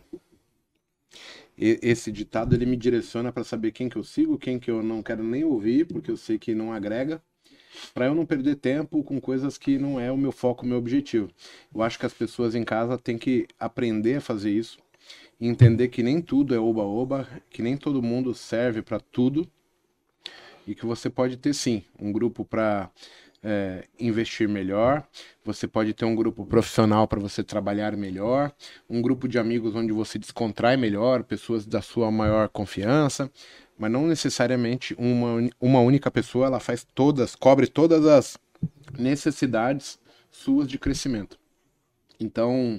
E- esse ditado ele me direciona para saber quem que eu sigo, quem que eu não quero nem ouvir, porque eu sei que não agrega, para eu não perder tempo com coisas que não é o meu foco, o meu objetivo. Eu acho que as pessoas em casa têm que aprender a fazer isso, e entender que nem tudo é oba-oba, que nem todo mundo serve para tudo, e que você pode ter sim um grupo para é, investir melhor, você pode ter um grupo profissional para você trabalhar melhor, um grupo de amigos onde você descontrai melhor, pessoas da sua maior confiança, mas não necessariamente uma, uma única pessoa ela faz todas, cobre todas as necessidades suas de crescimento. Então,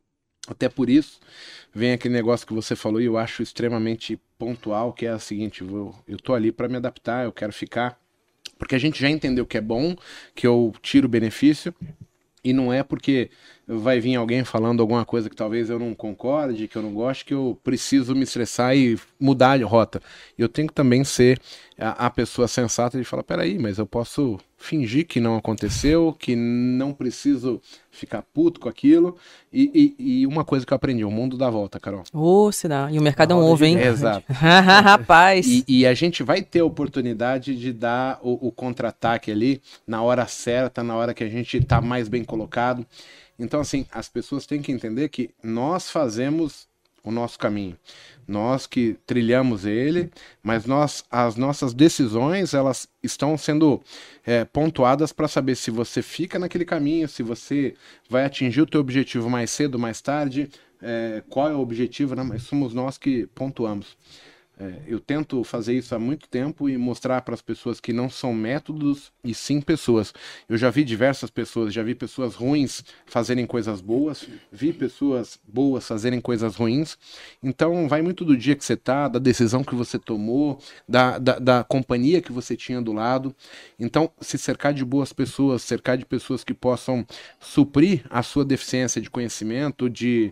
até por isso, vem aquele negócio que você falou e eu acho extremamente pontual, que é o seguinte, eu, eu tô ali para me adaptar, eu quero ficar, porque a gente já entendeu que é bom, que eu tiro benefício, e não é porque vai vir alguém falando alguma coisa que talvez eu não concorde, que eu não goste, que eu preciso me estressar e mudar de rota. Eu tenho que também ser a, a pessoa sensata de falar, peraí, mas eu posso fingir que não aconteceu, que não preciso ficar puto com aquilo. E, e, e uma coisa que eu aprendi, o mundo dá volta, Carol. Ô, oh, se dá. E o mercado é um ovo, hein? Exato. Rapaz. E, e a gente vai ter a oportunidade de dar o, o contra-ataque ali na hora certa, na hora que a gente tá mais bem colocado. Então, assim, as pessoas têm que entender que nós fazemos o nosso caminho. Nós que trilhamos ele, mas nós, as nossas decisões, elas estão sendo é, pontuadas para saber se você fica naquele caminho, se você vai atingir o teu objetivo mais cedo, mais tarde, é, qual é o objetivo, né? Mas somos nós que pontuamos. É, eu tento fazer isso há muito tempo e mostrar para as pessoas que não são métodos e sim pessoas. Eu já vi diversas pessoas, já vi pessoas ruins fazerem coisas boas, vi pessoas boas fazerem coisas ruins. Então vai muito do dia que você tá, da decisão que você tomou, da, da, da companhia que você tinha do lado. Então se cercar de boas pessoas, cercar de pessoas que possam suprir a sua deficiência de conhecimento, de...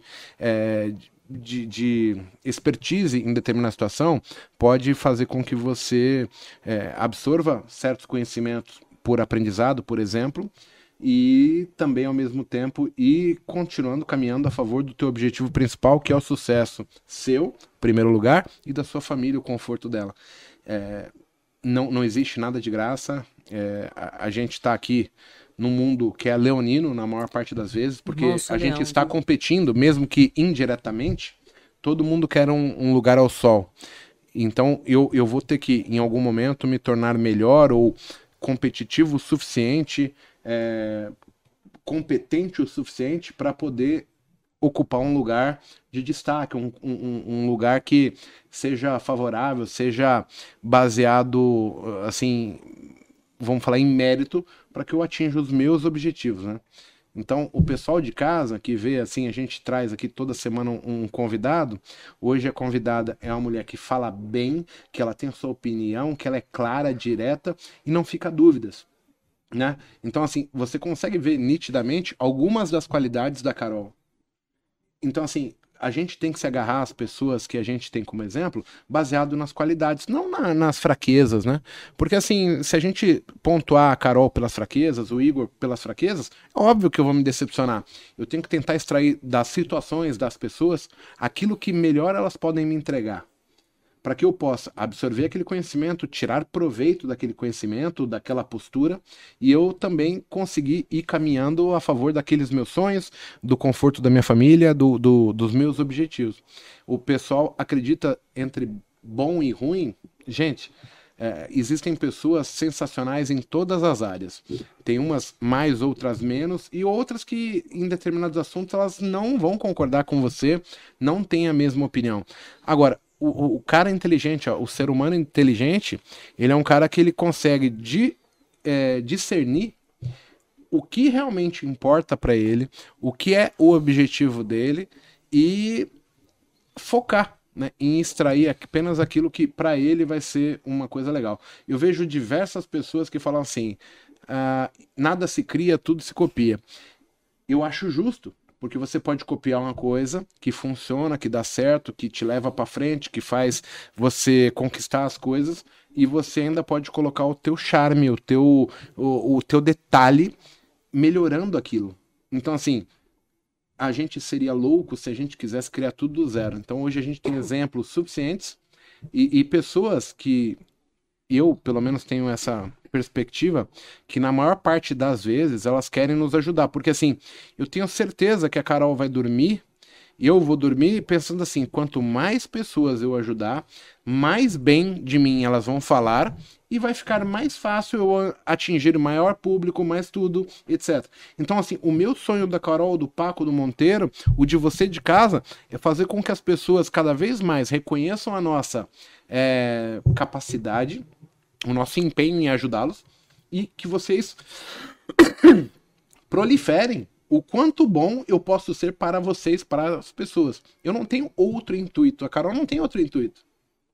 É, De, de expertise em determinada situação, pode fazer com que você é, absorva certos conhecimentos por aprendizado, por exemplo, e também ao mesmo tempo ir continuando caminhando a favor do teu objetivo principal, que é o sucesso seu, em primeiro lugar, e da sua família, o conforto dela. É, não, não existe nada de graça, é, a, a gente está aqui num mundo que é leonino na maior parte das vezes, porque Nossa, a gente leão, está viu? competindo, mesmo que indiretamente, todo mundo quer um, um lugar ao sol. Então eu, eu vou ter que, em algum momento, me tornar melhor ou competitivo o suficiente, é, competente o suficiente para poder ocupar um lugar de destaque, um, um, um lugar que seja favorável, seja baseado, assim... vamos falar em mérito, para que eu atinja os meus objetivos, né? Então, o pessoal de casa que vê, assim, a gente traz aqui toda semana um, um convidado, hoje a convidada é uma mulher que fala bem, que ela tem a sua opinião, que ela é clara, direta e não fica dúvidas, né? Então, assim, você consegue ver nitidamente algumas das qualidades da Carol. Então, assim, a gente tem que se agarrar às pessoas que a gente tem como exemplo, baseado nas qualidades, não na, nas fraquezas, né? Porque assim, se a gente pontuar a Carol pelas fraquezas, o Igor pelas fraquezas, é óbvio que eu vou me decepcionar. Eu tenho que tentar extrair das situações, das pessoas, aquilo que melhor elas podem me entregar. Para que eu possa absorver aquele conhecimento, tirar proveito daquele conhecimento, daquela postura, e eu também conseguir ir caminhando a favor daqueles meus sonhos, do conforto da minha família, do, do, dos meus objetivos. O pessoal acredita entre bom e ruim. Gente, é, existem pessoas sensacionais em todas as áreas. Tem umas mais, outras menos, e outras que em determinados assuntos elas não vão concordar com você, não têm a mesma opinião. Agora, O, o cara inteligente, ó, o ser humano inteligente, ele é um cara que ele consegue di, é, discernir o que realmente importa para ele, o que é o objetivo dele e focar, né, em extrair apenas aquilo que para ele vai ser uma coisa legal. Eu vejo diversas pessoas que falam assim, ah, nada se cria, tudo se copia. Eu acho justo. Porque você pode copiar uma coisa que funciona, que dá certo, que te leva para frente, que faz você conquistar as coisas, e você ainda pode colocar o teu charme, o teu, o, o teu detalhe melhorando aquilo. Então, assim, a gente seria louco se a gente quisesse criar tudo do zero. Então, hoje a gente tem exemplos suficientes e, e pessoas que eu, pelo menos, tenho essa perspectiva que na maior parte das vezes elas querem nos ajudar. Porque assim, eu tenho certeza que a Carol vai dormir, eu vou dormir pensando assim, quanto mais pessoas eu ajudar, mais bem de mim elas vão falar e vai ficar mais fácil eu atingir maior público, mais tudo, etcétera. Então assim, o meu sonho da Carol, do Paco, do Monteiro, o de você de casa, é fazer com que as pessoas cada vez mais reconheçam a nossa é, capacidade, o nosso empenho em ajudá-los e que vocês proliferem o quanto bom eu posso ser para vocês, para as pessoas. Eu não tenho outro intuito, a Carol não tem outro intuito.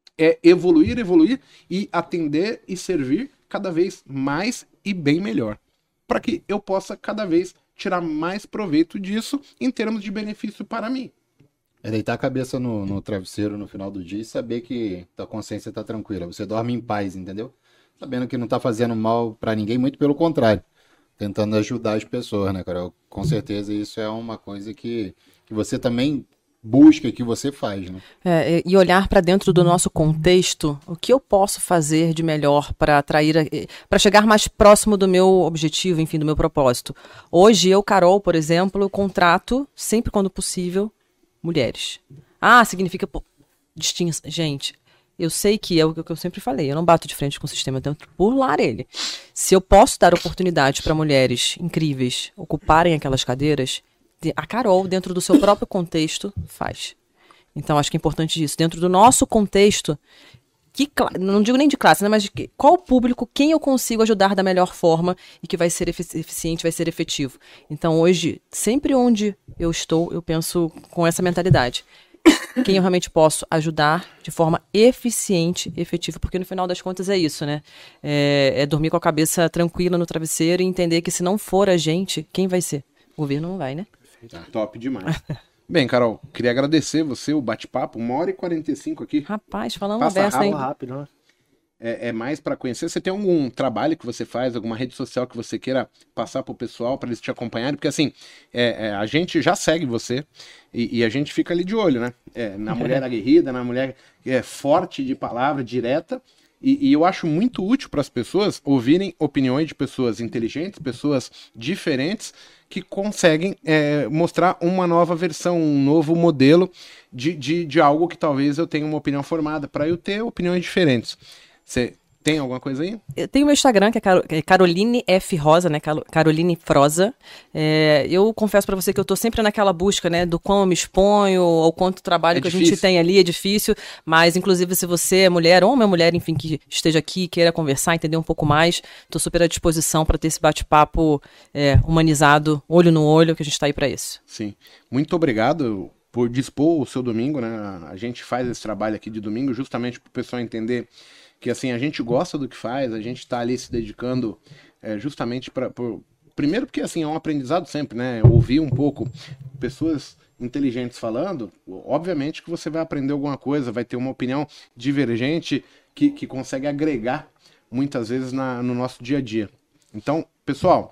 É evoluir, evoluir e atender e servir cada vez mais e bem melhor. Para que eu possa cada vez tirar mais proveito disso em termos de benefício para mim. É deitar a cabeça no, no travesseiro no final do dia e saber que tua consciência tá tranquila. Você dorme em paz, entendeu? Sabendo que não tá fazendo mal para ninguém, muito pelo contrário. Tentando ajudar as pessoas, né, cara? Com certeza isso é uma coisa que, que você também busca, que você faz, né? É, e olhar para dentro do nosso contexto, o que eu posso fazer de melhor para atrair, para chegar mais próximo do meu objetivo, enfim, do meu propósito. Hoje eu, Carol, por exemplo, eu contrato, sempre quando possível, mulheres. Ah, significa pô, distinção. Gente, eu sei que é o que eu sempre falei, eu não bato de frente com o sistema, eu tento burlar ele. Se eu posso dar oportunidade para mulheres incríveis ocuparem aquelas cadeiras, a Carol, dentro do seu próprio contexto, faz. Então, acho que é importante isso. Dentro do nosso contexto, que, não digo nem de classe, né, mas de que, qual o público, quem eu consigo ajudar da melhor forma e que vai ser eficiente, vai ser efetivo. Então, hoje, sempre onde eu estou, eu penso com essa mentalidade. Quem eu realmente posso ajudar de forma eficiente, efetiva, porque no final das contas é isso, né? É, é dormir com a cabeça tranquila no travesseiro e entender que se não for a gente, quem vai ser? O governo não vai, né? Tá, top demais. Bem, Carol, queria agradecer você, o bate-papo, uma hora e quarenta e cinco aqui. Rapaz, falando Passa uma dessa, hein? Rápido, né? É, é mais para conhecer. Você tem algum trabalho que você faz, alguma rede social que você queira passar pro pessoal para eles te acompanharem? Porque assim, é, é, a gente já segue você e, e a gente fica ali de olho, né? É, na mulher aguerrida, na mulher que é forte de palavra, direta. E, e eu acho muito útil para as pessoas ouvirem opiniões de pessoas inteligentes, pessoas diferentes, que conseguem é, mostrar uma nova versão, um novo modelo de, de, de algo que talvez eu tenha uma opinião formada, para eu ter opiniões diferentes. Você tem alguma coisa aí? Eu tenho meu Instagram, que é, Caro, é Caroline F. Rosa, né? Caroline Froza. É, eu confesso pra você que eu tô sempre naquela busca, né? Do quão eu me exponho, ou quanto trabalho É que difícil. a gente tem ali, é difícil. Mas, inclusive, se você é mulher, ou uma mulher, enfim, que esteja aqui, queira conversar, entender um pouco mais, tô super à disposição para ter esse bate-papo é, humanizado, olho no olho, que a gente tá aí pra isso. Sim. Muito obrigado por dispor o seu domingo, né? A gente faz esse trabalho aqui de domingo justamente pro pessoal entender que assim, a gente gosta do que faz, a gente tá ali se dedicando é, justamente para... Primeiro porque assim, é um aprendizado sempre, né? Ouvir um pouco pessoas inteligentes falando, obviamente que você vai aprender alguma coisa, vai ter uma opinião divergente que, que consegue agregar muitas vezes na, no nosso dia a dia. Então, pessoal,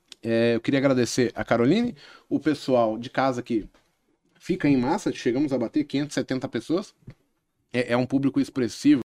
é, eu queria agradecer a Caroline, o pessoal de casa que fica em massa, chegamos a bater quinhentas e setenta pessoas, é, é um público expressivo.